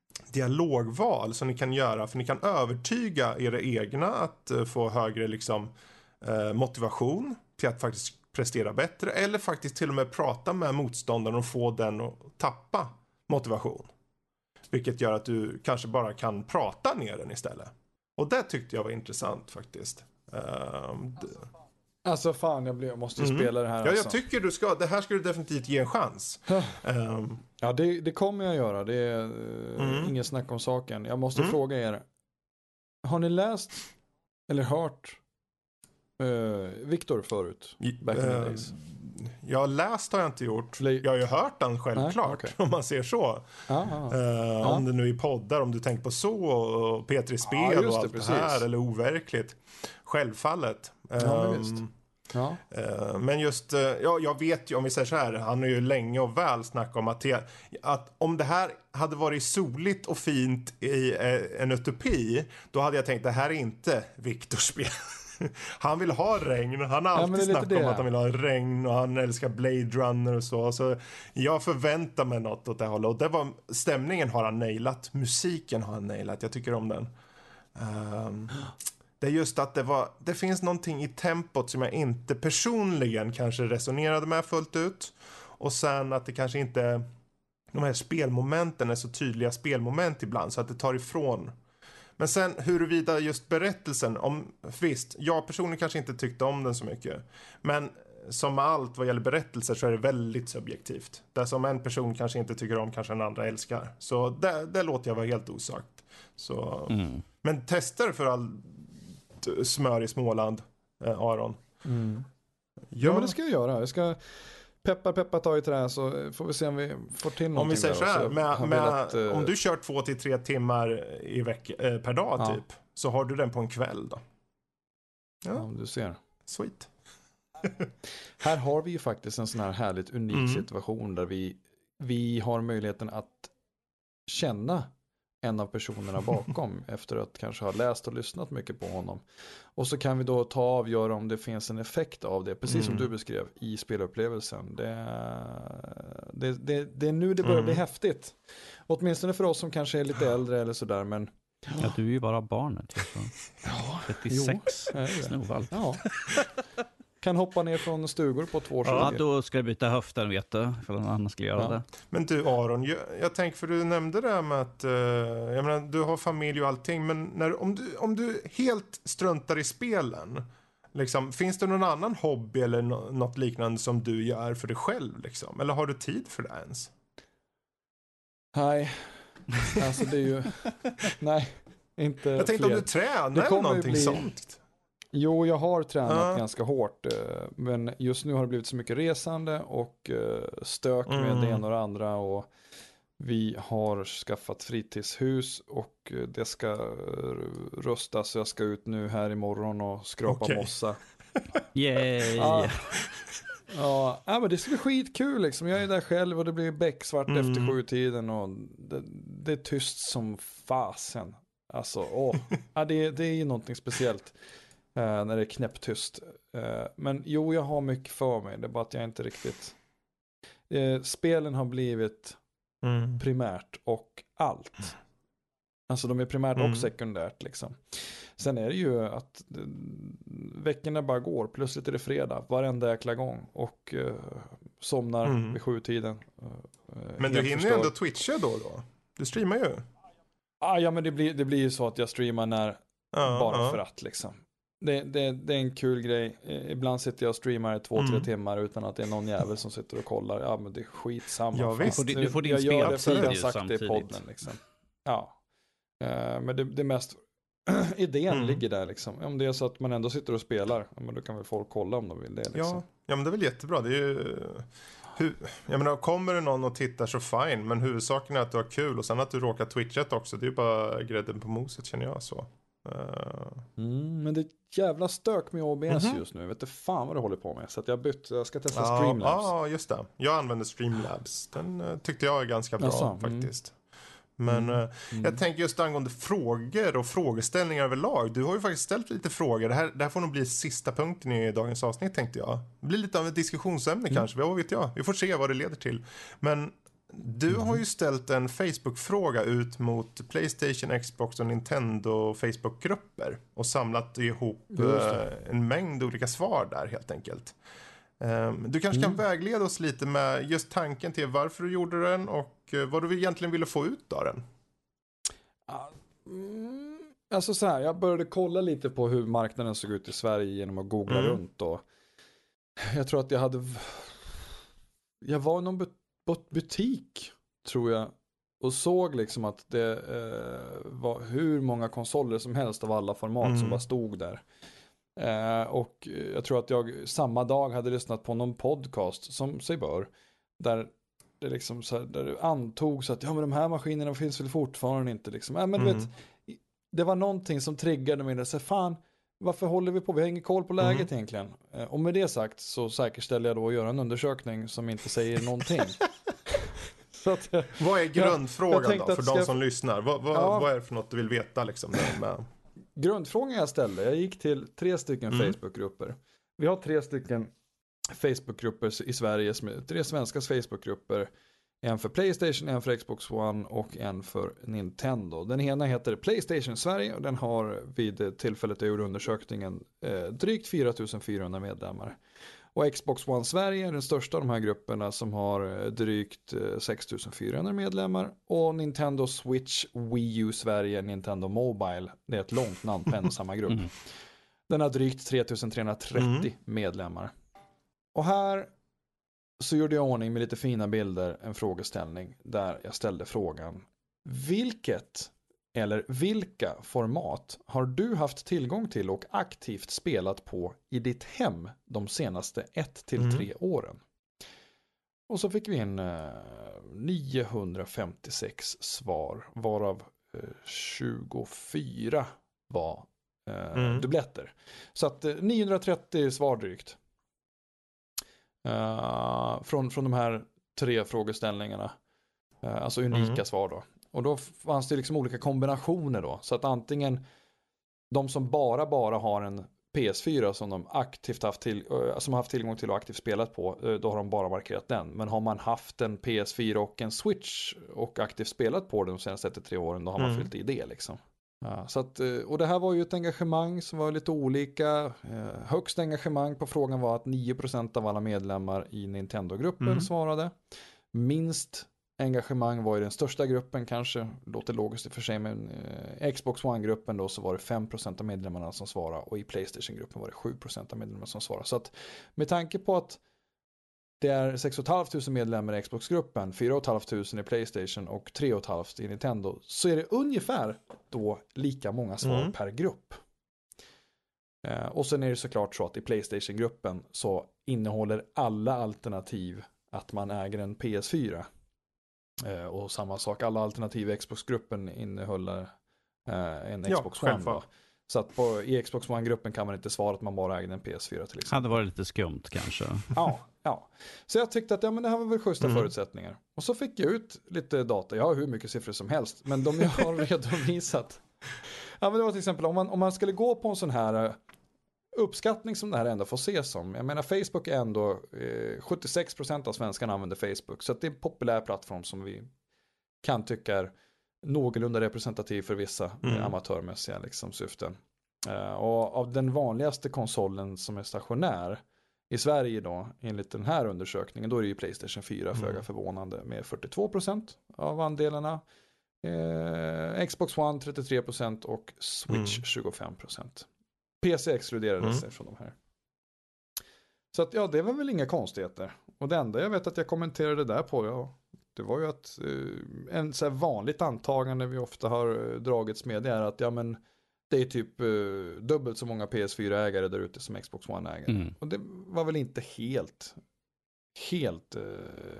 dialogval som ni kan göra, för ni kan övertyga era egna att uh, få högre liksom uh, motivation till att faktiskt prestera bättre, eller faktiskt till och med prata med motståndaren och få den att tappa motivation. Vilket gör att du kanske bara kan prata ner den istället. Och det tyckte jag var intressant faktiskt. Um, d- Alltså fan, jag, blir, jag måste ju mm. spela det här. Ja, alltså. jag tycker du ska, det här ska du definitivt ge en chans. um, ja, det, det kommer jag göra. Det är uh, mm. ingen snack om saken. Jag måste Mm. fråga er. Har ni läst eller hört uh, Victor förut? Back in the uh, days. Jag har läst har jag inte gjort. Le- Jag har ju hört den självklart. Nej, okay. Om man ser så. Ja, ja. Uh, Ja. Om det nu är poddar, om du tänker på så och P tre Spel Ja, just och det, allt precis. det här. Eller overkligt. Självfallet. Ja, men Um, visst. Ja. Uh, men just, uh, ja, jag vet ju, om vi säger så här, han har ju länge och väl snackat om att, te, att om det här hade varit soligt och fint i uh, en utopi, då hade jag tänkt, det här är inte Victors spel. Han vill ha regn, han har Ja, alltid men det är lite snackat om det. att han vill ha regn och han älskar Blade Runner och så. Så jag förväntar mig något åt det hållet. Och det var, stämningen har han nailat, musiken har han nailat, jag tycker om den. Um, Det är just att det var, det finns någonting i tempot som jag inte personligen kanske resonerade med fullt ut. Och sen att det kanske inte, de här spelmomenten är så tydliga spelmoment ibland så att det tar ifrån. Men sen huruvida just berättelsen, om, visst, jag personligen kanske inte tyckte om den så mycket. Men som med allt vad gäller berättelser så är det väldigt subjektivt. Det som en person kanske inte tycker om kanske en andra älskar. Så det, det låter jag vara helt osagt. Så, Mm. men tester för all smör i Småland, eh, Aron. Mm. Ja, Ja, men det ska jag göra. Jag ska peppa, peppa, ta i trä så får vi se om vi får till någonting. om vi säger där så här, också. med, Har med, velat, eh, om du kör två till tre timmar i veck, eh, per dag Ja. typ, så har du den på en kväll då. Ja, Ja, du ser. sweet. Här har vi ju faktiskt en sån här härligt unik Mm. situation där vi, vi har möjligheten att känna en av personerna bakom efter att kanske ha läst och lyssnat mycket på honom. Och så kan vi då ta och avgöra om det finns en effekt av det, precis som Mm. du beskrev i spelupplevelsen. Det, det, det, det är nu det börjar Mm. bli häftigt. Åtminstone för oss som kanske är lite äldre eller sådär, men Ja, du är ju bara barnet. Alltså. ja, trettiosex. jo, är det. Snorvalt. Ja. Kan hoppa ner från stugor på två år. Ja, då ska du byta höften, vet du. För någon annan skulle göra Ja. det. Men du Aron, jag, jag tänker, för du nämnde det här med att uh, jag menar, du har familj och allting, men när, om, du, om du helt struntar i spelen, liksom, finns det någon annan hobby eller no, något liknande som du gör för dig själv liksom? Eller har du tid för det ens? Nej, alltså det är ju, nej, inte Jag tänkte fler. om du tränar Det eller kommer ju någonting bli- sånt. Jo, jag har tränat Ja. ganska hårt, eh, men just nu har det blivit så mycket resande och eh, stök med Mm. det ena och det andra, och vi har skaffat fritidshus och eh, det ska eh, rustas, så jag ska ut nu här imorgon och skrapa Okej. mossa. Yay! Ja. Ja, ja, men det ska bli skitkul liksom. Jag är där själv och det blir becksvart Mm. efter sjutiden och det, det är tyst som fasen. Alltså, åh. Ja, det, det är ju någonting speciellt eh, när det är knäpptyst. Eh, men jo, jag har mycket för mig. Det är bara att jag inte riktigt... Eh, spelen har blivit Mm. primärt och allt. Alltså de är primärt Mm. och sekundärt liksom. Sen är det ju att eh, veckorna bara går. Plötsligt är det fredag varenda jäkla gång. Och eh, somnar Mm. vid sjutiden. Eh, Men du helt hinner ju förstörd. ändå twitcha då då? Du streamar ju. Ah, ja, men det blir, det blir ju så att jag streamar när, Ja, bara ja. för att liksom. Det, det, det är en kul grej. Eh, Ibland sitter jag och streamar i två, Mm. tre timmar utan att det är någon jävel som sitter och kollar. Ja, men det är skitsamma. Ja, fan. visst. Du får din- du får din jag gör det för att jag har speltid sagt det i samtidigt. podden liksom. Ja. Eh, men det, det mest idén Mm. ligger där liksom. Om det är så att man ändå sitter och spelar, ja, men då kan väl folk kolla om de vill det liksom. Ja, ja, men det är väl jättebra. Det är ju... Hu... Jag menar, kommer det någon och tittar så fine. Men huvudsaken är att du har kul. Och sen att du råkar twitchat också. Det är ju bara grädden på moset, känner jag så. Uh... Mm, men det är ett jävla stök med O B S Mhm. just nu. Jag vet inte fan vad det håller på med. Så att jag har bytt. Jag ska testa Ja, Streamlabs. ja, just det. Jag använder Streamlabs. Den uh, tyckte jag är ganska bra Jaså, mm. faktiskt. Men mm. Mm. jag tänker just angående frågor och frågeställningar överlag. Du har ju faktiskt ställt lite frågor. Det här, det här får nog bli sista punkten i dagens avsnitt, tänkte jag. Det blir lite av ett diskussionsämne mm. kanske, vad vet jag. Vi får se vad det leder till. Men du mm. har ju ställt en Facebook-fråga ut mot PlayStation, Xbox och Nintendo Facebook-grupper. Och samlat ihop eh, en mängd olika svar där helt enkelt. Um, du kanske mm. kan vägleda oss lite med just tanken till varför du gjorde den och uh, vad du egentligen ville få ut av den. Mm, alltså så här, jag började kolla lite på hur marknaden såg ut i Sverige genom att googla mm. runt och jag tror att jag hade jag var i någon butik tror jag och såg liksom att det uh, var hur många konsoler som helst av alla format mm. som bara stod där. Uh, och jag tror att jag samma dag hade lyssnat på någon podcast som sig bör där det liksom så här, där det antogs att ja men de här maskinerna finns väl fortfarande inte liksom. Ja, men mm. du vet, det var någonting som triggade mig och sa fan, varför håller vi på? Vi har ingen koll på läget mm. egentligen. Uh, och med det sagt så säkerställer jag då att göra en undersökning som inte säger någonting. Så att, uh, vad är grundfrågan jag, jag då för de som jag... lyssnar? Vad, vad, ja. vad är det för något du vill veta liksom med... Grundfrågan jag ställde, jag gick till tre stycken mm. Facebookgrupper. Vi har tre stycken Facebookgrupper i Sverige, tre svenska Facebookgrupper. En för PlayStation, en för Xbox One och en för Nintendo. Den ena heter PlayStation Sverige och den har vid tillfället jag gjorde undersökningen eh, drygt fyra tusen fyrahundra medlemmar. Och Xbox One Sverige är den största av de här grupperna som har drygt sex tusen fyrahundra medlemmar. Och Nintendo Switch, Wii U Sverige, Nintendo Mobile. Det är ett långt namn på en och samma grupp. Mm. Den har drygt tre tusen trehundratrettio mm. medlemmar. Och här så gjorde jag ordning med lite fina bilder, en frågeställning där jag ställde frågan: vilket eller vilka format har du haft tillgång till och aktivt spelat på i ditt hem de senaste ett till tre mm. åren? Och så fick vi in eh, niohundrafemtiosex svar, varav eh, tjugofyra var eh, mm. dubbletter. Så att eh, niohundratrettio svar drygt. Uh, från, från de här tre frågeställningarna. Uh, alltså unika mm. svar då. Och då fanns det liksom olika kombinationer då. Så att antingen de som bara bara har en P S fyra som de aktivt haft till, uh, som har haft tillgång till och aktivt spelat på, uh, då har de bara markerat den. Men har man haft en P S fyra och en Switch och aktivt spelat på den de senaste tre åren, då har man mm. fyllt i det liksom. Ja, så att, och det här var ju ett engagemang som var lite olika. Högst engagemang på frågan var att nio procent av alla medlemmar i Nintendo-gruppen mm. svarade. Minst engagemang var i den största gruppen kanske, låter logiskt i och för sig, men eh, Xbox One-gruppen då så var det fem procent av medlemmarna som svarade och i PlayStation-gruppen var det sju procent av medlemmarna som svarade. Så att med tanke på att det är sex tusen femhundra medlemmar i Xbox-gruppen, fyra tusen femhundra i PlayStation och tre tusen femhundra i Nintendo, så är det ungefär då lika många svar mm. per grupp. Eh, och sen är det såklart så att i PlayStation-gruppen så innehåller alla alternativ att man äger en P S fyra. Eh, och samma sak, alla alternativ i Xbox-gruppen innehåller eh, en Xbox ja, One. Då. Så att på, i Xbox One-gruppen kan man inte svara att man bara äger en P S fyra till exempel. Hade varit lite skumt kanske. Ja, ja. Så jag tyckte att ja, men det här var väl schyssta mm. förutsättningar. Och så fick jag ut lite data. Jag har hur mycket siffror som helst. Men de jag har redovisat. Ja, men det var till exempel om man, om man skulle gå på en sån här uppskattning som det här ändå får ses som. Jag menar, Facebook är ändå eh, sjuttiosex procent av svenskarna använder Facebook. Så att det är en populär plattform som vi kan tycka är någorlunda representativ för vissa mm. amatörmässiga liksom, syften. Uh, och av den vanligaste konsolen som är stationär i Sverige då, enligt den här undersökningen, då är det ju PlayStation fyra, mm. föga förvånande, med fyrtiotvå procent av andelarna. Uh, Xbox One trettiotre procent och Switch mm. tjugofem procent. P C exkluderades mm. från de här. Så att ja, det var väl inga konstigheter. Och det enda jag vet att jag kommenterade där på, ja, det var ju att eh, en så här vanligt antagande vi ofta har eh, dragits med är att ja, men det är typ eh, dubbelt så många P S fyra-ägare där ute som Xbox One-ägare. Mm. Och det var väl inte helt helt eh,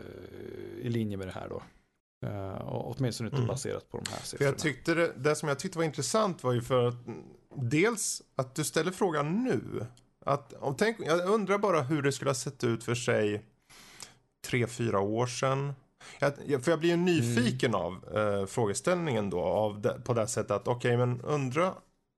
i linje med det här då. Uh, och åtminstone inte mm. baserat på de här siffrorna. För jag tyckte det, det som jag tyckte var intressant var ju för att dels att du ställer frågan nu. Att, om tänk, jag undrar bara hur det skulle ha sett ut för sig tre, fyra år sedan. Jag, för jag blir ju nyfiken mm. av eh, frågeställningen då. Av det, på det sättet att, okej, okay, men undra...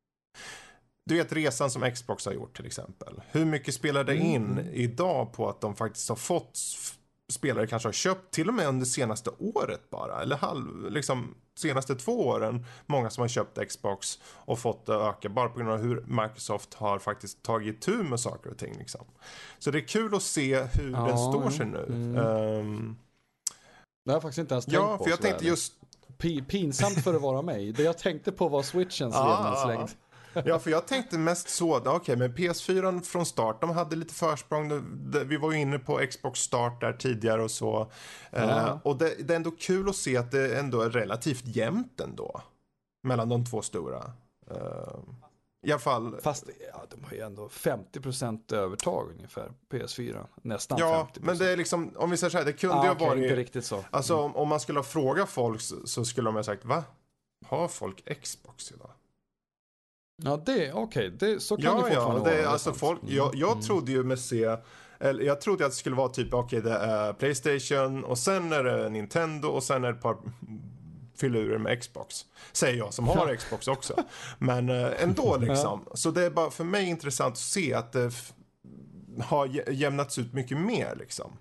Du vet resan som Xbox har gjort till exempel. Hur mycket spelar det in mm. idag på att de faktiskt har fått... spelare kanske har köpt till och med under senaste året bara. Eller halv, liksom senaste två åren. Många som har köpt Xbox och fått det öka. Bara på grund av hur Microsoft har faktiskt tagit tur med saker och ting. Liksom. Så det är kul att se hur ja, den står sig nu. Mm. Um, det har jag faktiskt inte ens tänkt ja, på. För jag tänkte just... P- pinsamt för att vara mig. Det jag tänkte på var Switchens levnadslängd. Ja, för jag tänkte mest så, okej, okay, men P S fyra från start, de hade lite försprång, vi var ju inne på Xbox start där tidigare och så, ja. uh, och det, det är ändå kul att se att det ändå är relativt jämnt ändå, mellan de två stora. Uh, I alla fall... Fast ja, de har ju ändå femtio procent övertag ungefär, P S fyra, nästan ja, femtio procent. Men det är liksom, om vi säger så här, det kunde ah, ju okay, ha varit... inte riktigt så. Alltså, mm. om, om man skulle ha frågat folk så, så skulle de ha sagt, va? Har folk Xbox idag? Ja, det okej. Okay. Så kan ja, det fortfarande ja, det, vara. Alltså folk, jag, jag mm. trodde ju med C, eller jag trodde att det skulle vara typ, okej, okay, det är PlayStation och sen är det Nintendo och sen är det ett par filurer med Xbox. Säger jag som har Xbox också. Men äh, ändå liksom. Så det är bara för mig intressant att se att det f- har jämnats ut mycket mer liksom.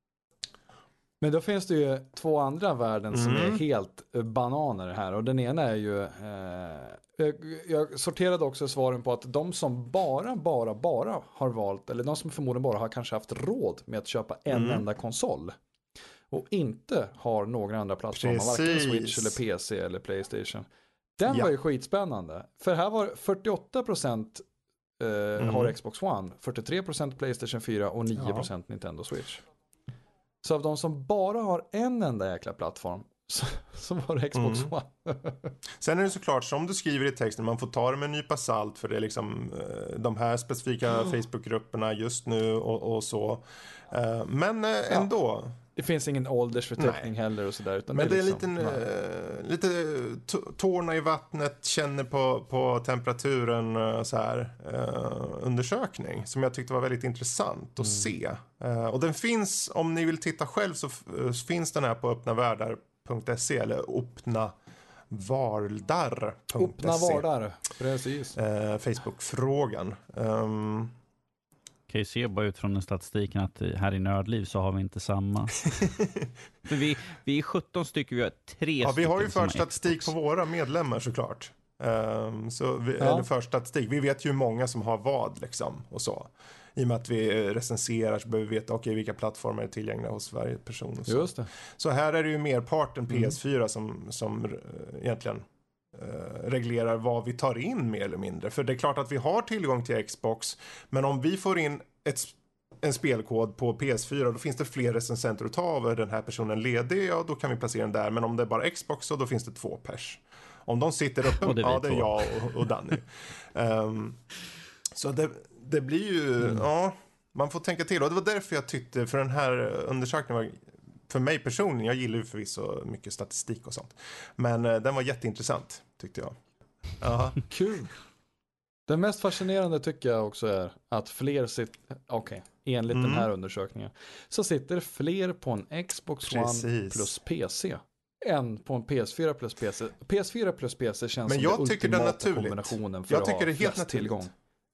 Men då finns det ju två andra värden mm. som är helt bananer här. Och den ena är ju... Eh, jag sorterade också svaren på att de som bara, bara, bara har valt, eller de som förmodligen bara har kanske haft råd med att köpa en mm. enda konsol och inte har några andra plattformar, varken Switch eller P C eller PlayStation. Den ja. var ju skitspännande. För här var fyrtioåtta procent eh, mm. har Xbox One, fyrtiotre procent PlayStation fyra och nio procent ja. Nintendo Switch. Så av de som bara har en enda jäkla plattform så, så var det Xbox mm. One. Sen är det såklart, som du skriver i texten, man får ta det med en nypa salt, för det är liksom de här specifika mm. Facebook-grupperna just nu och, och så. Men ändå. Ja. Det finns ingen åldersförteckning Nej. heller och sådär. Utan Men det är, det är liksom, lite, lite t- tårna i vattnet, känner på, på temperaturen så här, uh, undersökning som jag tyckte var väldigt intressant att mm. se. Uh, och den finns, om ni vill titta själv så, f- så finns den här på öppnavardar punkt se eller öppnavardar punkt se. Öppnavardar, precis. Uh, Facebook-frågan. Um, kan ju se bara ut från den statistiken att här i Nördliv så har vi inte samma. För vi, vi är sjutton stycken, vi har tre ja, stycken. Vi har ju för statistik Xbox. På våra medlemmar såklart. Um, så vi, ja. Eller för statistik. Vi vet ju hur många som har vad liksom och så. I och med att vi recenserar så behöver vi veta okay, vilka plattformar är tillgängliga hos varje person. Och så. Just det. Så här är det ju merparten P S fyra mm. som, som uh, egentligen uh, reglerar vad vi tar in mer eller mindre. För det är klart att vi har tillgång till Xbox, men om vi får in ett, en spelkod på P S fyra, då finns det fler recensenter att ta av. Den här personen ledig, ja då kan vi placera den där. Men om det är bara Xbox så då finns det två pers. Om de sitter uppe, det ja det är jag och, och Danny. um, så det, det blir ju, mm. ja, man får tänka till. Och det var därför jag tyckte, för den här undersökningen var, för mig personligen, jag gillar ju förvisso mycket statistik och sånt. Men uh, den var jätteintressant, tyckte jag. Ja, kul. Det mest fascinerande tycker jag också är att fler sitter, okej, okay, enligt mm. den här undersökningen, så sitter fler på en Xbox Precis. One plus P C än på en P S fyra plus P C. P S fyra plus P C känns Men som jag det tycker ultimata det kombinationen för jag att tycker ha det är helt flest tillgång.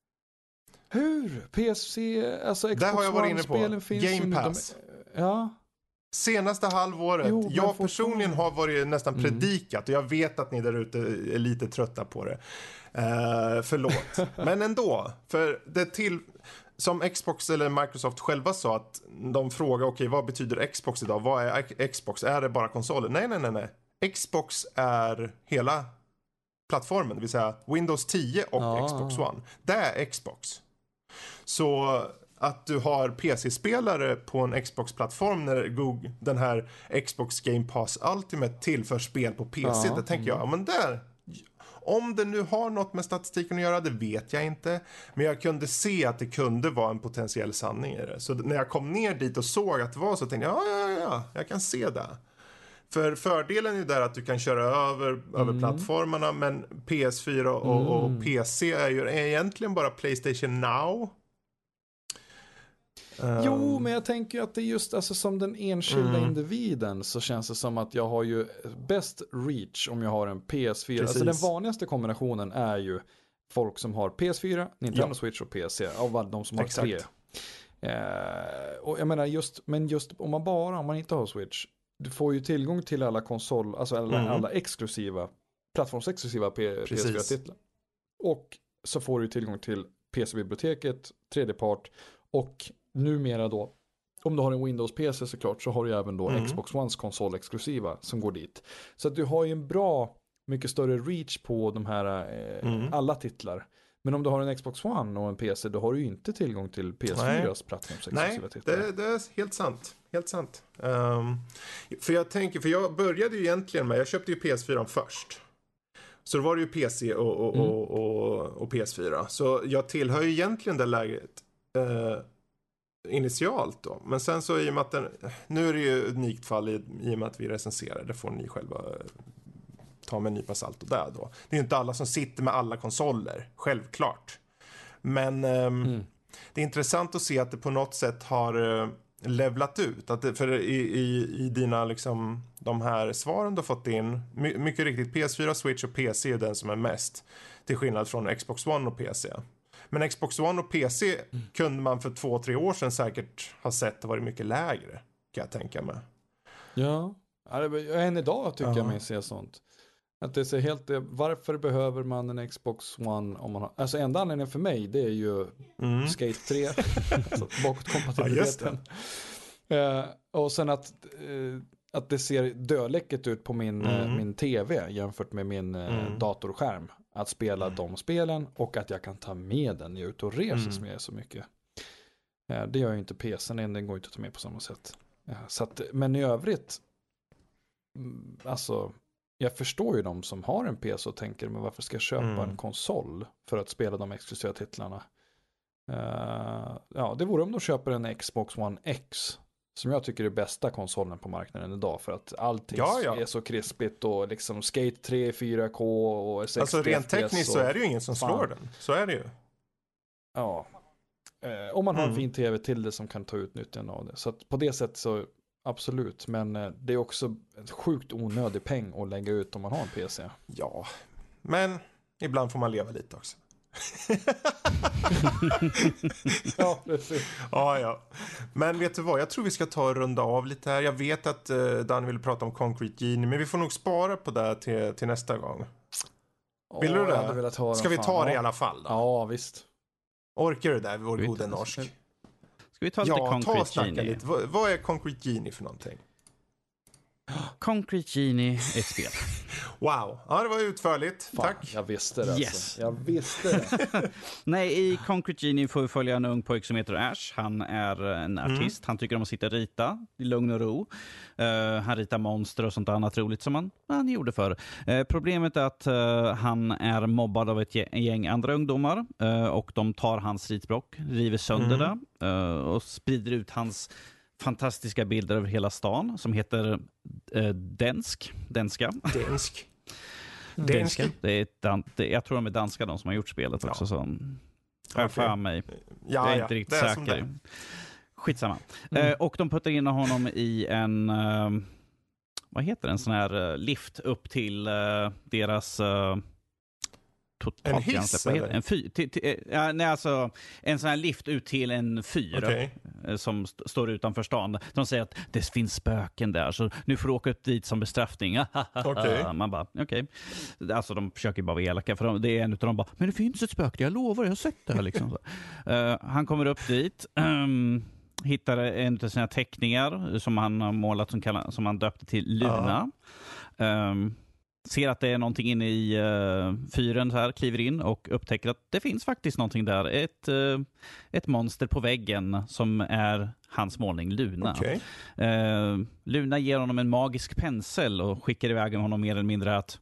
Hur? P S C, alltså Xbox Där har jag varit inne One-spelen finns Game ju Pass. De, ja. Senaste halvåret. Jo, jag personligen har varit nästan mm. predikat och jag vet att ni där ute är lite trötta på det. Uh, förlåt. Men ändå. För det till... Som Xbox eller Microsoft själva sa att de frågar, okej, okay, vad betyder Xbox idag? Vad är Xbox? Är det bara konsoler? Nej, nej, nej, nej. Xbox är hela plattformen, det vill säga Windows tio och ah. Xbox One. Det är Xbox. Så att du har P C-spelare på en Xbox-plattform när Google, den här Xbox Game Pass Ultimate tillför spel på P C, ah. det tänker jag, ja men där... Om det nu har något med statistiken att göra, det vet jag inte. Men jag kunde se att det kunde vara en potentiell sanning i det. Så när jag kom ner dit och såg att det var så tänkte jag, ja, ja, ja, jag kan se det. För fördelen är ju där att du kan köra över, mm. över plattformarna, men P S fyra och, mm. och P C är ju egentligen bara PlayStation Now. Um, jo, men jag tänker att det är just alltså, som den enskilda mm. individen så känns det som att jag har ju bäst reach om jag har en P S fyra. Precis. Alltså den vanligaste kombinationen är ju folk som har P S fyra, Nintendo ja. Switch och P C. Av de som har Exakt. tre. Eh, och jag menar just, men just om man bara, om man inte har Switch, du får ju tillgång till alla konsol, alltså alla, mm. alla exklusiva, plattformsexklusiva P- P S fyra-titlar. Och så får du tillgång till P C-biblioteket, tredjepart och numera då, om du har en Windows-P C såklart, så har du även då mm. Xbox Ones konsol-exklusiva som går dit. Så att du har ju en bra, mycket större reach på de här eh, mm. alla titlar. Men om du har en Xbox One och en P C, då har du ju inte tillgång till P S fyras plattformsexklusiva titlar. Nej, det, det är helt sant. Helt sant. Um, för jag tänker, för jag började ju egentligen med, jag köpte ju P S fyra först. Så då var det ju P C och, och, mm. och, och, och P S fyra. Så jag tillhör ju egentligen det läget eh, initialt då. Men sen så i och med att den, nu är det ju ett unikt fall i, i och med att vi recenserar. Det får ni själva ta med en nypa salt och där då. Det är ju inte alla som sitter med alla konsoler, självklart. Men eh, mm. det är intressant att se att det på något sätt har eh, levlat ut. Att det, för i, i, i dina liksom, de här svaren du har fått in, my, mycket riktigt P S fyra, Switch och P C är den som är mest, till skillnad från Xbox One och P C. Men Xbox One och P C mm. kunde man för två, tre år sedan säkert ha sett att varit mycket lägre, kan jag tänka mig. Ja, än idag tycker uh-huh. jag mig se sånt. Att det ser helt, varför behöver man en Xbox One om man har, alltså enda anledningen för mig det är ju mm. Skate tre, alltså bakåtkompatibiliteten. Ja, uh, och sen att, uh, att det ser dödläcket ut på min, mm. uh, min tv jämfört med min uh, mm. datorskärm. Att spela mm. de spelen och att jag kan ta med den ut och reses mm. med så mycket. Uh, det gör ju inte P C, den går inte att ta med på samma sätt. Uh, så att, men i övrigt, um, alltså jag förstår ju de som har en P C och tänker, men varför ska jag köpa mm. en konsol för att spela de exklusiva titlarna? Uh, ja, det vore om de köper en Xbox One X, som jag tycker är bästa konsolen på marknaden idag, för att allting ja, ja. är så krispigt och liksom Skate tre, fyra K och sextio Alltså rent tekniskt så är det ju ingen som fan. slår den. Så är det ju. Ja. Uh, om man har mm. en fin tv till det som kan ta ut nyttjan av det. Så att på det sättet så absolut, men det är också en sjukt onödig peng att lägga ut om man har en P C. Ja, men ibland får man leva lite också. ja, precis. Ja, ja. Men vet du vad, jag tror vi ska ta och runda av lite här. Jag vet att uh, Dan vill prata om Concrete Genie, men vi får nog spara på det till, till nästa gång. Vill oh, du det? Ska vi ta det i alla fall då? Ja, visst. Orkar du det, vår gode norsk? Ska vi ta lite ja, Concrete ta Genie? Lite. Vad, vad är Concrete Genie för någonting? Concrete Genie är ett spel. Wow, ja det var utförligt. Fan, tack. Jag visste det. Yes. Alltså. Jag visste det. Nej, i Concrete Genie får vi följa en ung pojk som heter Ash. Han är en artist. Mm. Han tycker om att sitta och rita i lugn och ro. Uh, han ritar monster och sånt annat roligt som han, han gjorde förr. Uh, problemet är att uh, han är mobbad av ett gäng andra ungdomar. Uh, och de tar hans ritblock, river sönder mm. det uh, och sprider ut hans fantastiska bilder över hela stan som heter eh, Densk. Denska. Densk. Denska. Det är dan- det, jag tror de är danska de som har gjort spelet också. Ja. Så jag för mig. Ja, jag är ja, inte riktigt säker. Skitsamma. Mm. Eh, och de puttar in honom i en eh, vad heter det? En sån här eh, lift upp till eh, deras eh, en hiss eller? En fyr, till, till, ja, nej, alltså en sån här lift ut till en fyr okay. som st- står utanför stan. De säger att det finns spöken där, så nu får du åka upp dit som bestraffning. Okay. Man bara, okej. Okay. Alltså de försöker bara vara elaka, för de, det är en utav dem bara, men det finns ett spöke, jag lovar, jag har sett det här liksom. uh, han kommer upp dit, um, hittar en av sina teckningar som han har målat, som, kallar, som han döpte till Luna. Uh-huh. Um, ser att det är någonting inne i uh, fyren så här, kliver in och upptäcker att det finns faktiskt någonting där. Ett, uh, ett monster på väggen som är hans målning Luna. Okay. Uh, Luna ger honom en magisk pensel och skickar iväg honom mer eller mindre att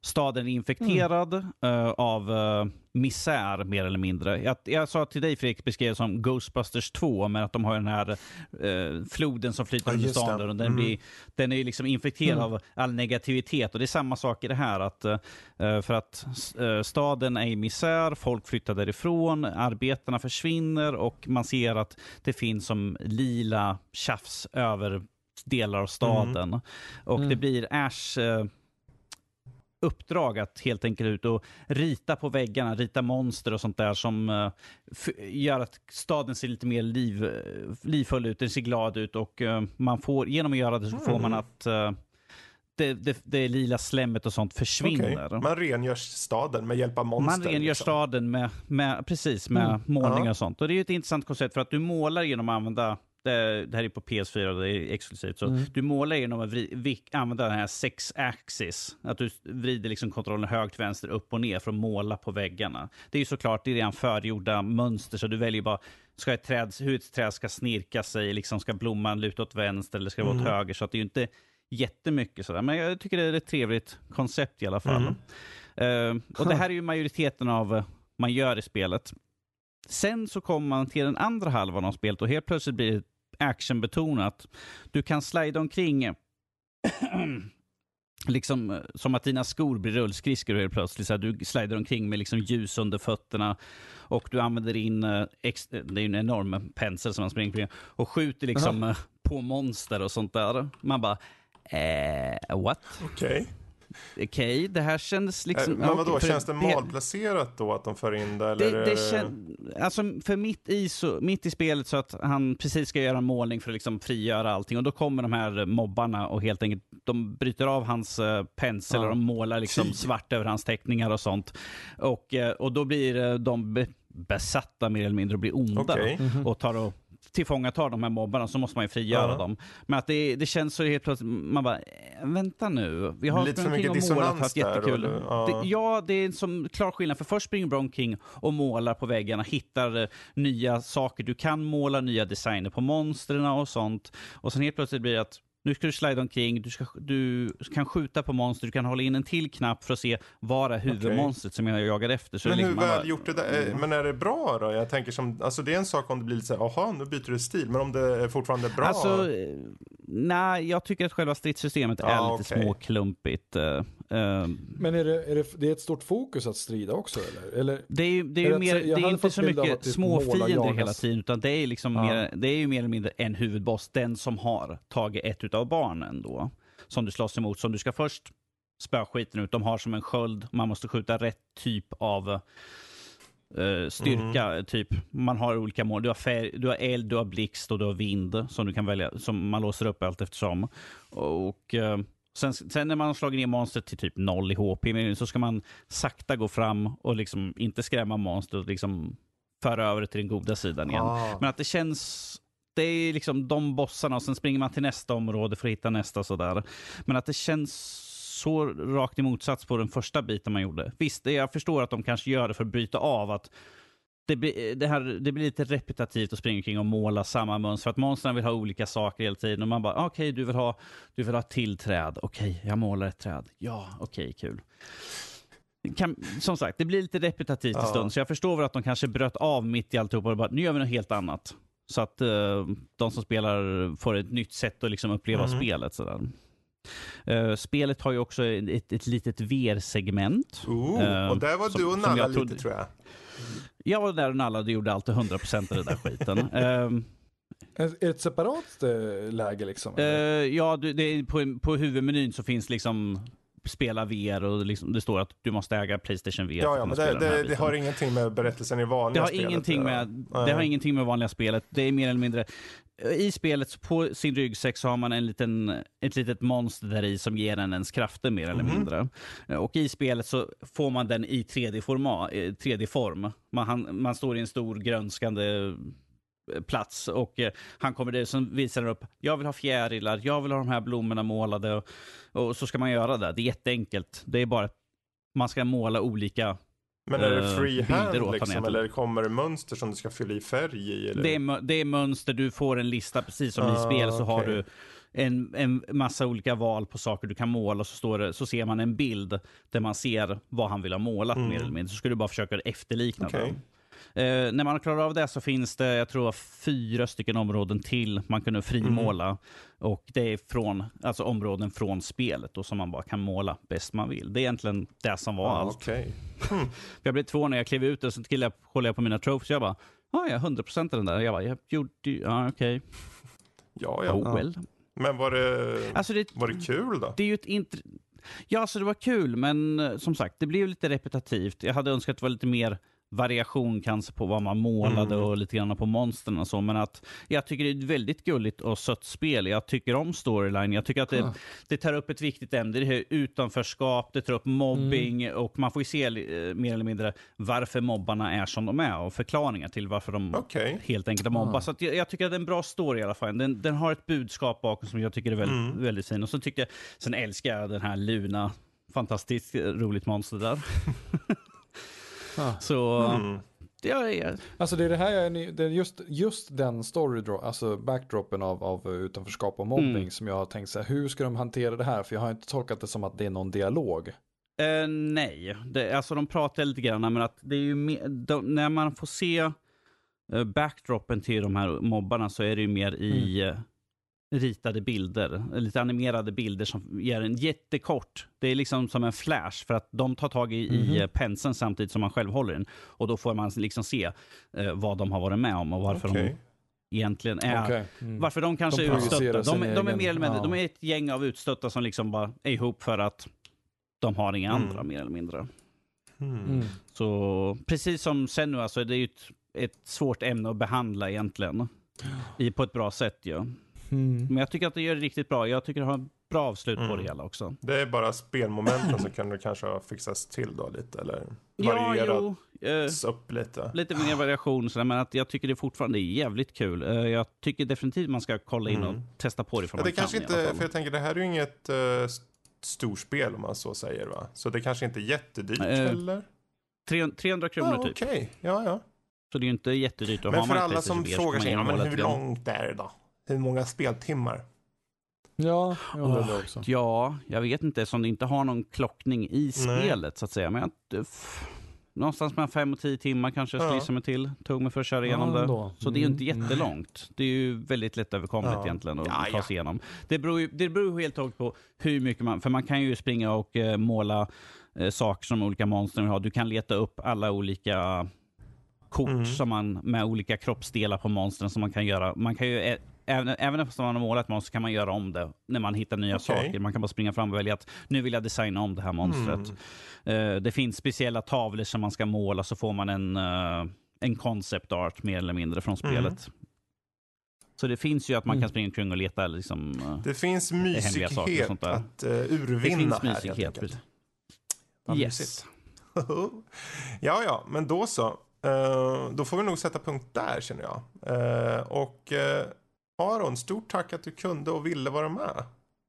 staden är infekterad mm. uh, av uh, misär mer eller mindre. Jag, jag sa till dig, Fredrik, beskrev som Ghostbusters två, men att de har den här uh, floden som flyter ja, under staden och den, mm. blir, den är ju liksom infekterad mm. av all negativitet, och det är samma sak i det här, att uh, för att uh, staden är i misär, folk flyttar därifrån, arbetarna försvinner och man ser att det finns som lila tjafs över delar av staden mm. och mm. det blir Ash uh, uppdrag att helt enkelt ut och rita på väggarna, rita monster och sånt där som uh, f- gör att staden ser lite mer liv, livfull ut, den ser glad ut, och uh, man får, genom att göra det så får mm. man att uh, det, det, det lila slemmet och sånt försvinner. Okay. Man rengör staden med hjälp av monster. Man rengör liksom. staden med, med, precis, med mm. målningar och sånt. Och det är ju ett intressant koncept, för att du målar genom att använda Det, det här är på P S fyra och det är exklusivt. Så mm. du målar genom att vri, vik, använda den här sex axis. Att du vrider liksom kontrollen högt, vänster, upp och ner för att måla på väggarna. Det är ju såklart, det är redan förgjorda mönster, så du väljer bara ska ett träd, hur ett träd ska snirka sig, liksom ska blomman luta åt vänster eller ska det vara åt mm. höger. Så att det är ju inte jättemycket sådär. Men jag tycker det är ett trevligt koncept i alla fall. Mm. Uh, och det här är ju majoriteten av uh, man gör i spelet. Sen så kommer man till den andra halvan av spelet och helt plötsligt blir det actionbetonat. Du kan slida omkring liksom som att dina skor blir rullskridskor helt plötsligt. Så du slider omkring med liksom ljus under fötterna och du använder in ex- det är en enorm pensel som man springer kring och skjuter liksom uh-huh. på monster och sånt där. Man bara eh, what? Okej. Okay. Okej, okay, det här känns liksom... Men vadå, okay, känns det malplacerat då att de för in det? Eller det, det kän, alltså för mitt i, så, mitt i spelet så att han precis ska göra en målning för att liksom frigöra allting. Och då kommer de här mobbarna och helt enkelt de bryter av hans uh, pensel ja. och de målar liksom Tid. svart över hans teckningar och sånt. Och, uh, och då blir uh, de be- besatta mer eller mindre och blir onda. Okay. Mm-hmm. Och tar och tillfångatar de här mobbarna, så måste man ju frigöra ja. dem. Men att det, det känns så helt plötsligt, man bara, vänta nu. Vi har lite för mycket dissonans jättekul. Där. Ja. Det, ja, det är en som klar skillnad. För först springer Bron King och målar på väggarna, hittar uh, nya saker. Du kan måla nya designer på monstren och sånt. Och sen helt plötsligt blir det att nu ska du slida omkring, du, ska, du kan skjuta på monster, du kan hålla in en till knapp för att se var är huvudmonstret okay. som jag jagar efter. Så men det hur liksom, väl bara, gjort det där? Mm. Men är det bra då? Jag tänker som, alltså det är en sak om det blir lite så här, aha, nu byter du stil, men om det är fortfarande bra? Alltså, nej, jag tycker att själva stridssystemet ja, är lite okay. småklumpigt. Uh, uh, men är det, är det, det är ett stort fokus att strida också, eller? eller det är ju det är ju mer, det är inte så mycket små fiender hela tiden, utan det är liksom ja. mer, det är ju mer eller mindre en huvudboss, den som har tagit ett utav barnen då, som du slåss emot, som du ska först spöa skiten ut. De har som en sköld, man måste skjuta rätt typ av uh, styrka, mm. typ. Man har olika mål, du har, färg, du har eld, du har blixt och du har vind som du kan välja, som man låser upp allt eftersom. Och uh, sen, sen när man har slagit ner monstret till typ noll i H P, så ska man sakta gå fram och liksom inte skrämma monstret och liksom föra över det till den goda sidan igen. Ah. Men att det känns... Det är liksom de bossarna och sen springer man till nästa område för att hitta nästa sådär. Men att det känns så rakt i motsats på den första biten man gjorde. Visst, jag förstår att de kanske gör det för att bryta av att det blir, det här, det blir lite repetitivt att springa kring och måla samma mönster. För att monstren vill ha olika saker hela tiden. Och man bara, okej, okay, du vill ha du vill ha till träd. Okej, okay, jag målar ett träd. Ja, okej, okay, kul. Kan, som sagt, det blir lite repetitivt ja. i stund. Så jag förstår väl att de kanske bröt av mitt i alltihop och bara, nu gör vi något helt annat. Så att uh, de som spelar får ett nytt sätt att liksom uppleva mm. spelet. Sådär. Uh, spelet har ju också ett, ett litet V R-segment. Uh, uh, och där var som, du och Nalla lite, trodde, tror jag. Jag var där och Nalla, du gjorde alltid hundra procent av det där skiten. Uh, är det ett separat uh, läge liksom? Uh, ja, du, det är på, på huvudmenyn så finns liksom... spela V R och liksom, det står att du måste äga PlayStation V R. Ja, ja men det, det, det har ingenting med berättelsen i vanliga det har spelet. Ingenting med, det har ingenting med vanliga spelet. Det är mer eller mindre... I spelet på sin ryggsäck så har man en liten, ett litet monster där i som ger en ens krafter mer eller mm. mindre. Och i spelet så får man den i tre D-form. tre D-form. Man, man står i en stor grönskande plats och eh, han kommer där som visar upp, jag vill ha fjärilar, jag vill ha de här blommorna målade och, och så ska man göra det. Det är jätteenkelt. Det är bara att man ska måla olika. Men är det freehand liksom, eller kommer det mönster som du ska fylla i färg i? Eller? Det, är, det är mönster, du får en lista precis som ah, i spel så okay. har du en, en massa olika val på saker du kan måla, och så, står det, så ser man en bild där man ser vad han vill ha målat mm. mer eller mindre. Så ska du bara försöka efterlikna okay. dem. Eh, när man klarar av det så finns det, jag tror, fyra stycken områden till man kunde frimåla. Mm. Och det är från, alltså områden från spelet då, som man bara kan måla bäst man vill. Det är egentligen det som var ah, allt. Okay. Mm. Jag blev två när jag klev ut och så killade jag, kollade jag på mina tropes. Jag bara, ja, jag är hundra procent den där. Jag bara, jag gjorde ju, ja okej. Okay. Ja, ja. Oh, well. Men var det, alltså det, var det kul då? Det är ju ett int- ja, så det var kul, men som sagt, det blev lite repetitivt. Jag hade önskat att det var lite mer variation kanske på vad man målade mm. och lite grann på monstren och så, men att jag tycker det är ett väldigt gulligt och sött spel. Jag tycker om storyline. Jag tycker att det, ah. det tar upp ett viktigt ämne. Det är utanförskap, det tar upp mobbing mm. och man får ju se eh, mer eller mindre varför mobbarna är som de är och förklaringar till varför de okay. helt enkelt mobbar. Ah. Så att jag, jag tycker att det är en bra story i alla fall. Den, den har ett budskap bakom som jag tycker är väldigt, mm. väldigt fin. Och så tyckte jag, sen älskar jag den här Luna. Fantastiskt roligt monster där. Ah. Så mm. ja, ja. Alltså det är det här jag är, det är just, just den story, alltså backdropen av, av utanförskap och mobbing mm. som jag har tänkt så här, hur ska de hantera det här? För jag har inte tolkat det som att det är någon dialog. Uh, nej, det, alltså de pratar lite grann, men att det är ju mer, de, när man får se uh, backdropen till de här mobbarna så är det ju mer i mm. uh, ritade bilder, lite animerade bilder som ger en jättekort. Det är liksom som en flash för att de tar tag i, mm-hmm. i penseln samtidigt som man själv håller den. Och då får man liksom se eh, vad de har varit med om och varför okay. de egentligen är. Okay. Mm. Varför de kanske de är utstötta. De, de är egen, mer eller mindre, ja. de är ett gäng av utstötta som liksom bara är ihop för att de har inga mm. andra mer eller mindre. Mm. Så precis som sen nu, alltså det är ju ett, ett svårt ämne att behandla egentligen. I, på ett bra sätt, ja. Mm. Men jag tycker att det gör det riktigt bra. Jag tycker att det har bra avslut mm. på det hela också. Det är bara spelmomenten så kan det kanske fixas till då lite, eller varieras ja, jo, upp lite. Lite mer variation, så men att jag tycker det fortfarande är jävligt kul. Jag tycker definitivt man ska kolla in och mm. testa på det. Ja, det kanske kan, inte, för jag tänker det här är ju inget uh, storspel om man så säger, va? Så det kanske inte är jättedyrt, uh, eller? trehundra kronor ah, typ. Okej, okay. ja, ja. Så det är ju inte jättedyrt. Men för alla som frågar sig, ja, men hur långt är det då? Hur många speltimmar? Ja, jag undrar det också. Ja, jag vet inte, som det inte har någon klockning i spelet. Nej. Så att säga. Men jag, f- någonstans mellan fem och tio timmar kanske jag skulle ja. mig till. Tog mig för att köra igenom ja, det. Mm. Så det är ju inte jättelångt. Det är ju väldigt lätt överkomligt ja. egentligen att ja, ta sig igenom. Det beror ju, det beror helt och hållet på hur mycket man... För man kan ju springa och eh, måla eh, saker som olika monster har. Du kan leta upp alla olika kort mm. som man med olika kroppsdelar på monstren som man kan göra. Man kan ju... Även, även om man har målat monster kan man göra om det när man hittar nya okay. saker. Man kan bara springa fram och välja att nu vill jag designa om det här monstret. Mm. Uh, det finns speciella tavlor som man ska måla, så får man en, uh, en concept art mer eller mindre från spelet. Mm. Så det finns ju att man kan springa omkring och leta liksom, uh, det finns mysighet och att uh, urvinna det finns mysighet. Här. Yes. ja, ja, men då så. Uh, då får vi nog sätta punkt där, känner jag. Uh, och uh, Aron, stort tack att du kunde och ville vara med.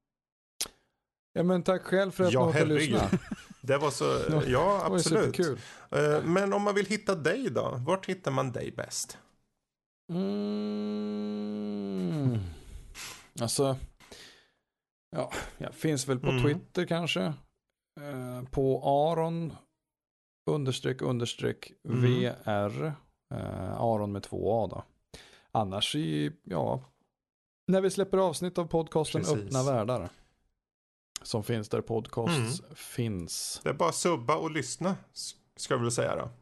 Ja, men tack själv för att ja, man kan lyssna. Det var så, ja, absolut. Uh, men om man vill hitta dig då, vart hittar man dig bäst? Mm. Alltså, ja, jag finns väl på mm. Twitter kanske. Uh, på Aron understreck understreck mm. V R uh, Aron med två A då. Annars i, ja, när vi släpper avsnitt av podcasten Precis. Öppna världar som finns där podcasts mm. finns. Det är bara subba och lyssna, ska vi väl säga då.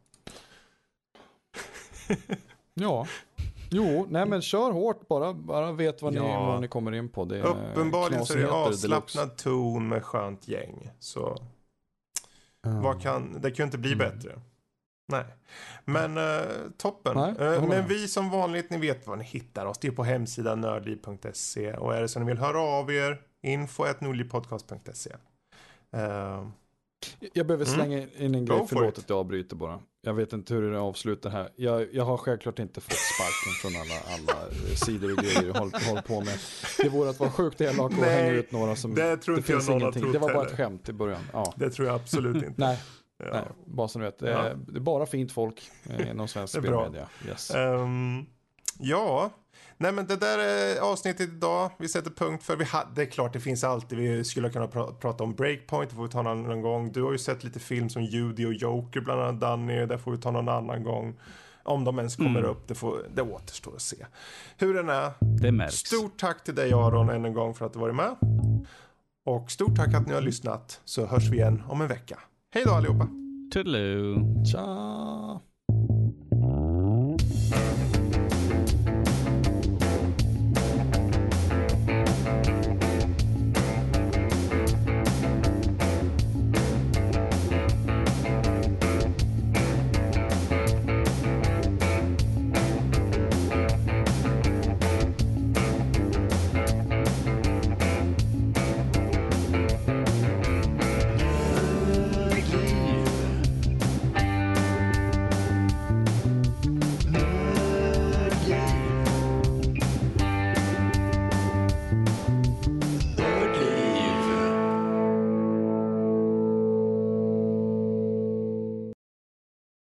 Ja. Jo, nej men kör hårt bara, bara vet vad, ja. ni, vad ni kommer in på. Det är uppenbarligen så är det avslappnad ton med skönt gäng. Så mm. vad kan, det kan ju inte bli mm. bättre. Nej, men uh, toppen. Nej, uh, men vi som vanligt, ni vet var ni hittar oss. Det är på hemsidan nördliv punkt se. Och är det så ni vill höra av er, info at nordlivpodcast punkt se. Uh, jag behöver slänga mm. in en grej, förlåt att jag avbryter bara. Jag vet inte hur det avslutar här. Jag, jag har självklart inte fått sparken från alla, alla sidor och grejer jag håller, håller på med. Det vore att vara sjukt elak och hänga ut några som... Det tror inte jag någon har trott. Det var bara ett skämt i början. Ja. Det tror jag absolut inte. Nej. Ja. Nej, bara som du vet. Ja. Det är bara fint folk inom svensk spelmedia. Yes. Um, ja, Nej, men det där är avsnittet idag. Vi sätter punkt för vi ha, det är klart det finns alltid. Vi skulle kunna pra- prata om Breakpoint. Det får vi ta någon annan gång. Du har ju sett lite film som Judy och Joker, bland annat Danny. Det får vi ta någon annan gång. Om de ens kommer mm. upp, det, får, det återstår att se. Hur den är. Det märks. Stort tack till dig, Aron, än en gång för att du varit med. Och stort tack att ni har lyssnat. Så hörs vi igen om en vecka. Hej då allihopa. Toodaloo. Ciao.